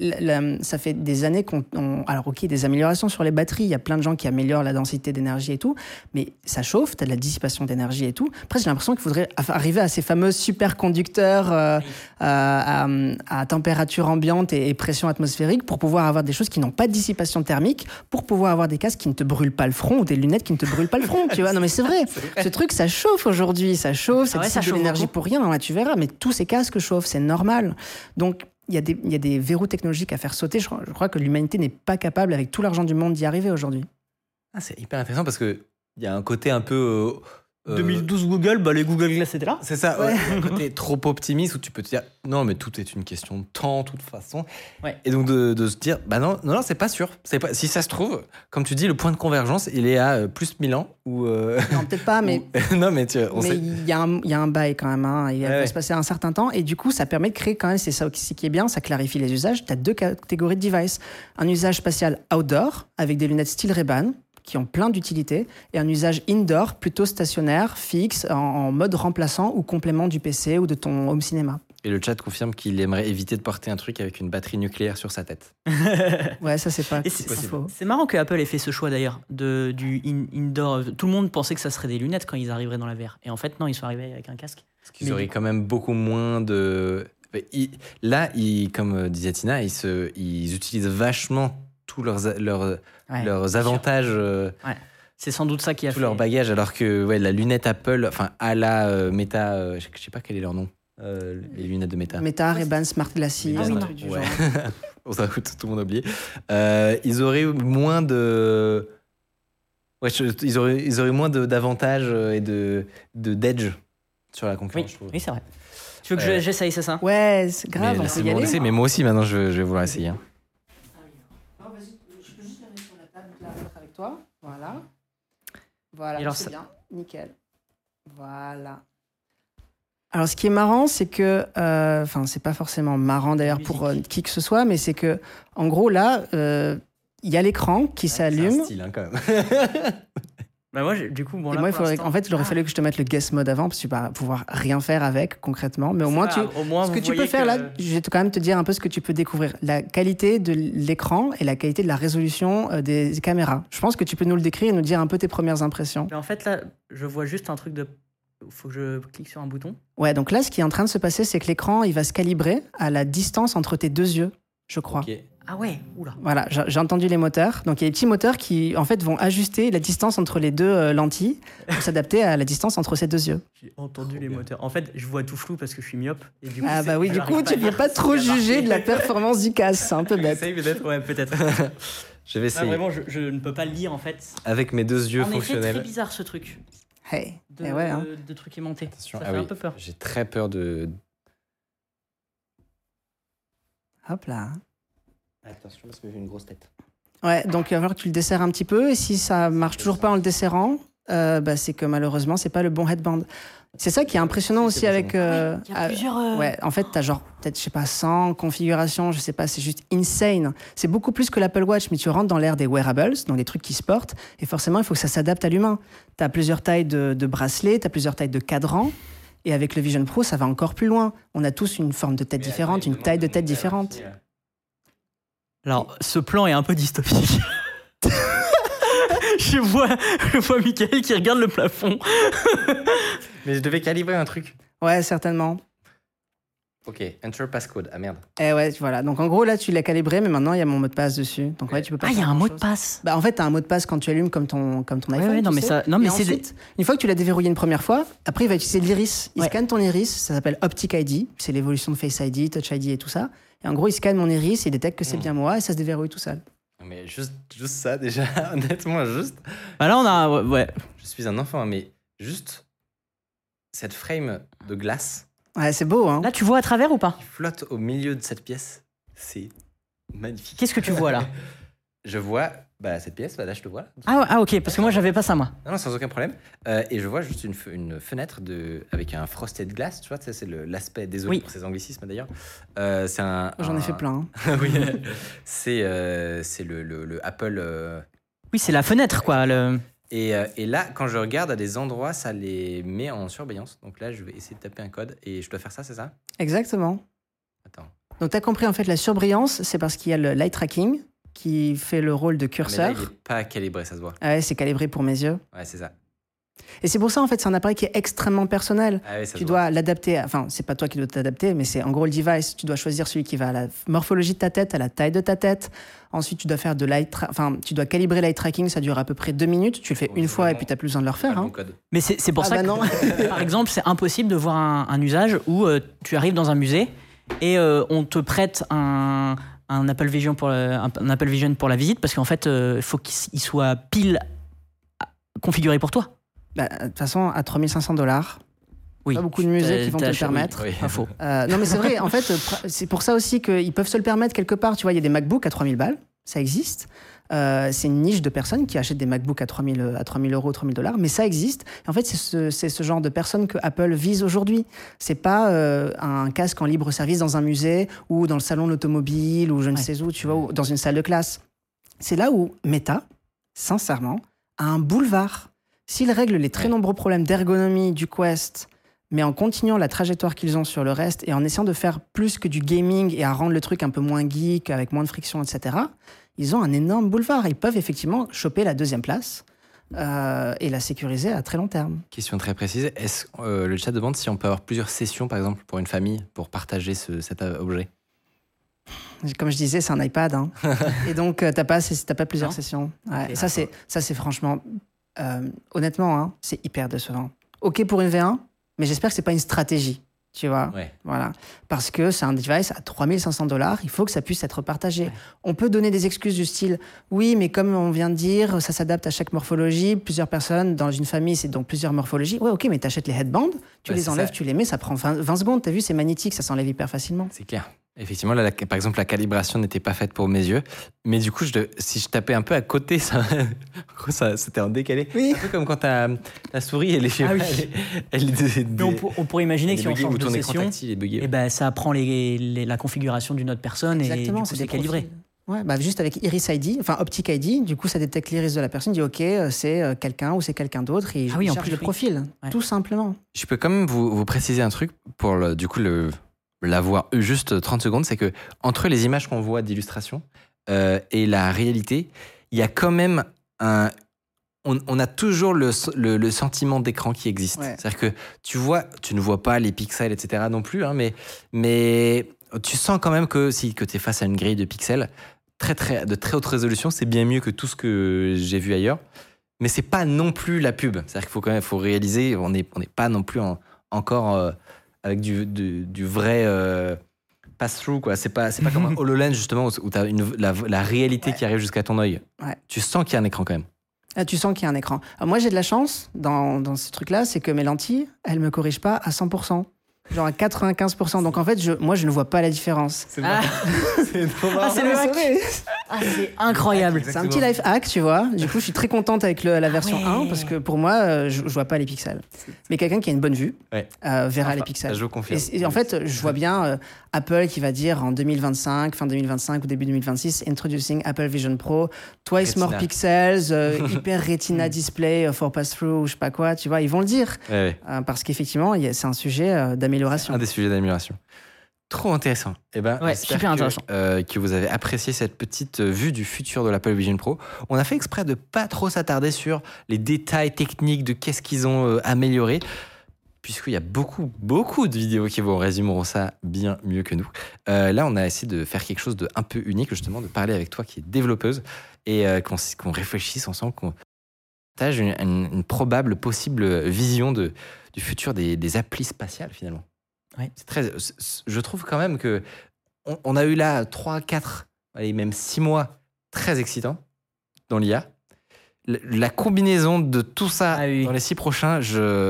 Ça fait des années alors ok, des améliorations sur les batteries, il y a plein de gens qui améliorent la densité d'énergie et tout, mais ça chauffe, t'as de la dissipation d'énergie et tout. Après, j'ai l'impression qu'il faudrait arriver à ces fameux superconducteurs à température ambiante et pression atmosphérique pour pouvoir avoir des choses qui n'ont pas de dissipation thermique, pour pouvoir avoir des casques qui ne te brûlent pas le front ou des lunettes qui ne te brûlent pas le front, tu vois. Non mais c'est vrai. Ce truc, ça chauffe aujourd'hui, ça chauffe, ça dissipe de l'énergie pour rien, ouais, tu verras, mais tous ces casques chauffent, c'est normal. Donc, il y a des verrous technologiques à faire sauter. Je crois que l'humanité n'est pas capable, avec tout l'argent du monde, d'y arriver aujourd'hui. C'est hyper intéressant parce qu'il y a un côté un peu 2012 Google, les Google Glass étaient là. C'est ça, ouais. Un côté trop optimiste où tu peux te dire non, mais tout est une question de temps, de toute façon. Ouais. Et donc de se dire non, c'est pas sûr. Si ça se trouve, comme tu dis, le point de convergence, il est à plus 1000 ans. Ou Non, peut-être pas, mais. Non, mais il y a un bail quand même. Hein. Il va se passer un certain temps. Et du coup, ça permet de créer quand même, c'est ça aussi qui est bien, ça clarifie les usages. Tu as 2 catégories de devices. Un usage spatial outdoor, avec des lunettes style Ray-Ban, qui ont plein d'utilités, et un usage indoor, plutôt stationnaire, fixe, en mode remplaçant ou complément du PC ou de ton home cinéma. Et le chat confirme qu'il aimerait éviter de porter un truc avec une batterie nucléaire sur sa tête. Ouais, ça c'est pas possible. C'est marrant que Apple ait fait ce choix d'ailleurs, du indoor. Tout le monde pensait que ça serait des lunettes quand ils arriveraient dans la VR. Et en fait, non, ils sont arrivés avec un casque. Parce qu'ils auraient quand même beaucoup moins de... Là, comme disait Tina, ils utilisent vachement tous leurs avantages. C'est sans doute ça qui a fait. Tout leur bagage, alors que la lunette Apple, enfin à la Meta, je sais pas quel est leur nom, les lunettes de Meta. Meta, Ray-Ban, Smart Glasses. Tout le monde a oublié. Ils auraient moins de. Ils auraient moins d'avantages et d'edge sur la concurrence. Oui, c'est vrai. Tu veux que j'essaye, c'est ça? Ouais, c'est grave. On peut y aller. Mais moi aussi, maintenant, je vais vouloir essayer. Voilà, c'est bien, nickel. Voilà. Alors, ce qui est marrant, c'est que, c'est pas forcément marrant d'ailleurs pour qui que ce soit, mais c'est que, en gros, là, il y a l'écran qui s'allume. C'est un style, quand même. Moi, du coup, et moi, il aurait fallu que je te mette le guest mode avant, parce que tu vas pouvoir rien faire avec concrètement. Mais au moins, ce que tu peux faire là, je vais quand même te dire un peu ce que tu peux découvrir. La qualité de l'écran et la qualité de la résolution des caméras. Je pense que tu peux nous le décrire et nous dire un peu tes premières impressions. Mais en fait, là, je vois juste un truc de. Il faut que je clique sur un bouton. Ouais, donc là, ce qui est en train de se passer, c'est que l'écran, il va se calibrer à la distance entre tes 2 yeux, je crois. Okay. Ah ouais, oula. Voilà, j'ai entendu les moteurs. Donc il y a des petits moteurs qui en fait vont ajuster la distance entre les 2 lentilles pour s'adapter à la distance entre ces 2 yeux. J'ai entendu les moteurs. En fait, je vois tout flou parce que je suis myope. Et du coup, du coup, tu peux pas trop juger de la performance du casque, c'est un peu bête. Ouais, peut-être. Je vais essayer. Vraiment, je ne peux pas le lire en fait. Avec mes 2 yeux fonctionnels. C'est très bizarre ce truc. Hey. De trucs aimantés. Attention. Ça fait un peu peur. J'ai très peur de. Hop là. Attention parce que j'ai une grosse tête. Ouais, donc il va falloir que tu le desserres un petit peu. Et si ça marche toujours pas en le desserrant, c'est que malheureusement, c'est pas le bon headband. C'est ça qui est impressionnant aussi avec. Il y a plusieurs. Ouais, en fait, t'as genre peut-être 100 configurations, je sais pas, c'est juste insane. C'est beaucoup plus que l'Apple Watch, mais tu rentres dans l'ère des wearables, donc des trucs qui se portent, et forcément, il faut que ça s'adapte à l'humain. T'as plusieurs tailles de bracelets, t'as plusieurs tailles de cadrans, et avec le Vision Pro, ça va encore plus loin. On a tous une forme de tête différente, une taille de tête différente. Alors, ce plan est un peu dystopique. Je vois Michael qui regarde le plafond. Mais je devais calibrer un truc. Ouais, certainement. Ok, enter passcode. Ah merde. Ouais, voilà. Donc en gros, là, tu l'as calibré, mais maintenant, il y a mon mot de passe dessus. Donc ouais, tu peux pas. Ah, il y a un mot de passe. En fait, t'as un mot de passe quand tu allumes comme ton iPhone. Ouais, non, mais ça. Non, mais ensuite, une fois que tu l'as déverrouillé une première fois, après, il va utiliser l'iris. Il scanne ton iris. Ça s'appelle Optic ID. C'est l'évolution de Face ID, Touch ID et tout ça. Et en gros, il scanne mon iris, il détecte que c'est bien moi et ça se déverrouille tout seul. Mais juste ça, déjà, honnêtement, juste. Bah là, on a. Ouais. Je suis un enfant, mais juste cette frame de glace. Ouais, c'est beau, hein. Là, tu vois à travers ou pas? Qui flotte au milieu de cette pièce. C'est magnifique. Qu'est-ce que tu vois là? Je vois cette pièce, là, je te vois. Ah, ok, parce que moi, j'avais pas ça, moi. Non, sans aucun problème. Et je vois juste une fenêtre avec un frosted glass, tu vois, c'est l'aspect, désolé pour ces anglicismes d'ailleurs. C'est J'en ai fait plein. Hein. Oui, c'est le Apple. Oui, c'est la fenêtre, quoi. Et là, quand je regarde à des endroits, ça les met en surveillance. Donc là, je vais essayer de taper un code et je dois faire ça, c'est ça? Exactement. Attends. Donc, tu as compris, en fait, la surbrillance, c'est parce qu'il y a le light tracking qui fait le rôle de curseur. Mais là, il n'est pas calibré, ça se voit. Ah ouais, c'est calibré pour mes yeux. Ouais, c'est ça. Et c'est pour ça, en fait, c'est un appareil qui est extrêmement personnel. Ah ouais, tu dois l'adapter, c'est pas toi qui dois t'adapter, mais c'est en gros le device. Tu dois choisir celui qui va à la morphologie de ta tête, à la taille de ta tête. Ensuite, tu dois faire tu dois calibrer l'eye tracking, ça dure à peu près 2 minutes. Tu le fais une fois et puis tu n'as plus besoin de le refaire. Hein. Mais c'est pour ça que, non. Par exemple, c'est impossible de voir un usage où tu arrives dans un musée et on te prête un Apple Vision pour la visite parce qu'en fait, il faut qu'il soit pile configuré pour toi. De toute façon, à $3 500, Oui. Pas beaucoup de musées qui vont te le permettre. Oui, pas faux. Non, mais c'est vrai, en fait, c'est pour ça aussi qu'ils peuvent se le permettre quelque part. Tu vois, il y a des MacBooks à 3000 balles, ça existe. C'est une niche de personnes qui achètent des MacBooks à 3000 euros, $3000, mais ça existe. Et en fait, c'est ce genre de personnes que Apple vise aujourd'hui. C'est pas un casque en libre service dans un musée ou dans le salon de l'automobile ou je ne sais où, tu vois, ou dans une salle de classe. C'est là où Meta, sincèrement, a un boulevard. S'ils règlent les très nombreux problèmes d'ergonomie du Quest, mais en continuant la trajectoire qu'ils ont sur le reste et en essayant de faire plus que du gaming et à rendre le truc un peu moins geek, avec moins de friction, etc., ils ont un énorme boulevard. Ils peuvent effectivement choper la 2e place et la sécuriser à très long terme. Question très précise. Est-ce le chat demande si on peut avoir plusieurs sessions, par exemple, pour une famille, pour partager cet objet? Comme je disais, c'est un iPad. Hein. Et donc, t'as pas plusieurs sessions. Ouais. Ça, c'est franchement... honnêtement, hein, c'est hyper décevant. OK pour une V1, mais j'espère que c'est pas une stratégie. Tu vois, voilà. Parce que c'est un device à $3500, il faut que ça puisse être partagé. Ouais. On peut donner des excuses du style, oui, mais comme on vient de dire, ça s'adapte à chaque morphologie, plusieurs personnes dans une famille, c'est donc plusieurs morphologies. Ouais, ok, mais t'achètes les headbands, tu les enlèves, tu les mets, ça prend 20 secondes, t'as vu, c'est magnétique, ça s'enlève hyper facilement. C'est clair. Effectivement, là, par exemple, la calibration n'était pas faite pour mes yeux. Mais du coup, si je tapais un peu à côté, ça c'était en décalé. Oui. Un peu comme quand ta souris, elle est chez on pourrait imaginer que si on change de session, et ben, ça apprend la configuration d'une autre personne. Exactement, et du coup, c'est calibré. Ouais, bah juste avec Iris ID, enfin Optic ID, du coup, ça détecte l'iris de la personne, dit OK, c'est quelqu'un ou c'est quelqu'un d'autre, et il charge le profil, tout simplement. Je peux quand même vous préciser un truc pour du coup l'avoir eu juste 30 secondes, c'est que entre les images qu'on voit d'illustration et la réalité, il y a quand même on a toujours le sentiment d'écran qui existe. Ouais. C'est-à-dire que tu ne vois pas les pixels, etc. non plus, hein, mais tu sens quand même que tu es face à une grille de pixels de très haute résolution, c'est bien mieux que tout ce que j'ai vu ailleurs. Mais c'est pas non plus la pub. C'est-à-dire qu'il faut réaliser, on n'est pas non plus encore avec du vrai pass-through, quoi. C'est pas comme un HoloLens, justement, où tu as la réalité qui arrive jusqu'à ton œil. Ouais. Tu sens qu'il y a un écran quand même. Ah, tu sens qu'il y a un écran. Alors moi, j'ai de la chance dans ce truc-là, c'est que mes lentilles, elles me corrigent pas à 100%. Genre à 95%. Donc en fait, moi, je ne vois pas la différence. C'est trop marrant. C'est le hack. C'est incroyable. C'est un petit life hack, tu vois. Du coup, je suis très contente avec la version 1 parce que pour moi, je vois pas les pixels. Mais quelqu'un qui a une bonne vue verra les pixels. Je confirme. Et en fait, je vois bien Apple qui va dire en 2025, fin 2025 ou début 2026, Introducing Apple Vision Pro, twice more pixels, hyper Retina display for pass-through ou je sais pas quoi, tu vois. Ils vont le dire. Parce qu'effectivement, c'est un sujet d'amélioration. Un des sujets d'amélioration. Trop intéressant. Eh ben, super intéressant. Que vous avez apprécié cette petite vue du futur de l'Apple Vision Pro. On a fait exprès de pas trop s'attarder sur les détails techniques de qu'est-ce qu'ils ont amélioré, puisqu'il y a beaucoup de vidéos qui vous résumeront ça bien mieux que nous. Là, on a essayé de faire quelque chose de un peu unique, justement, de parler avec toi qui est développeuse et qu'on réfléchisse ensemble, qu'on partage une probable, possible vision du futur des applis spatiales, finalement. Ouais. Je trouve quand même que on a eu là 3, 4, allez, même 6 mois très excitants dans l'IA. La combinaison de tout ça dans les 6 prochains,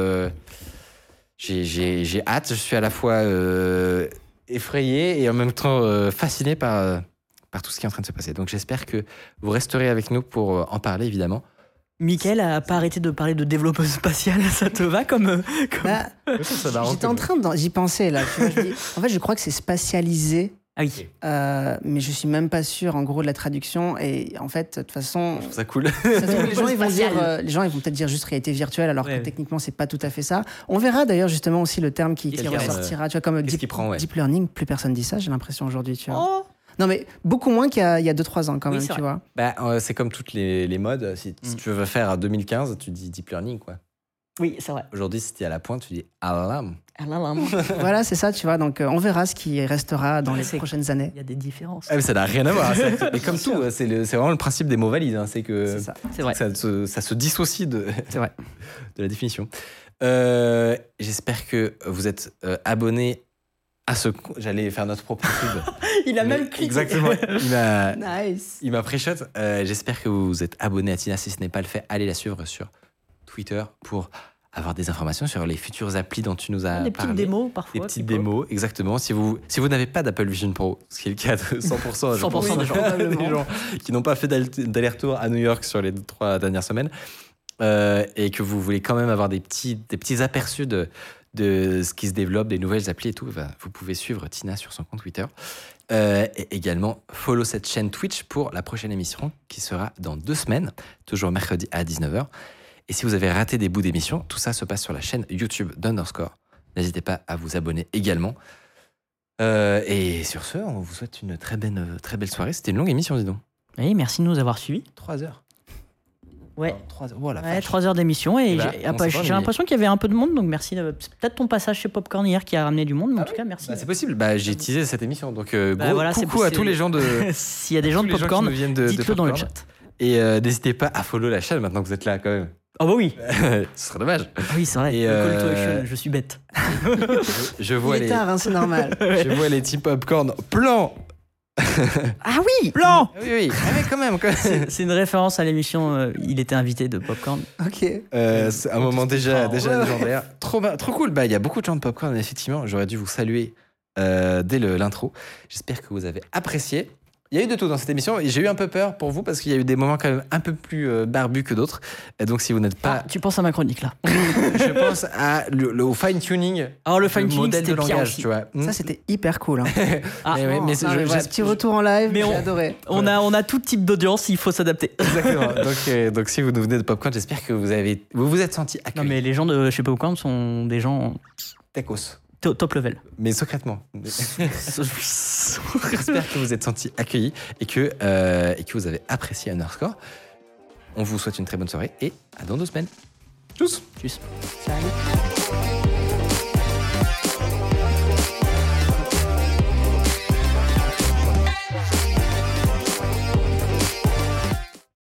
j'ai hâte. Je suis à la fois effrayé et en même temps fasciné par tout ce qui est en train de se passer. Donc j'espère que vous resterez avec nous pour en parler, évidemment. Mickaël a pas arrêté de parler de développeuse spatiale, ça te va comme... J'étais en train d'y penser là. Tu vois, en fait, je crois que c'est spatialisé. Ah oui. Mais je suis même pas sûr en gros de la traduction. Et en fait, de toute façon, je trouve ça cool. Les gens ils vont peut-être dire juste réalité virtuelle, alors que techniquement c'est pas tout à fait ça. On verra d'ailleurs justement aussi le terme qui ressortira. Tu vois, comme deep learning, plus personne dit ça. J'ai l'impression aujourd'hui. Tu vois. Non, mais beaucoup moins qu'il y a 2-3 ans quand même, tu vois. C'est comme toutes les modes. Si tu veux faire 2015, tu dis deep learning, quoi. Oui, c'est vrai. Aujourd'hui, si tu es à la pointe, tu dis alarm. Voilà, c'est ça, tu vois. Donc, on verra ce qui restera dans les prochaines années. Il y a des différences. Mais ça n'a rien à voir. Mais comme tout, c'est vraiment le principe des mots valides. Hein, c'est que ça se dissocie de la définition. J'espère que vous êtes abonnés à j'allais faire notre propre pub. Il a même cliqué. Exactement. Nice. Il m'a pré-shot. J'espère que vous êtes abonnés à Tina. Si ce n'est pas le fait, allez la suivre sur Twitter. Twitter pour avoir des informations sur les futures applis dont tu nous as parlé. Des petites démos parfois. Des petites démos, exactement. Si vous n'avez pas d'Apple Vision Pro, ce qui est le cas de 100% des gens qui n'ont pas fait d'aller-retour à New York sur les 3 dernières semaines, et que vous voulez quand même avoir des petits aperçus de ce qui se développe, des nouvelles applis et tout, vous pouvez suivre Tina sur son compte Twitter. Et également follow cette chaîne Twitch pour la prochaine émission qui sera dans 2 semaines, toujours mercredi à 19h. Et si vous avez raté des bouts d'émission, tout ça se passe sur la chaîne YouTube d'Underscore. N'hésitez pas à vous abonner également. Et sur ce, on vous souhaite une très belle soirée. C'était une longue émission, dis donc. Oui, merci de nous avoir suivis. 3 heures. Ouais. 3 heures. Voilà, 3 heures d'émission. Et j'ai l'impression qu'il y avait un peu de monde, donc merci. C'est peut-être ton passage chez Popcorn hier qui a ramené du monde, mais en tout cas, merci. C'est possible. J'ai teasé cette émission. Donc, coucou à tous les gens de. S'il y a des gens de Popcorn, dites-le dans le chat. Et n'hésitez pas à follow la chaîne maintenant que vous êtes là, quand même. Ah bah oui. Ce serait dommage. Ah oui, c'est vrai. Et call to action, je suis bête. Je vois Il est tard, c'est normal. Je vois les team Popcorn. Plan. Ah oui, plan. Oui. Ah mais quand même. C'est une référence à l'émission. Il était invité de Popcorn. Ok. C'est un moment déjà légendaire. Trop cool. Il y a beaucoup de gens de Popcorn. Effectivement, j'aurais dû vous saluer dès l'intro. J'espère que vous avez apprécié. Il y a eu de tout dans cette émission et j'ai eu un peu peur pour vous parce qu'il y a eu des moments quand même un peu plus barbus que d'autres. Et donc si vous n'êtes pas... tu penses à ma chronique là. Je pense au fine-tuning. Le fine-tuning, c'était pire langage, aussi. tu vois. Ça, c'était hyper cool. Hein. Petit retour en live, j'ai adoré. On a tout type d'audience, il faut s'adapter. Exactement. Donc si vous nous venez de Popcorn, j'espère que vous vous êtes sentis accueillis. Non mais les gens de chez Popcorn sont des gens... Techos. Top level. Mais secrètement. J'espère que vous êtes sentis accueillis et que vous avez apprécié Underscore. On vous souhaite une très bonne soirée et à dans 2 semaines. Tchuss. Tchuss. Salut.